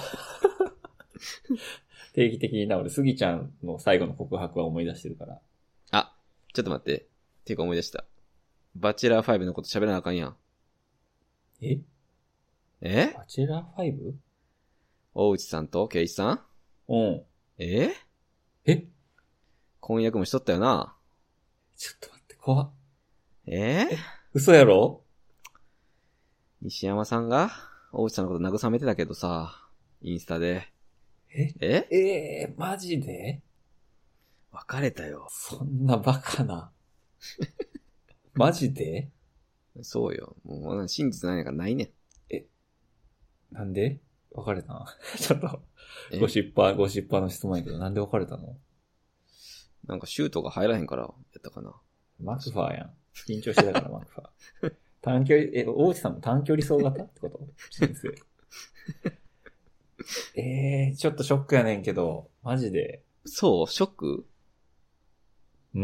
定期的にな、俺、スギちゃんの最後の告白は思い出してるから。 あ、ちょっと待って。っていうか思い出した。バチェラーファイブのこと喋らなあかんやん。 ええバチェラー ファイブ？ 大内さんとケイチさんうん。 ええ婚約もしとったよな。 ちょっと待って、怖っ。 えー、 嘘やろ？ 西山さんが大内さんのこと慰めてたけどさ、インスタで。 えええー、マジで？ 別れたよ。 そんなバカな。マジで？ そうよ。もう真実ないんやからないねん。 え、なんで別れたの？ちょっと、ゴシッパー、ゴシッパーの質問やけど、なんで別れたの？ なんかシュートが入らへんからやったかな。 マクファーやん。緊張してたからマクファー。短距離、え、大内さんも短距離走型ってこと？人生。えー、ちょっとショックやねんけど、マジで。 そうショック？ うん。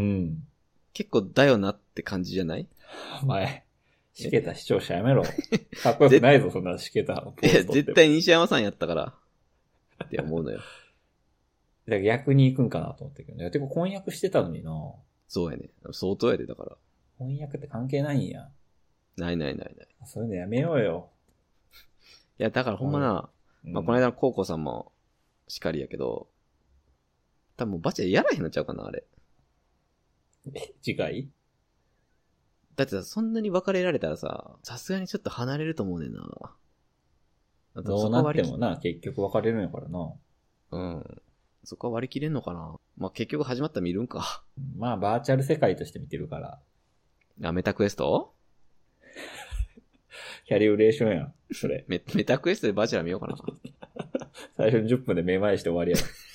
結構だよなって感じじゃない？ お前、しけた視聴者やめろ。かっこよくないぞ、そんなしけたポーストって。いや、絶対西山さんやったから。って思うのよ。 だから逆に行くんかなと思ったけどね。てか婚約してたのにな。 そうやね。相当やで、だから。 婚約って関係ないんや。 ないないないない。 そういうのやめようよ。 いや、だからほんまな、うん、まあ、この間のコウコさんもしかりやけど、多分もうバチェやらへんのちゃうかな、あれ。 え、次回？ だってさ、そんなに別れられたらさ、さすがにちょっと離れると思うねんな。 どうなってもな、結局別れるんやからな。 うん。そこは割り切れんのかな。まあ、結局始まったら見るんか。 まあ、バーチャル世界として見てるから。 あ、メタクエストキャリブレーションやん、それ。 メ、メタクエストでバチェラー見ようかな。 最初にじゅっぷんで目前して終わりや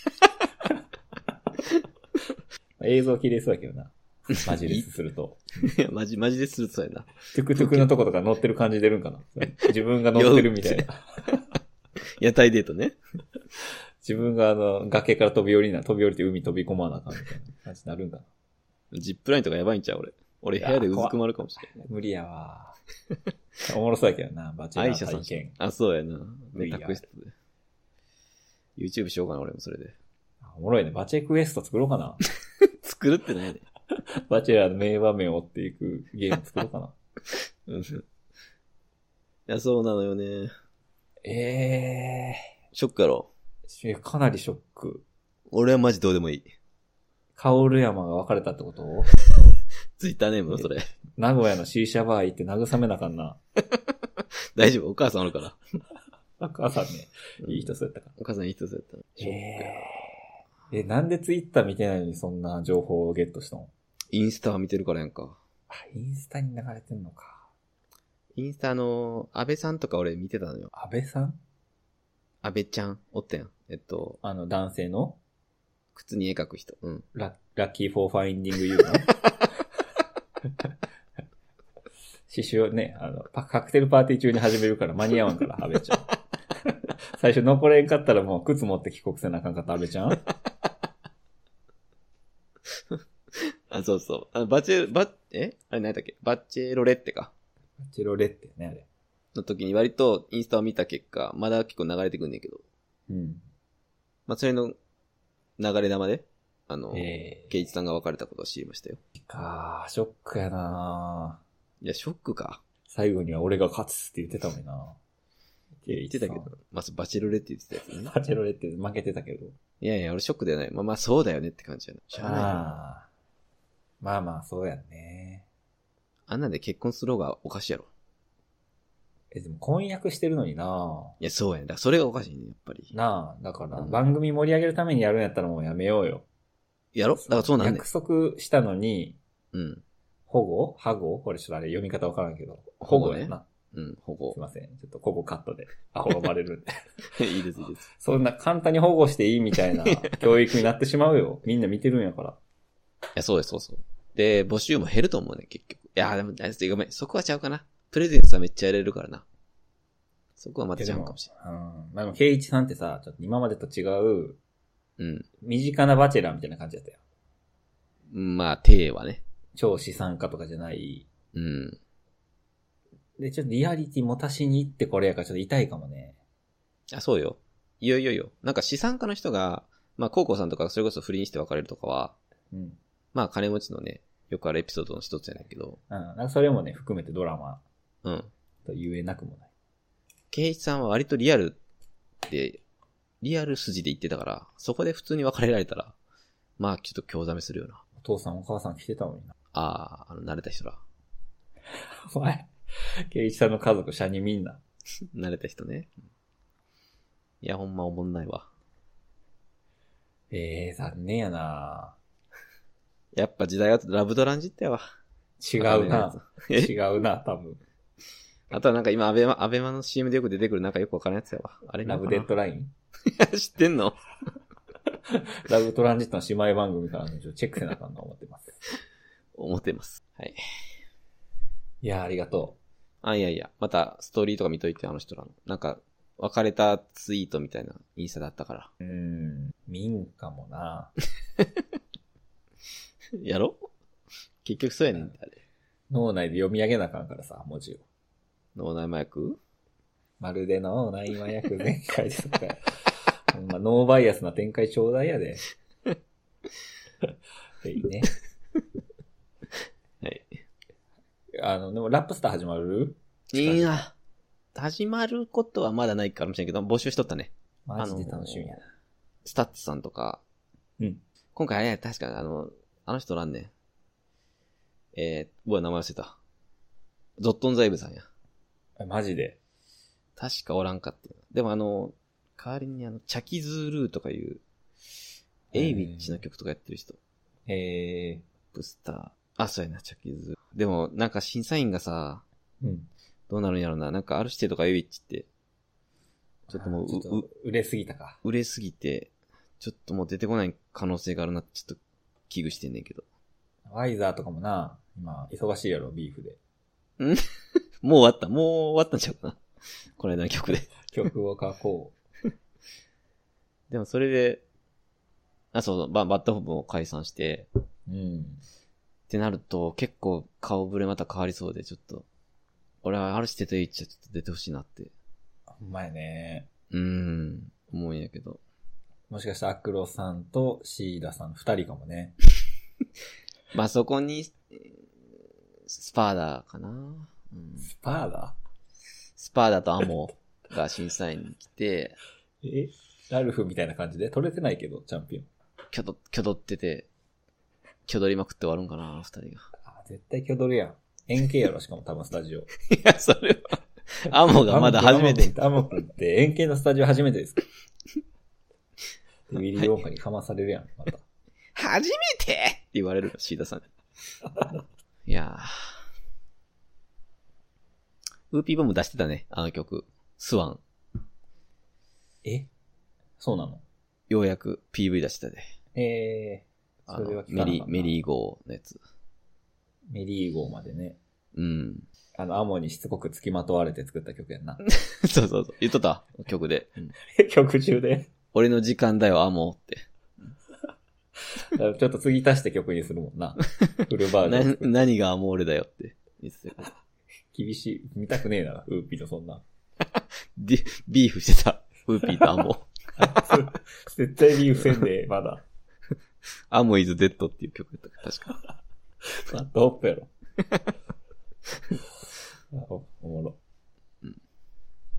ろ。映像綺麗そうやけどな。マジレスすると。 いや、マジ、マジでするとそうやな。 トゥクトゥクのとことか乗ってる感じ出るんかな。自分が乗ってるみたいな。 屋台デートね。 自分があの、崖から飛び降りな、飛び降りて海飛び込まなあかんみたいな感じになるんかな。 ジップラインとかやばいんちゃう俺。俺部屋でうずくまるかもしれない。 無理やわ。おもろそうやけどな、バチェラー体験。 あ、そうやな。メタクエストで。YouTube しようかな、俺もそれで。 おもろいね。バチェクエスト作ろうかな。 作るってないね。 バチェラーの名場面を追っていくゲーム作ろうかな。 うん。いや、そうなのよね。 ええー。ショックやろ。 かなりショック。 俺はマジどうでもいい。 カオル山が別れたってこと？ ツイッターネームそれ。 名古屋の C 社バー行って慰めなあかんな。 大丈夫、お母さんあるから。 お母さんね、いい人そうやったから。 お母さんいい人そうやった。 えー、え、なんでツイッター見てないのにそんな情報をゲットしたの？ インスタは見てるからやんか。 あ、インスタに流れてんのか。 インスタの、安倍さんとか俺見てたのよ。 安倍さん？ 安倍ちゃん、おったやん。えっと。 あの、男性の靴に絵描く人。うん。 ラ、ラッキーフォーファインディングユーの刺繍をね、あの、カクテルパーティー中に始めるから間に合わんから、安倍ちゃん。最初残れんかったらもう靴持って帰国せなあかんかった、安倍ちゃん。 あ、そうそう。あの、バチェ、バ、えあれ何だっけバチェロレッテか。 バチェロレッテね、あれ。 の時に割とインスタを見た結果、まだ結構流れてくんねんけど。 うん。 まあ、それの流れ玉で、あの、 えー、 ケイチさんが別れたことを知りましたよ。 かー、ショックやなー。 いや、ショックか。 最後には俺が勝つって言ってたのにな。 言ってたけど、まずバチェロレって言ってたやつね。 バチェロレって負けてたけど。 いやいや、俺ショックではない。まあまあそうだよねって感じやな。 しゃあない。ああ。まあまあそうやね。 あんなんで結婚する方がおかしいやろ。 え、でも婚約してるのにないや、そうやね。だからそれがおかしいね、やっぱり。 なあ、だから番組盛り上げるためにやるんやったらもうやめようよ。 やろだからそうなんねん。 約束したのに、 うん。 保護保護これちょっとあれ読み方わからんけど。保護やな。 うん、保護。 すいません。ちょっとここカットで。アホがバレるんで。 いいです、いいです。 そんな簡単に保護していいみたいな教育になってしまうよ。みんな見てるんやから。 いや、そうです、そうそう。で、募集も減ると思うね、結局。いや、でも、ごめん。そこはちゃうかな。プレゼンスはめっちゃやれるからな。そこはまたちゃうかもしれない。 うん。まあでも、ケイイチさんってさ、ちょっと今までと違う、 うん。 身近なバチェラーみたいな感じだったよ。 まあ、体はね。 超資産家とかじゃない。 うん。 で、ちょっとリアリティ持たしに行ってこれやからちょっと痛いかもね。 あ、そうよ。いよいよいよ。なんか資産家の人が、まあ、コウコウさんとかそれこそ不倫して別れるとかは、 うん。 まあ、金持ちのね、よくあるエピソードの一つやねんけど。 うん。なんかそれもね、含めてドラマ。 うん。 と言えなくもない。 ケイイチさんは割とリアルで、リアル筋で言ってたから、そこで普通に別れられたら、まあ、ちょっと興ざめするよな。 お父さんお母さん来てたのにな。 ああ、あの、慣れた人ら。 お前、ケイイチさんの家族、社にみんな。 慣れた人ね。いや、ほんまおもんないわ。 ええー、残念やな。 やっぱ時代はラブドランジってやわ。 違うな。違うな、多分。 あとはなんか今、アベマ、アベマの シーエム でよく出てくるなんかよくわからんやつやわ。あれラブデッドライン知ってんのラブトランジットの姉妹番組からのチェックせなあかんな思ってます。 思ってます。はい。 いやー、ありがとう。あ、いやいや。また、ストーリーとか見といて、あの人らの。なんか、別れたツイートみたいなインスタだったから。 う。うーん。民かもな。 やろ結局そうやねんってあれ。 脳内で読み上げなあかんからさ、文字を。 脳内麻薬まるで脳内麻薬全開ですとか。まあ、ノーバイアスな展開ちょうだいやで。いいね。 はい。 あの、でもラップスター始まる？ いや、始まることはまだないかもしれんけど、募集しとったね。 マジで楽しみやな。 スタッツさんとか。 うん。 今回あれや、確かあの、あの人らんねん。えー、うわ、名前忘れた。ゾットンザイブさんや。 マジで。 確かおらんかっていう。でもあの、代わりにあの、チャキズールーとかいう、エイビッチの曲とかやってる人。 えー。 ブスター。あ、そうやな、チャキズールー。でも、なんか審査員がさ、 うん。 どうなるんやろな。なんかある程度かエイビッチって、ちょっともう、 ちょっと売れすぎたか。 売れすぎて、ちょっともう出てこない可能性があるなってちょっと危惧してんねんけど。 ワイザーとかもな、今、忙しいやろ、ビーフで。 んもう終わった。もう終わったんちゃうかな。この間の曲で。 曲を書こう。 でもそれで、あ、そうそう、バ, バッドホームを解散して、 うん。 ってなると、結構顔ぶれまた変わりそうで、ちょっと、俺はあるしてと言っちゃちょっと出てほしいなって。 うまいね。 うーん、思うんやけど。 もしかしたらアクロさんとシーダさん二人かもね。 まあそこに、スパーダーかな、うん、 スパーダスパーダーとアモが審査員に来て、 えラルフみたいな感じで取れてないけど、チャンピオン。 きょど、きょどってて、きょどりまくって終わるんかな、二人が。 あ、絶対きょどるやん。円形やろ、しかも多分スタジオ。いや、それは、アモがまだ初めて。 アモ君って円形のスタジオ初めてですか？でウィリー・ウォンカにかまされるやん、また。 初めてって言われるの、シーダさん。いやー。ウーピーボム出してたね、あの曲。スワン。 えそうなの？ ようやく ピーブイ 出してたで。 えー、それは聞かなかったな。 メリー、メリー号のやつ。 メリー号までね。 うん。 あの、アモにしつこく付きまとわれて作った曲やんな。 そうそうそう。言っとった曲で。うん、 曲中で俺の時間だよ、アモって。 ちょっと継ぎ足して曲にするもんな。フルバージョン。 な、何がアモールだよって言ってた。 厳しい。見たくねえな、ウーピーのそんな。 ビーフしてた。ウーピーとアモ。 絶対ビーフせんで、まだ。 アモイズデッドっていう曲だった確か。 バッドホップやろ。お、おもろ。 うん。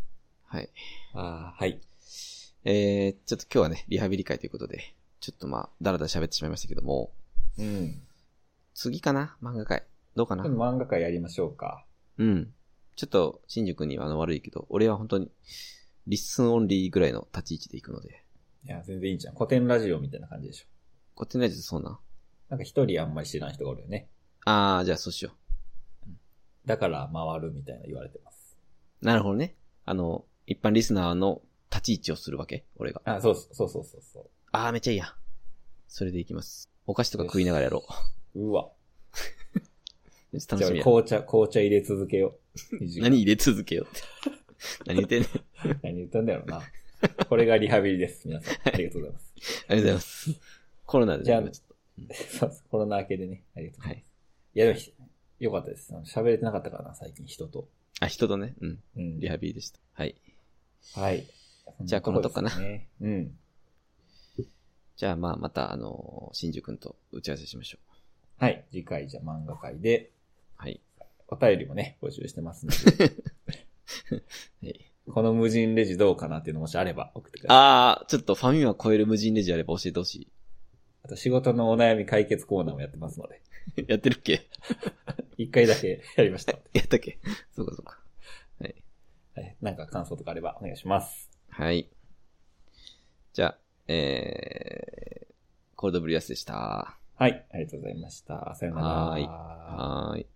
はい。 ああ、はい。 えー、ちょっと今日はね、リハビリ会ということで、ちょっとまあ、だらだら喋ってしまいましたけども、 うん。 次かな漫画会。どうかな漫画会やりましょうか。 うん。ちょっと、新宿にはあの悪いけど、俺は本当に、リッスンオンリーぐらいの立ち位置で行くので。 いや、全然いいじゃん。古典ラジオみたいな感じでしょ。 古典ラジオってそうな。 なんか一人あんまり知らん人がおるよね。 あー、じゃあそうしよう。だから回るみたいな言われてます。 なるほどね。あの、一般リスナーの立ち位置をするわけ俺が。 あ、そうそうそうそうそう。 あー、めっちゃいいや。それで行きます。お菓子とか食いながらやろう。うわ。 楽しみや。 紅茶、紅茶入れ続けよう。 何入れ続けようって。何言ってんねん。 何言ったんだろうな。これがリハビリです。皆さん。ありがとうございます。 ありがとうございます。コロナでね。 じゃあ、ちょっと、そう、コロナ明けでね。ありがとうございます。はい、いや、でも、よかったです。喋れてなかったからな、最近、人と。 あ、人とね。うん。うん、リハビリでした。はい。 はい。 じゃあ、このとこかな。 うん。 じゃあ、まあ、また、あのー、新宿くんと打ち合わせしましょう。 はい。次回、じゃあ、漫画会で。 はい。 お便りもね、募集してますので。はい。この無人レジどうかなっていうのもしあれば送ってください。 あー、ちょっとファミマ超える無人レジあれば教えてほしい。 あと仕事のお悩み解決コーナーもやってますので。 やってるっけ一回だけやりました。 やったっけそうかそうか。はい。 はい。なんか感想とかあればお願いします。 はい。じゃあ、えー、コールドブリアスでした。 はい。ありがとうございました。さよなら。 はーい。はーい。